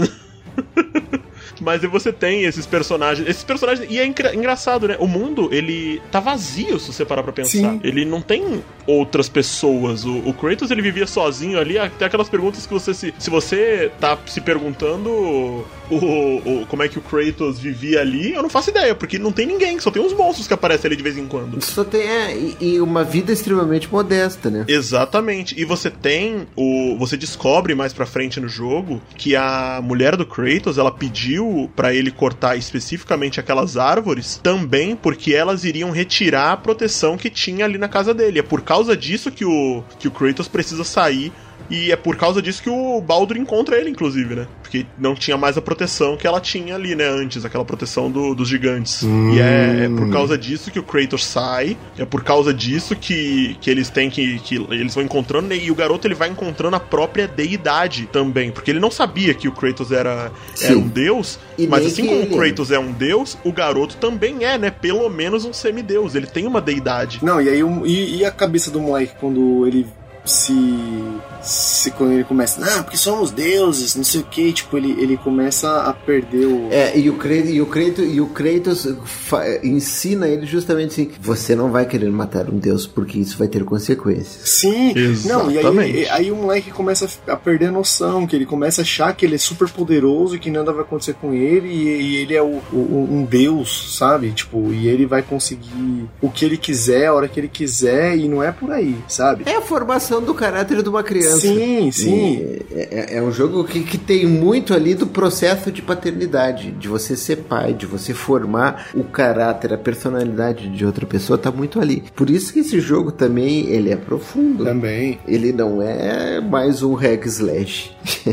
Mas você tem esses personagens, esses personagens, e é engra- engraçado, né? O mundo, ele tá vazio, se você parar pra pensar. Sim. Ele não tem outras pessoas. O, o Kratos, ele vivia sozinho ali. Até aquelas perguntas que você se... Se você tá se perguntando o, o, como é que o Kratos vivia ali, eu não faço ideia, porque não tem ninguém, só tem uns monstros que aparecem ali de vez em quando. Só tem, é, e, e uma vida extremamente modesta, né? Exatamente. E você tem o... Você descobre mais pra frente no jogo que a mulher do Kratos, ela pediu pra ele cortar especificamente aquelas árvores também porque elas iriam retirar a proteção que tinha ali na casa dele. É por causa disso que o, que o Kratos precisa sair. E é por causa disso que o Baldur encontra ele, inclusive, né? Porque não tinha mais a proteção que ela tinha ali, né? Antes, aquela proteção do, dos gigantes. Hum. E é, é por causa disso que o Kratos sai. É por causa disso que, que eles têm que, que... Eles vão encontrando... E o garoto, ele vai encontrando a própria deidade também. Porque ele não sabia que o Kratos era, era um deus. E mas assim como ele... o Kratos é um deus, o garoto também é, né? Pelo menos um semideus. Ele tem uma deidade. Não, e aí e, e a cabeça do moleque quando ele... Se, se quando ele começa, não, porque somos deuses, não sei o que, tipo, ele, ele começa a perder o... É, e o Kratos, e o Kratos, e o Kratos fa- ensina ele justamente assim, você não vai querer matar um deus, porque isso vai ter consequências. Sim, exatamente. Não, e aí, e, aí o moleque começa a perder a noção, que ele começa a achar que ele é super poderoso e que nada vai acontecer com ele, e, e ele é o, o, um deus, sabe? Tipo, e ele vai conseguir o que ele quiser, a hora que ele quiser, e não é por aí, sabe? É a formação do caráter de uma criança. Sim, sim. É, é, é um jogo que, que tem muito ali do processo de paternidade, de você ser pai, de você formar o caráter, a personalidade de outra pessoa, tá muito ali. Por isso que esse jogo também, ele é profundo. Também. Ele não é mais um hack slash.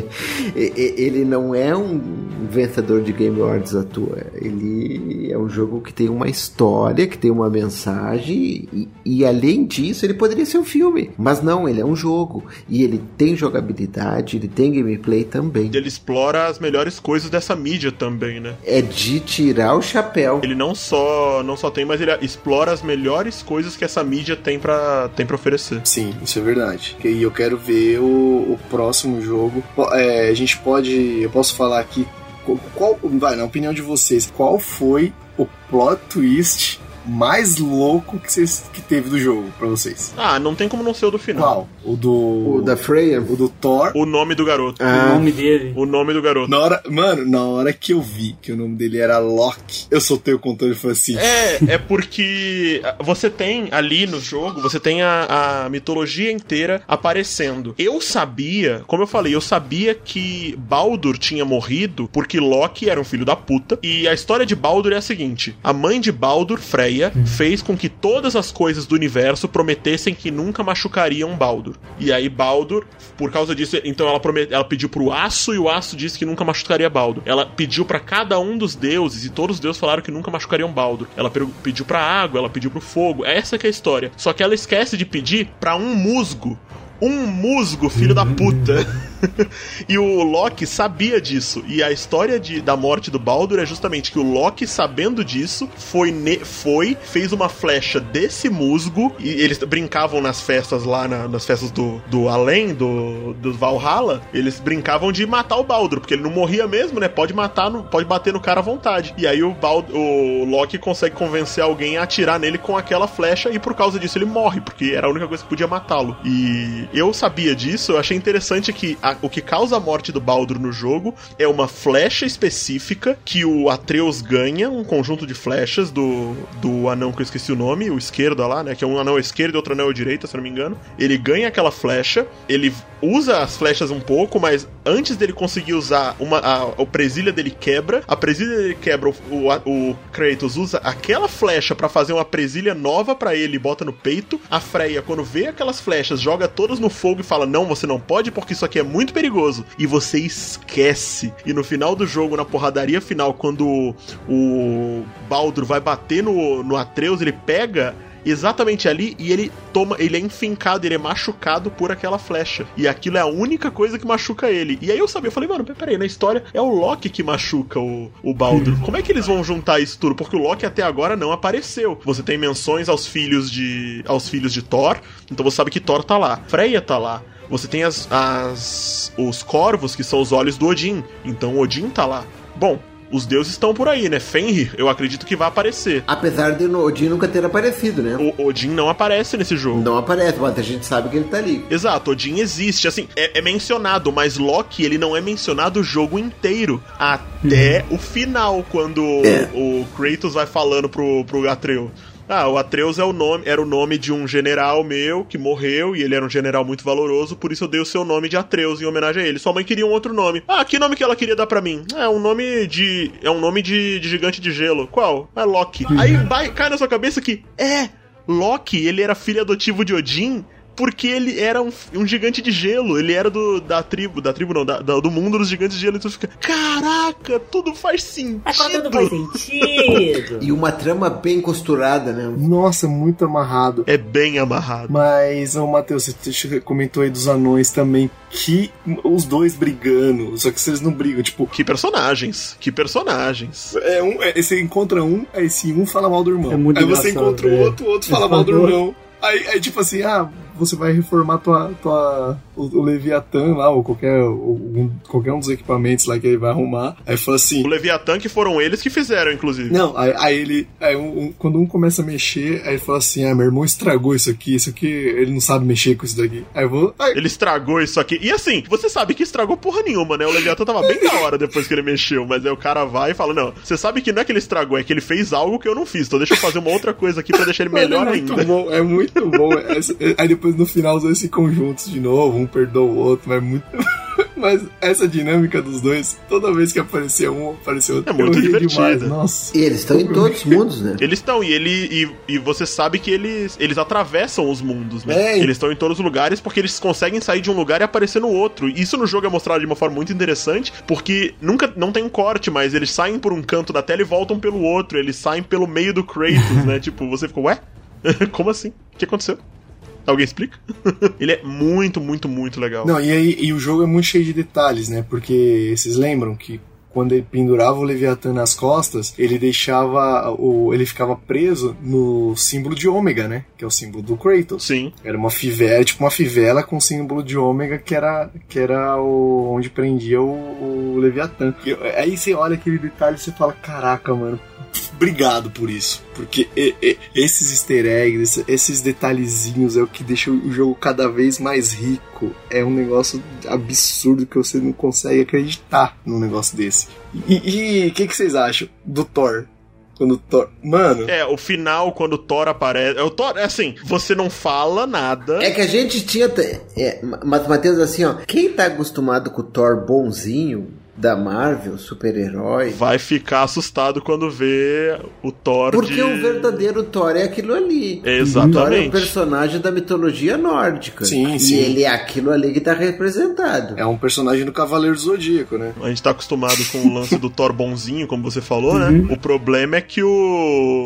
Ele não é um vencedor de Game Awards à toa. Ele é um jogo que tem uma história, que tem uma mensagem, e, e além disso, ele poderia ser um filme. Mas não, ele é um jogo. E ele tem jogabilidade, ele tem gameplay também. Ele explora as melhores coisas dessa mídia também, né? É de tirar o chapéu. Ele não só, não só tem, mas ele explora as melhores coisas que essa mídia tem pra, tem pra oferecer. Sim, isso é verdade. E eu quero ver o, o próximo jogo. É, a gente pode... Eu posso falar aqui... Qual, vai, na opinião de vocês, qual foi o plot twist mais louco que, vocês, que teve do jogo pra vocês? Ah, não tem como não ser o do final. Qual? O do... O da Freya? O do Thor? O nome do garoto. Ah. O nome dele. O nome do garoto. Na hora, mano, na hora que eu vi que o nome dele era Loki, eu soltei o controle e falei assim... É, é porque você tem ali no jogo, você tem a, a mitologia inteira aparecendo. Eu sabia, como eu falei, eu sabia que Baldur tinha morrido porque Loki era um filho da puta. E a história de Baldur é a seguinte. A mãe de Baldur, Freya, fez com que todas as coisas do universo prometessem que nunca machucariam Baldur. E aí Baldur, por causa disso, então ela, promet... ela pediu pro Aço e o Aço disse que nunca machucaria Baldur. Ela pediu pra cada um dos deuses e todos os deuses falaram que nunca machucariam Baldur. Ela pediu pra água, ela pediu pro fogo. Essa que é a história. Só que ela esquece de pedir pra um musgo. Um musgo, filho da puta. E o Loki sabia disso. E a história de, da morte do Baldur é justamente que o Loki, sabendo disso, foi, ne, foi fez uma flecha desse musgo. E eles brincavam nas festas lá, na, nas festas do, do além, do, do Valhalla. Eles brincavam de matar o Baldur, porque ele não morria mesmo, né? Pode matar, no, pode bater no cara à vontade. E aí o, Baldur, o Loki consegue convencer alguém a atirar nele com aquela flecha. E por causa disso ele morre, porque era a única coisa que podia matá-lo. E eu sabia disso. Eu achei interessante que a, o que causa a morte do Baldur no jogo é uma flecha específica que o Atreus ganha, um conjunto de flechas do, do anão que eu esqueci o nome, o esquerdo lá, né, que é um anão à esquerda e outro anão à direita, se eu não me engano. Ele ganha aquela flecha, ele usa as flechas um pouco, mas antes dele conseguir usar uma, a, a presilha dele quebra, a presilha dele quebra, o, o, o Kratos usa aquela flecha pra fazer uma presilha nova pra ele e bota no peito. A Freya, quando vê aquelas flechas, joga todas no fogo e fala, não, você não pode porque isso aqui é muito perigoso. E você esquece. E no final do jogo, na porradaria final, quando o, o Baldur vai bater no, no Atreus, ele pega exatamente ali e ele toma, ele é enfincado, ele é machucado por aquela flecha. E aquilo é a única coisa que machuca ele. E aí eu sabia, eu falei, mano, peraí, na história é o Loki que machuca o, o Baldur. Como é que eles vão juntar isso tudo? Porque o Loki até agora não apareceu. Você tem menções aos filhos de, aos filhos de Thor, então você sabe que Thor tá lá. Freya tá lá. Você tem as, as os corvos, que são os olhos do Odin. Então Odin tá lá. Bom, os deuses estão por aí, né? Fenrir, eu acredito que vai aparecer. Apesar de o Odin nunca ter aparecido, né? O Odin não aparece nesse jogo. Não aparece, mas a gente sabe que ele tá ali. Exato, Odin existe, assim, é, é mencionado, mas Loki, ele não é mencionado o jogo inteiro. Até uhum. o final, quando é. o, o Kratos vai falando pro, pro Atreus. Ah, o Atreus é o nome, era o nome de um general meu que morreu, e ele era um general muito valoroso, por isso eu dei o seu nome de Atreus em homenagem a ele. Sua mãe queria um outro nome. Ah, que nome que ela queria dar pra mim? É um nome de... É um nome de, de gigante de gelo. Qual? É Loki. Aí vai, cai na sua cabeça que... É, Loki, ele era filho adotivo de Odin... Porque ele era um, um gigante de gelo. Ele era do, da tribo. Da tribo não, da, da, do mundo dos gigantes de gelo. Então fica, caraca, tudo faz sentido. Agora tudo faz sentido. E uma trama bem costurada, né? Nossa, muito amarrado. É bem amarrado. Mas, ô Matheus, você comentou aí dos anões também. Que os dois brigando. Só que vocês não brigam, tipo... Que personagens. Que personagens. É, um, é, você encontra um, aí esse um fala mal do irmão. É muito aí você encontra o outro, o outro fala mal do irmão. Aí, aí, tipo assim, ah, você vai reformar tua, tua, o, o Leviatã lá, ou qualquer, um, qualquer um dos equipamentos lá que ele vai arrumar. Aí fala assim... O Leviatã que foram eles que fizeram, inclusive. Não, aí, aí ele... Aí um, um, quando um começa a mexer, aí ele fala assim, ah, meu irmão estragou isso aqui, isso aqui, ele não sabe mexer com isso daqui. Aí eu vou... Aí... Ele estragou isso aqui. E assim, você sabe que estragou porra nenhuma, né? O Leviatã tava bem da hora depois que ele mexeu, mas aí o cara vai e fala, não, você sabe que não é que ele estragou, é que ele fez algo que eu não fiz, então deixa eu fazer uma outra coisa aqui pra deixar ele melhor é ainda. Muito bom, é muito bom. Aí depois no final os dois ficam juntos de novo, um perdoa o outro, mas muito... Mas essa dinâmica dos dois, toda vez que aparecia um, apareceu outro. É muito divertido. Demais, nossa. E eles estão em todos os mundos, né? Eles estão, e ele e, e você sabe que eles, eles atravessam os mundos, né? É. Eles estão em todos os lugares porque eles conseguem sair de um lugar e aparecer no outro. E isso no jogo é mostrado de uma forma muito interessante, porque nunca não tem um corte, mas eles saem por um canto da tela e voltam pelo outro. Eles saem pelo meio do Kratos, né? Tipo, você ficou, ué? Como assim? O que aconteceu? Alguém explica? Ele é muito, muito, muito legal. Não, e aí e o jogo é muito cheio de detalhes, né? Porque vocês lembram que quando ele pendurava o Leviatã nas costas, ele deixava o, ele ficava preso no símbolo de ômega, né? Que é o símbolo do Kratos. Sim. Era uma fivela, tipo uma fivela com símbolo de ômega que era, que era o, onde prendia o, o Leviatã. E, aí você olha aquele detalhe e você fala, caraca, mano, obrigado por isso. Porque e, e, esses easter eggs, esses detalhezinhos é o que deixa o jogo cada vez mais rico. É um negócio absurdo que você não consegue acreditar num negócio desse. E o que, que vocês acham do Thor? Quando o Thor... Mano... É, o final, quando o Thor aparece... O Thor, é assim, você não fala nada... É que a gente tinha... É, mas, Matheus, assim, ó... Quem tá acostumado com o Thor bonzinho... da Marvel, super-herói... vai ficar assustado quando vê o Thor. Porque de... o verdadeiro Thor é aquilo ali. Exatamente. O Thor é um personagem da mitologia nórdica. Sim, e sim. ele é aquilo ali que tá representado. É um personagem do Cavaleiro do Zodíaco, né? A gente tá acostumado com o lance do Thor bonzinho, como você falou, uhum. né? O problema é que o...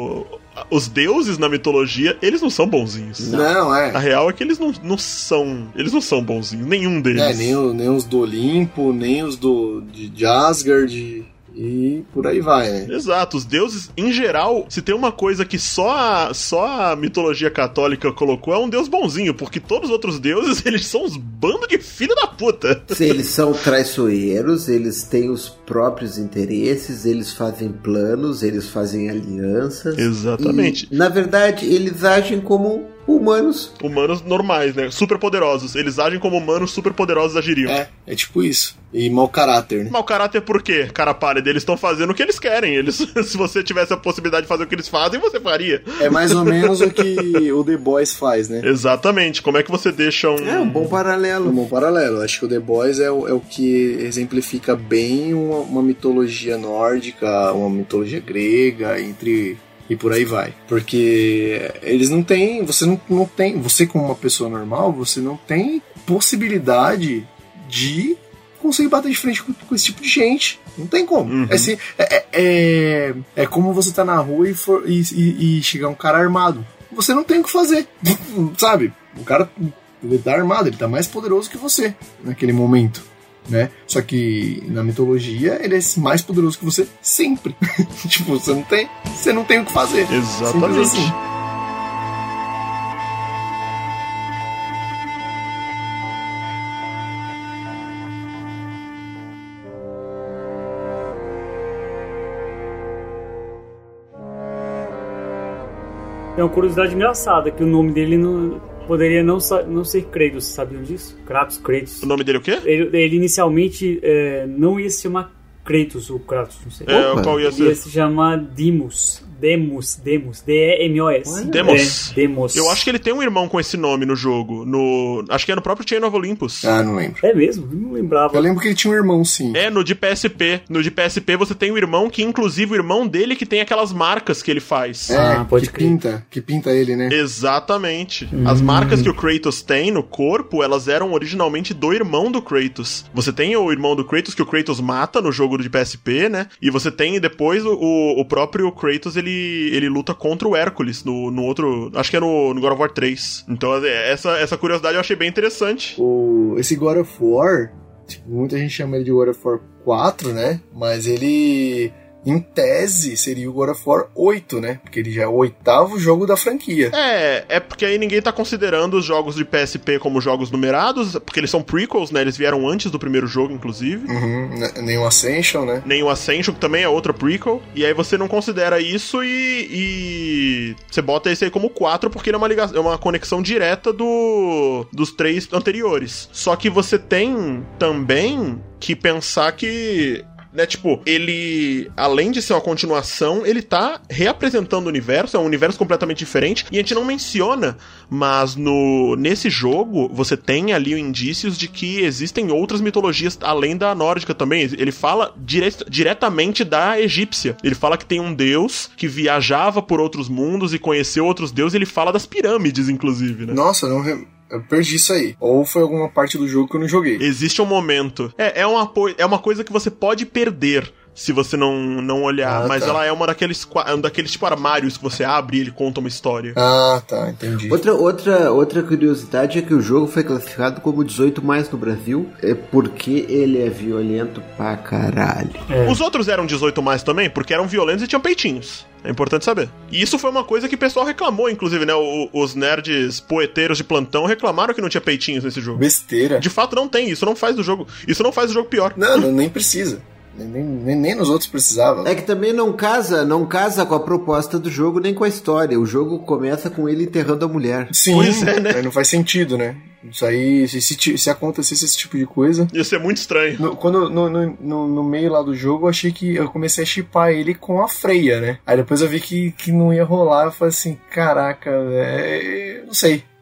os deuses na mitologia, eles não são bonzinhos. Não, é. A real é que eles não, não são. Eles não são bonzinhos, nenhum deles. É, nem, o, nem os do Olimpo, nem os do, de, de Asgard. E por aí vai, né? Exato, os deuses, em geral, se tem uma coisa que só a, só a mitologia católica colocou, é um deus bonzinho, porque todos os outros deuses, eles são uns bandos de filho da puta. Se eles são traiçoeiros, eles têm os próprios interesses, eles fazem planos, eles fazem alianças. Exatamente. E, na verdade, eles agem como humanos. Humanos normais, né? Super poderosos. Eles agem como humanos super poderosos agiriam. É, é tipo isso. E mau caráter, né? Mau caráter por quê? Cara pálida, eles estão fazendo o que eles querem. Eles, se você tivesse a possibilidade de fazer o que eles fazem, você faria. É mais ou menos o que o The Boys faz, né? Exatamente. Como é que você deixa um... É, um bom paralelo. Um bom paralelo. Acho que o The Boys é o, é o que exemplifica bem uma, uma mitologia nórdica, uma mitologia grega, entre... E por aí vai. Porque eles não têm... Você não, não tem... Você como uma pessoa normal, você não tem possibilidade de conseguir bater de frente com, com esse tipo de gente. Não tem como. Uhum. É, assim, é, é, é como você tá na rua e, for, e, e, e chegar um cara armado. Você não tem o que fazer. Sabe? O cara ele tá armado, ele tá mais poderoso que você naquele momento. Né? Só que na mitologia ele é mais poderoso que você sempre. Tipo, você não tem, você não tem o que fazer. Exatamente. Assim. Tem uma curiosidade engraçada, que o nome dele não... poderia não, não ser Kratos, sabiam disso? Kratos, Kratos. O nome dele é o quê? Ele, ele inicialmente é, não ia se chamar Kratos, o Kratos, não sei. É, Opa. Qual ia ser? Ia se chamar Deimos. Demos, Demos, D E M O S. Demos. É, Demos. Eu acho que ele tem um irmão com esse nome no jogo. No... Acho que é no próprio Chain of Olympus. Ah, não lembro. É mesmo? Não lembrava. Eu lembro que ele tinha um irmão, sim. É, no de P S P. No de P S P você tem um irmão que, inclusive, o irmão dele que tem aquelas marcas que ele faz. É, ah, pode que crer. pinta. Que pinta ele, né? Exatamente. Hum. As marcas que o Kratos tem no corpo, elas eram originalmente do irmão do Kratos. Você tem o irmão do Kratos que o Kratos mata no jogo de P S P, né? E você tem depois o, o próprio Kratos, ele, ele luta contra o Hércules no, no outro... Acho que é no, no God of War três. Então essa, essa curiosidade eu achei bem interessante. O, esse God of War, tipo, muita gente chama ele de God of War quatro, né? Mas ele... em tese, seria o God of War oito, né? Porque ele já é o oitavo jogo da franquia. É, é porque aí ninguém tá considerando os jogos de P S P como jogos numerados, porque eles são prequels, né? Eles vieram antes do primeiro jogo, inclusive. Uhum, nem o Ascension, né? Nem o Ascension, que também é outra prequel. E aí você não considera isso e... e... você bota esse aí como quatro, porque ele é uma, ligação, é uma conexão direta do, dos três anteriores. Só que você tem também que pensar que... né, tipo, ele, além de ser uma continuação, ele tá reapresentando o universo, é um universo completamente diferente, e a gente não menciona, mas no, nesse jogo, você tem ali indícios de que existem outras mitologias além da nórdica também. Ele fala dire, diretamente da egípcia. Ele fala que tem um deus que viajava por outros mundos e conheceu outros deuses, e ele fala das pirâmides, inclusive, né? Nossa, não... eu perdi isso aí. Ou foi alguma parte do jogo que eu não joguei. Existe um momento. É, é, uma, é uma coisa que você pode perder se você não, não olhar. Ah, mas tá. Ela é uma daqueles, um daqueles tipo armários que você abre e ele conta uma história. Ah, tá. Entendi. Outra, outra, outra curiosidade é que o jogo foi classificado como dezoito mais no Brasil, é porque ele é violento pra caralho. É. Os outros eram dezoito mais também, porque eram violentos e tinham peitinhos. É importante saber. E isso foi uma coisa que o pessoal reclamou, inclusive, né? O, os nerds poeteiros de plantão reclamaram que não tinha peitinhos nesse jogo. Besteira. De fato, não tem. Isso não faz do jogo. Isso não faz o jogo pior. Não, não nem precisa. Nem, nem, nem nos outros precisava. É que também não casa, não casa com a proposta do jogo, nem com a história. O jogo começa com ele enterrando a mulher. Sim, pois é, né? Não faz sentido, né? Isso aí, se, se, se acontecesse esse tipo de coisa... ia ser muito estranho. No, quando, no, no, no, no meio lá do jogo, eu achei que... eu comecei a shippar ele com a Freya, né? Aí depois eu vi que, que não ia rolar. Eu falei assim, caraca, é, não sei.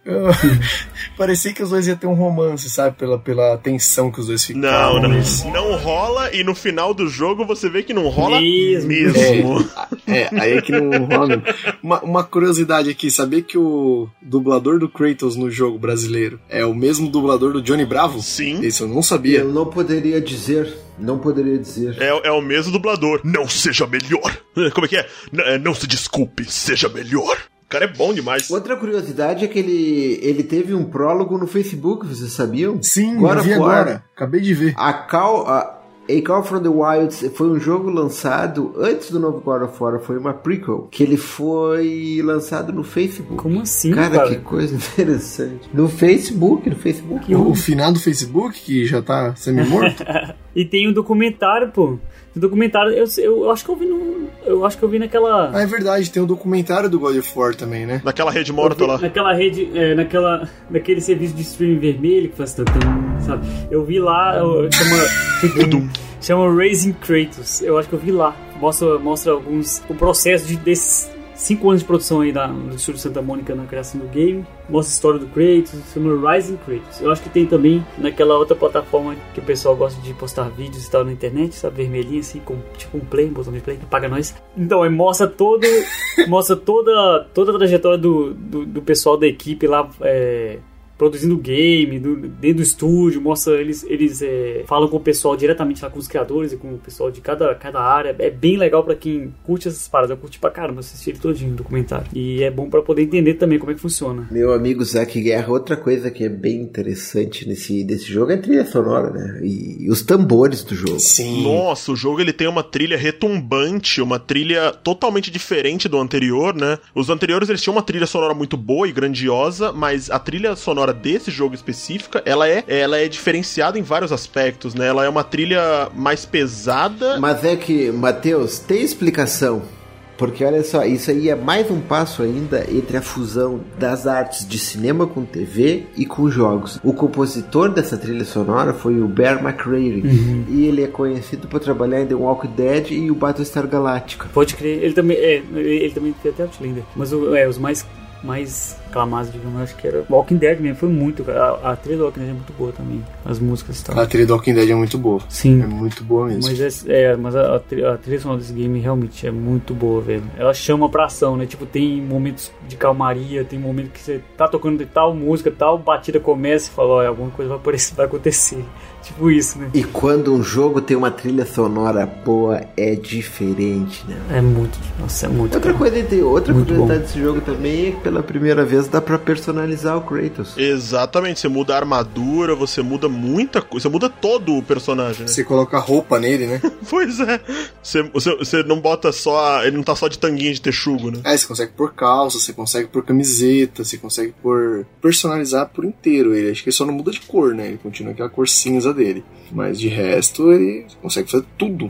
Eu... Parecia que os dois iam ter um romance, sabe? Pela, pela tensão que os dois ficavam. Não, não. Não rola e no final do jogo você vê que não rola mesmo. mesmo. É, é, aí é que não rola mesmo. Uma, uma curiosidade aqui, sabia que o dublador do Kratos no jogo brasileiro é o mesmo dublador do Johnny Bravo? Sim. Isso eu não sabia. Eu não poderia dizer... Não poderia dizer. É, é o mesmo dublador. Não seja melhor. Como é que é? N- não se desculpe, seja melhor. O cara é bom demais. Outra curiosidade é que ele, ele teve um prólogo no Facebook, vocês sabiam? Sim, eu vi agora. Acabei de ver. A Call, a, a Call from the Wilds foi um jogo lançado antes do novo God of War, foi uma prequel, que ele foi lançado no Facebook. Como assim, cara? cara? Que coisa interessante. No Facebook, no Facebook. O, o final do Facebook, que já tá semi-morto. E tem um documentário, pô. O documentário, eu, eu, eu acho que eu vi no. Eu acho que eu vi naquela. Ah, é verdade, tem um documentário do God of War também, né? Naquela rede morta lá. Naquela rede, é, naquela. Naquele serviço de streaming vermelho que faz tanto, sabe? Eu vi lá, eu, chama. chama Raising Kratos. Eu acho que eu vi lá. Mostra, mostra alguns. O processo de, desses cinco anos de produção aí da, do estúdio Santa Mônica na criação do game. Mostra a história do Kratos, chama Rising Kratos. Eu acho que tem também naquela outra plataforma que o pessoal gosta de postar vídeos e tal na internet, sabe? Vermelhinho assim, com tipo um play, um botão de play, paga nós. Então, aí mostra todo, mostra toda, toda a trajetória do, do, do pessoal da equipe lá, é, produzindo game, do, dentro do estúdio, mostra eles, eles é, falam com o pessoal diretamente lá com os criadores e com o pessoal de cada, cada área. É bem legal pra quem curte essas paradas. Eu curti pra caramba assistir ele todinho, o documentário. E é bom pra poder entender também como é que funciona. Meu amigo Zac Guerra, outra coisa que é bem interessante nesse, nesse jogo é a trilha sonora, né? E, e os tambores do jogo. Sim. Nossa, o jogo ele tem uma trilha retumbante, uma trilha totalmente diferente do anterior, né? Os anteriores eles tinham uma trilha sonora muito boa e grandiosa, mas a trilha sonora desse jogo específica, ela é, ela é diferenciada em vários aspectos, né? Ela é uma trilha mais pesada. Mas é que, Matheus, tem explicação. Porque olha só, isso aí é mais um passo ainda entre a fusão das artes de cinema com T V e com jogos. O compositor dessa trilha sonora foi o Bear McCreary. Uhum. E ele é conhecido por trabalhar em The Walking Dead e o Battlestar Galactica. Pode crer, ele também é, ele também fez até Outlander. Mas o, é, os mais mais aclamados, digamos, acho que era Walking Dead mesmo, foi muito, a, a trilha do Walking Dead é muito boa também, as músicas e tal. A trilha do Walking Dead é muito boa. Sim. É muito boa mesmo. Mas, é, é, mas a, a, trilha, a trilha sonora desse game realmente é muito boa, velho. Ela chama pra ação, né? Tipo, tem momentos de calmaria, tem momentos que você tá tocando de tal música, tal batida começa e fala, ó, alguma coisa vai, aparecer, vai acontecer. Tipo isso, né? E quando um jogo tem uma trilha sonora boa, é diferente, né? É muito, nossa, é muito. Outra bom. coisa, tem outra muito curiosidade bom. desse jogo também é que pela primeira vez dá pra personalizar o Kratos. Exatamente, você muda a armadura, você muda muita coisa, você muda todo o personagem, né? Você coloca roupa nele, né? Pois é. Você, você, você não bota só, ele não tá só de tanguinha de texugo, né? É, você consegue pôr calça, você consegue pôr camiseta, você consegue pôr, personalizar por inteiro ele. Acho que ele só não muda de cor, né? Ele continua aquela cor cinza dele. Mas de resto, ele consegue fazer tudo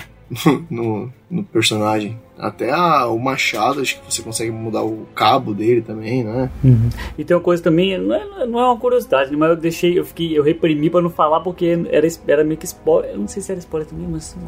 no, no personagem. Até a, o machado, acho que você consegue mudar o cabo dele também, né? Uhum. E tem uma coisa também, não é, não é uma curiosidade, mas eu deixei, eu fiquei, eu reprimi pra não falar porque era, era meio que spoiler. Eu não sei se era spoiler também, mas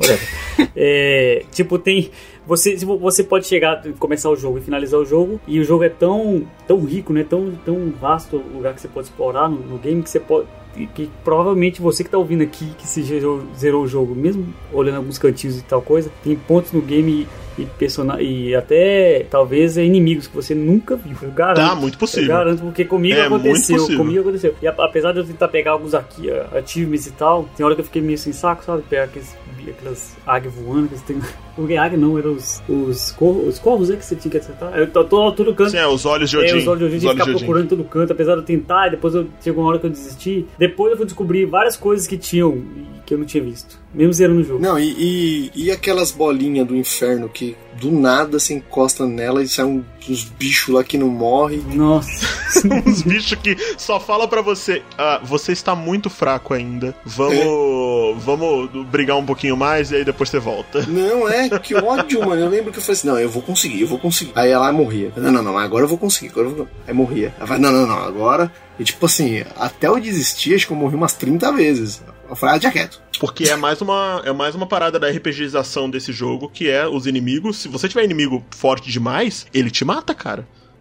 é, tipo, tem. Você, você pode chegar, começar o jogo e finalizar o jogo, e o jogo é tão, tão rico, né? Tão, tão vasto o lugar que você pode explorar no, no game que você pode. Que, que provavelmente você que tá ouvindo aqui, que se zerou, zerou o jogo, mesmo olhando alguns cantinhos e tal coisa, tem pontos no game e, person- e até talvez inimigos que você nunca viu. Eu garanto. Tá, muito possível. Eu garanto, porque comigo é aconteceu. Comigo aconteceu. E a, apesar de eu tentar pegar alguns aqui, uh, achievements e tal, tem hora que eu fiquei meio sem saco, sabe? Pegar aqueles, aquelas águias voando que você tem. Porque águia não, eram os, os, cor- os corvos, é que você tinha que acertar. Eu tô, tô todo canto. Sim, é, os olhos de Odin. É, os olhos de Odin, ficar procurando em todo canto, apesar de eu tentar, e depois eu, chegou uma hora que eu desisti. Depois eu fui descobrir várias coisas que tinham que eu não tinha visto, mesmo zerando no jogo. Não, e, e, e aquelas bolinhas do inferno que do nada se encosta nela e saem uns bichos lá que não morrem. Nossa. Uns bichos que só fala pra você, ah, você está muito fraco ainda, vamos, é. vamos brigar um pouquinho mais e aí depois você volta. Não, é, que ódio, mano. Eu lembro que eu falei assim, não, eu vou conseguir, eu vou conseguir. Aí ela morria. Não, não, não, agora eu vou conseguir. Agora eu vou... Aí morria. Ela falou, não, não, não, agora... E tipo assim, até eu desistir, acho que eu morri umas trinta vezes. Eu falei, ah, já quieto. Porque é mais uma, é mais uma parada da RPGização desse jogo, que é os inimigos. Se você tiver inimigo forte demais, ele te mata, cara.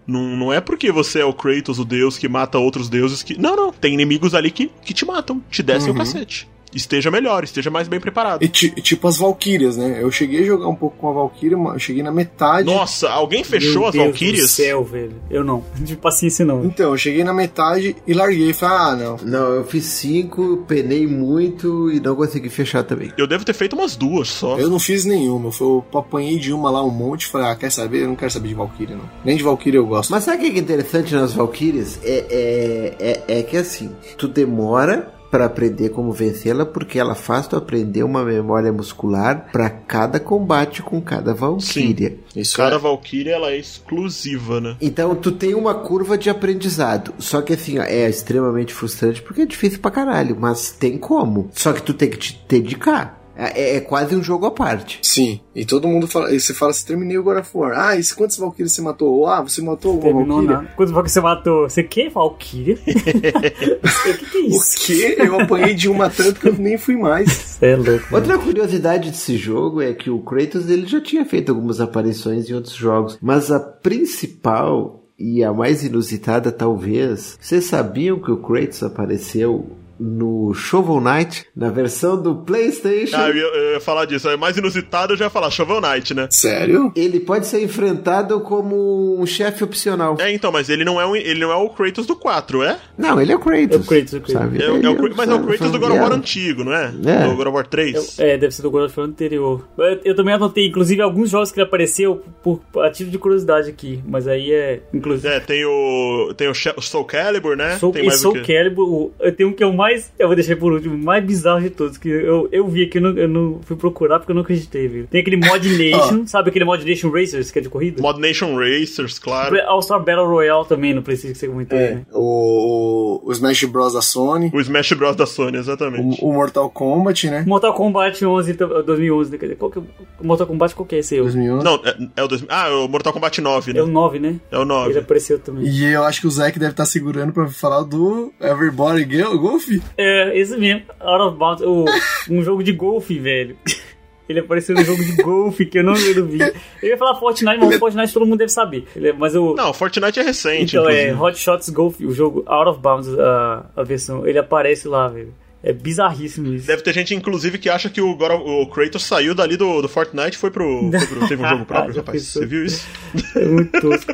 Não, não é porque você é o Kratos, o deus que mata outros deuses que... Não, não. Tem inimigos ali que, que te matam, te descem uhum. o cacete. Esteja melhor, esteja mais bem preparado. E t- tipo as Valkyrias, né? Eu cheguei a jogar um pouco com a Valkyria, eu cheguei na metade. Nossa, alguém fechou Meu as Deus Valkyrias? Do céu, velho. Eu não. De paciência, não. Então, eu cheguei na metade e larguei. Falei, ah, não. Não, eu fiz cinco, penei muito e não consegui fechar também. Eu devo ter feito umas duas só. Eu não fiz nenhuma. Eu apanhei de uma lá um monte. Falei, ah, quer saber? Eu não quero saber de Valkyria, não. Nem de Valkyria eu gosto. Mas sabe o que é interessante nas Valkyrias? É, é, é, é que assim, tu demora para aprender como vencê-la, porque ela faz tu aprender uma memória muscular para cada combate com cada Valkyria. Sim. Isso cada é. Valkyria ela é exclusiva, né? Então tu tem uma curva de aprendizado. Só que assim, ó, é extremamente frustrante porque é difícil pra caralho, mas tem como. Só que tu tem que te dedicar. É, é quase um jogo à parte. Sim, e todo mundo fala, e você fala assim, terminei o God of War. Ah, e quantas Valkyrias você matou? Ou, ah, você matou uma Terminou Valkyria? Nada. Quantas Valkyrias você matou? Você que Valkyria? O que, que é isso? O quê? Eu apanhei de uma tanto que eu nem fui mais. Você é louco. Outra curiosidade desse jogo é que o Kratos ele já tinha feito algumas aparições em outros jogos, mas a principal e a mais inusitada talvez, vocês sabiam que o Kratos apareceu no Shovel Knight, na versão do PlayStation? Ah, eu ia, eu ia falar disso. É mais inusitado, eu já ia falar Shovel Knight, né? Sério? Ele pode ser enfrentado como um chefe opcional. É, então, mas ele não é, um, ele não é o Kratos do quatro, é? Não, ele é o Kratos. É o Kratos, é o Kratos. Sabe? É, é o, é o, mas é o Kratos do God of War antigo, não é? É. Do God of War três. É, deve ser do God of War anterior. Eu, eu também anotei, inclusive, alguns jogos que ele apareceu por, por a título de curiosidade aqui, mas aí é, inclusive... É, tem o tem o Soul Calibur, né? Soul, tem mais Soul Calibur, eu tenho um que é o mais... Eu vou deixar por último, o mais bizarro de todos, que eu, eu vi aqui, eu não, eu não fui procurar porque eu não acreditei, viu? Tem aquele Mod Nation, sabe aquele Mod Nation Racers, que é de corrida? Mod Nation Racers, claro. All-Star Battle Royale também, no PlayStation que você comentou, é, né? O, o Smash Bros da Sony. O Smash Bros da Sony, exatamente. O, o Mortal Kombat, né? Mortal Kombat onze, dois mil e onze, né? Qual que é, o Mortal Kombat qual que é esse? dois mil e onze? Não, é, é o dois mil, ah, é o Mortal Kombat nove, né? É o nove, né? É o nove. Ele apareceu também. E eu acho que o Zack deve estar segurando pra falar do Everybody Golf. É, esse mesmo. Out of Bounds, o, um jogo de golfe, velho. Ele apareceu no jogo de golfe que eu não, eu não vi. Eu ia falar Fortnite, mas o Fortnite todo mundo deve saber. Ele é, mas o... Não, Fortnite é recente. Então inclusive. é Hot Shots Golf, o jogo Out of Bounds, a, a versão. Ele aparece lá, velho. É bizarríssimo isso. Deve ter gente, inclusive, que acha que o, God of, o Kratos saiu dali do, do Fortnite e foi pro, foi pro... Teve um jogo próprio, rapaz. Você viu isso? É muito tosco.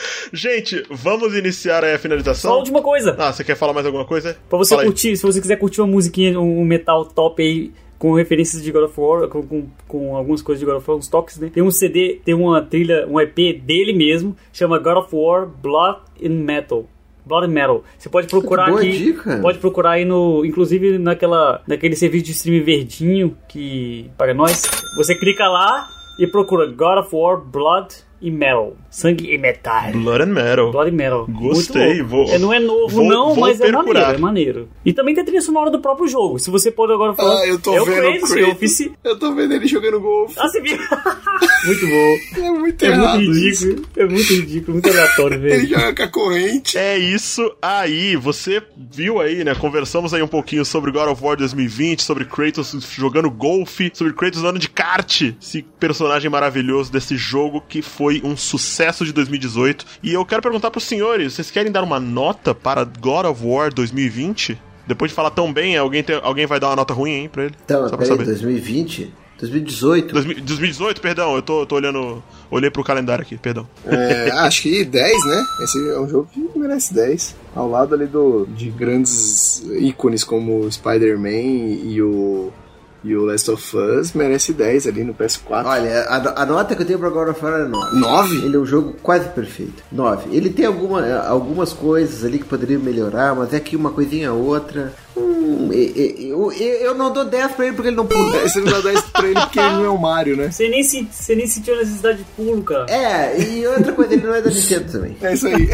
Gente, vamos iniciar aí a finalização? Só a última coisa. Ah, você quer falar mais alguma coisa? Pra você Fala curtir, aí. se você quiser curtir uma musiquinha, um metal top aí, com referências de God of War, com, com, com algumas coisas de God of War, uns toques, né? Tem um C D, tem uma trilha, um E P dele mesmo, chama God of War Blood and Metal. Blood and Metal. Você pode procurar Boa aqui. Dica. Pode procurar aí no. Inclusive naquela, naquele serviço de streaming verdinho que paga nós. Você clica lá e procura God of War Blood e Metal. Sangue e metal. Blood and Metal. Blood and Metal. Gostei, vou. É, não é novo, vou, não, vou mas percurar. é maneiro, é maneiro. E também tem a trilha sonora do próprio jogo. Se você pode agora falar. Ah, eu tô é vendo o Kratos, o Kratos. ofici... Eu tô vendo ele jogando golfe. Ah, você viu? Muito bom. É muito É errado muito ridículo. isso. É muito ridículo, muito aleatório, velho. Ele joga com a corrente. É isso aí, você viu aí, né? Conversamos aí um pouquinho sobre God of War dois mil e vinte, sobre Kratos jogando golfe, sobre Kratos andando de kart, esse personagem maravilhoso desse jogo que foi um sucesso de dois mil e dezoito. E eu quero perguntar pros senhores, vocês querem dar uma nota para God of War dois mil e vinte? Depois de falar tão bem, alguém, tem, alguém vai dar uma nota ruim, hein, pra ele? Então, Só pra peraí, saber. dois mil e vinte? dois mil e dezoito? dois mil e dezoito, perdão, eu tô, tô olhando. Olhei pro calendário aqui, perdão. É, acho que dez, né? Esse é um jogo que merece dez. Ao lado ali do, de grandes ícones como o Spider-Man e o, e o Last of Us, merece dez ali no P S quatro. Olha, a, a nota que eu tenho pra God of War é nove. nove? Ele é um jogo quase perfeito. nove. Ele tem alguma, algumas coisas ali que poderiam melhorar, mas é que uma coisinha ou outra... Hum, eu, eu, eu não dou dez pra ele porque ele não pula. Você não dá dez pra ele porque ele não é o Mario, né? Você nem, se, você nem sentiu a necessidade de pulo, cara. É, e outra coisa, ele não é da Nintendo também. É isso aí.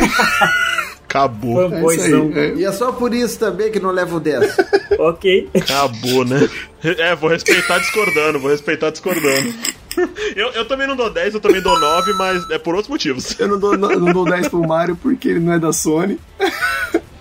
Acabou. É isso aí, é. E é só por isso também que não leva o dez. Ok. Acabou, né? É, vou respeitar discordando, vou respeitar discordando. Eu, eu também não dou dez, eu também dou nove, mas é por outros motivos. Eu não dou, não dou dez pro Mario porque ele não é da Sony.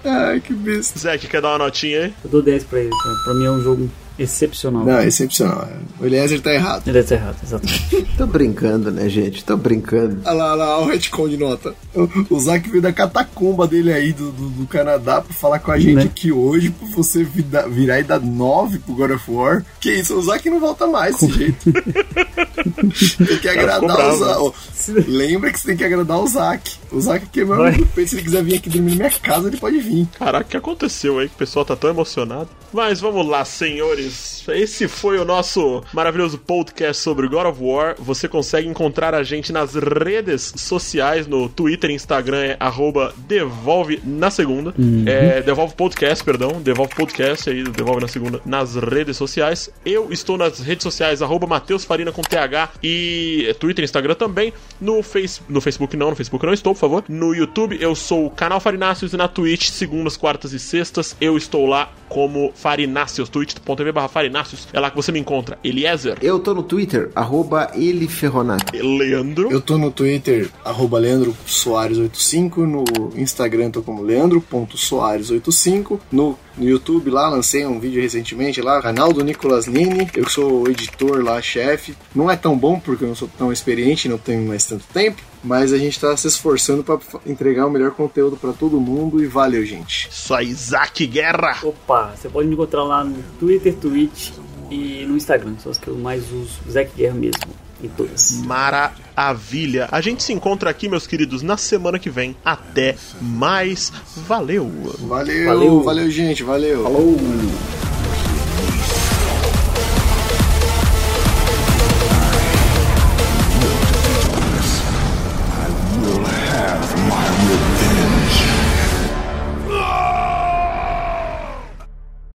Ai, que besta. Zé, que quer dar uma notinha aí? Eu dou dez pra ele, cara. Pra mim é um jogo excepcional. Não, excepcional. O Eliezer tá errado. Ele tá errado, exatamente. Tô brincando, né, gente? Tô brincando. Olha lá, olha lá, o retcon de nota. O, o Zac veio da catacumba dele aí do, do, do Canadá pra falar com a gente, né, aqui hoje, pra você virar, virar e dar nove pro God of War. Que isso, o Zac não volta mais desse jeito. Tem que agradar o Zac. Lembra que você tem que agradar o Zac. O Zac aqui é meu amigo. Se ele quiser vir aqui dormir na minha casa, ele pode vir. Caraca, o que aconteceu aí? Que o pessoal tá tão emocionado. Mas vamos lá, senhores. Esse foi o nosso maravilhoso podcast sobre God of War. Você consegue encontrar a gente nas redes sociais, no Twitter e Instagram é arroba Devolve na Segunda. Uhum. É, Devolve Podcast, perdão. Devolve Podcast aí, Devolve na Segunda, nas redes sociais. Eu estou nas redes sociais, arroba Matheus Farina com T H e Twitter e Instagram também. No, face, no Facebook não, no Facebook não estou, por favor. No YouTube eu sou o canal Farináceos e na Twitch, segundas, quartas e sextas, eu estou lá como Farináceos, twitch ponto tv barra Farináceos. É lá que você me encontra. Eliezer. Eu tô no Twitter, arroba Eliferronato. Leandro. Eu tô no Twitter, arroba Leandro Soares oitenta e cinco. No Instagram tô como Leandro ponto Soares oitenta e cinco. No No YouTube lá, lancei um vídeo recentemente lá, canal do Nicolas Nini, eu sou o editor lá, chefe. Não é tão bom porque eu não sou tão experiente, não tenho mais tanto tempo, mas a gente tá se esforçando pra entregar o melhor conteúdo pra todo mundo e valeu, gente. Isso aí, Isaac Guerra. Opa, você pode me encontrar lá no Twitter, Twitch e no Instagram, são as que eu mais uso, Isaac Guerra mesmo. Em todas. Maravilha. A gente se encontra aqui, meus queridos, na semana que vem. Até mais. Valeu. Valeu, valeu, valeu gente, valeu. Falou.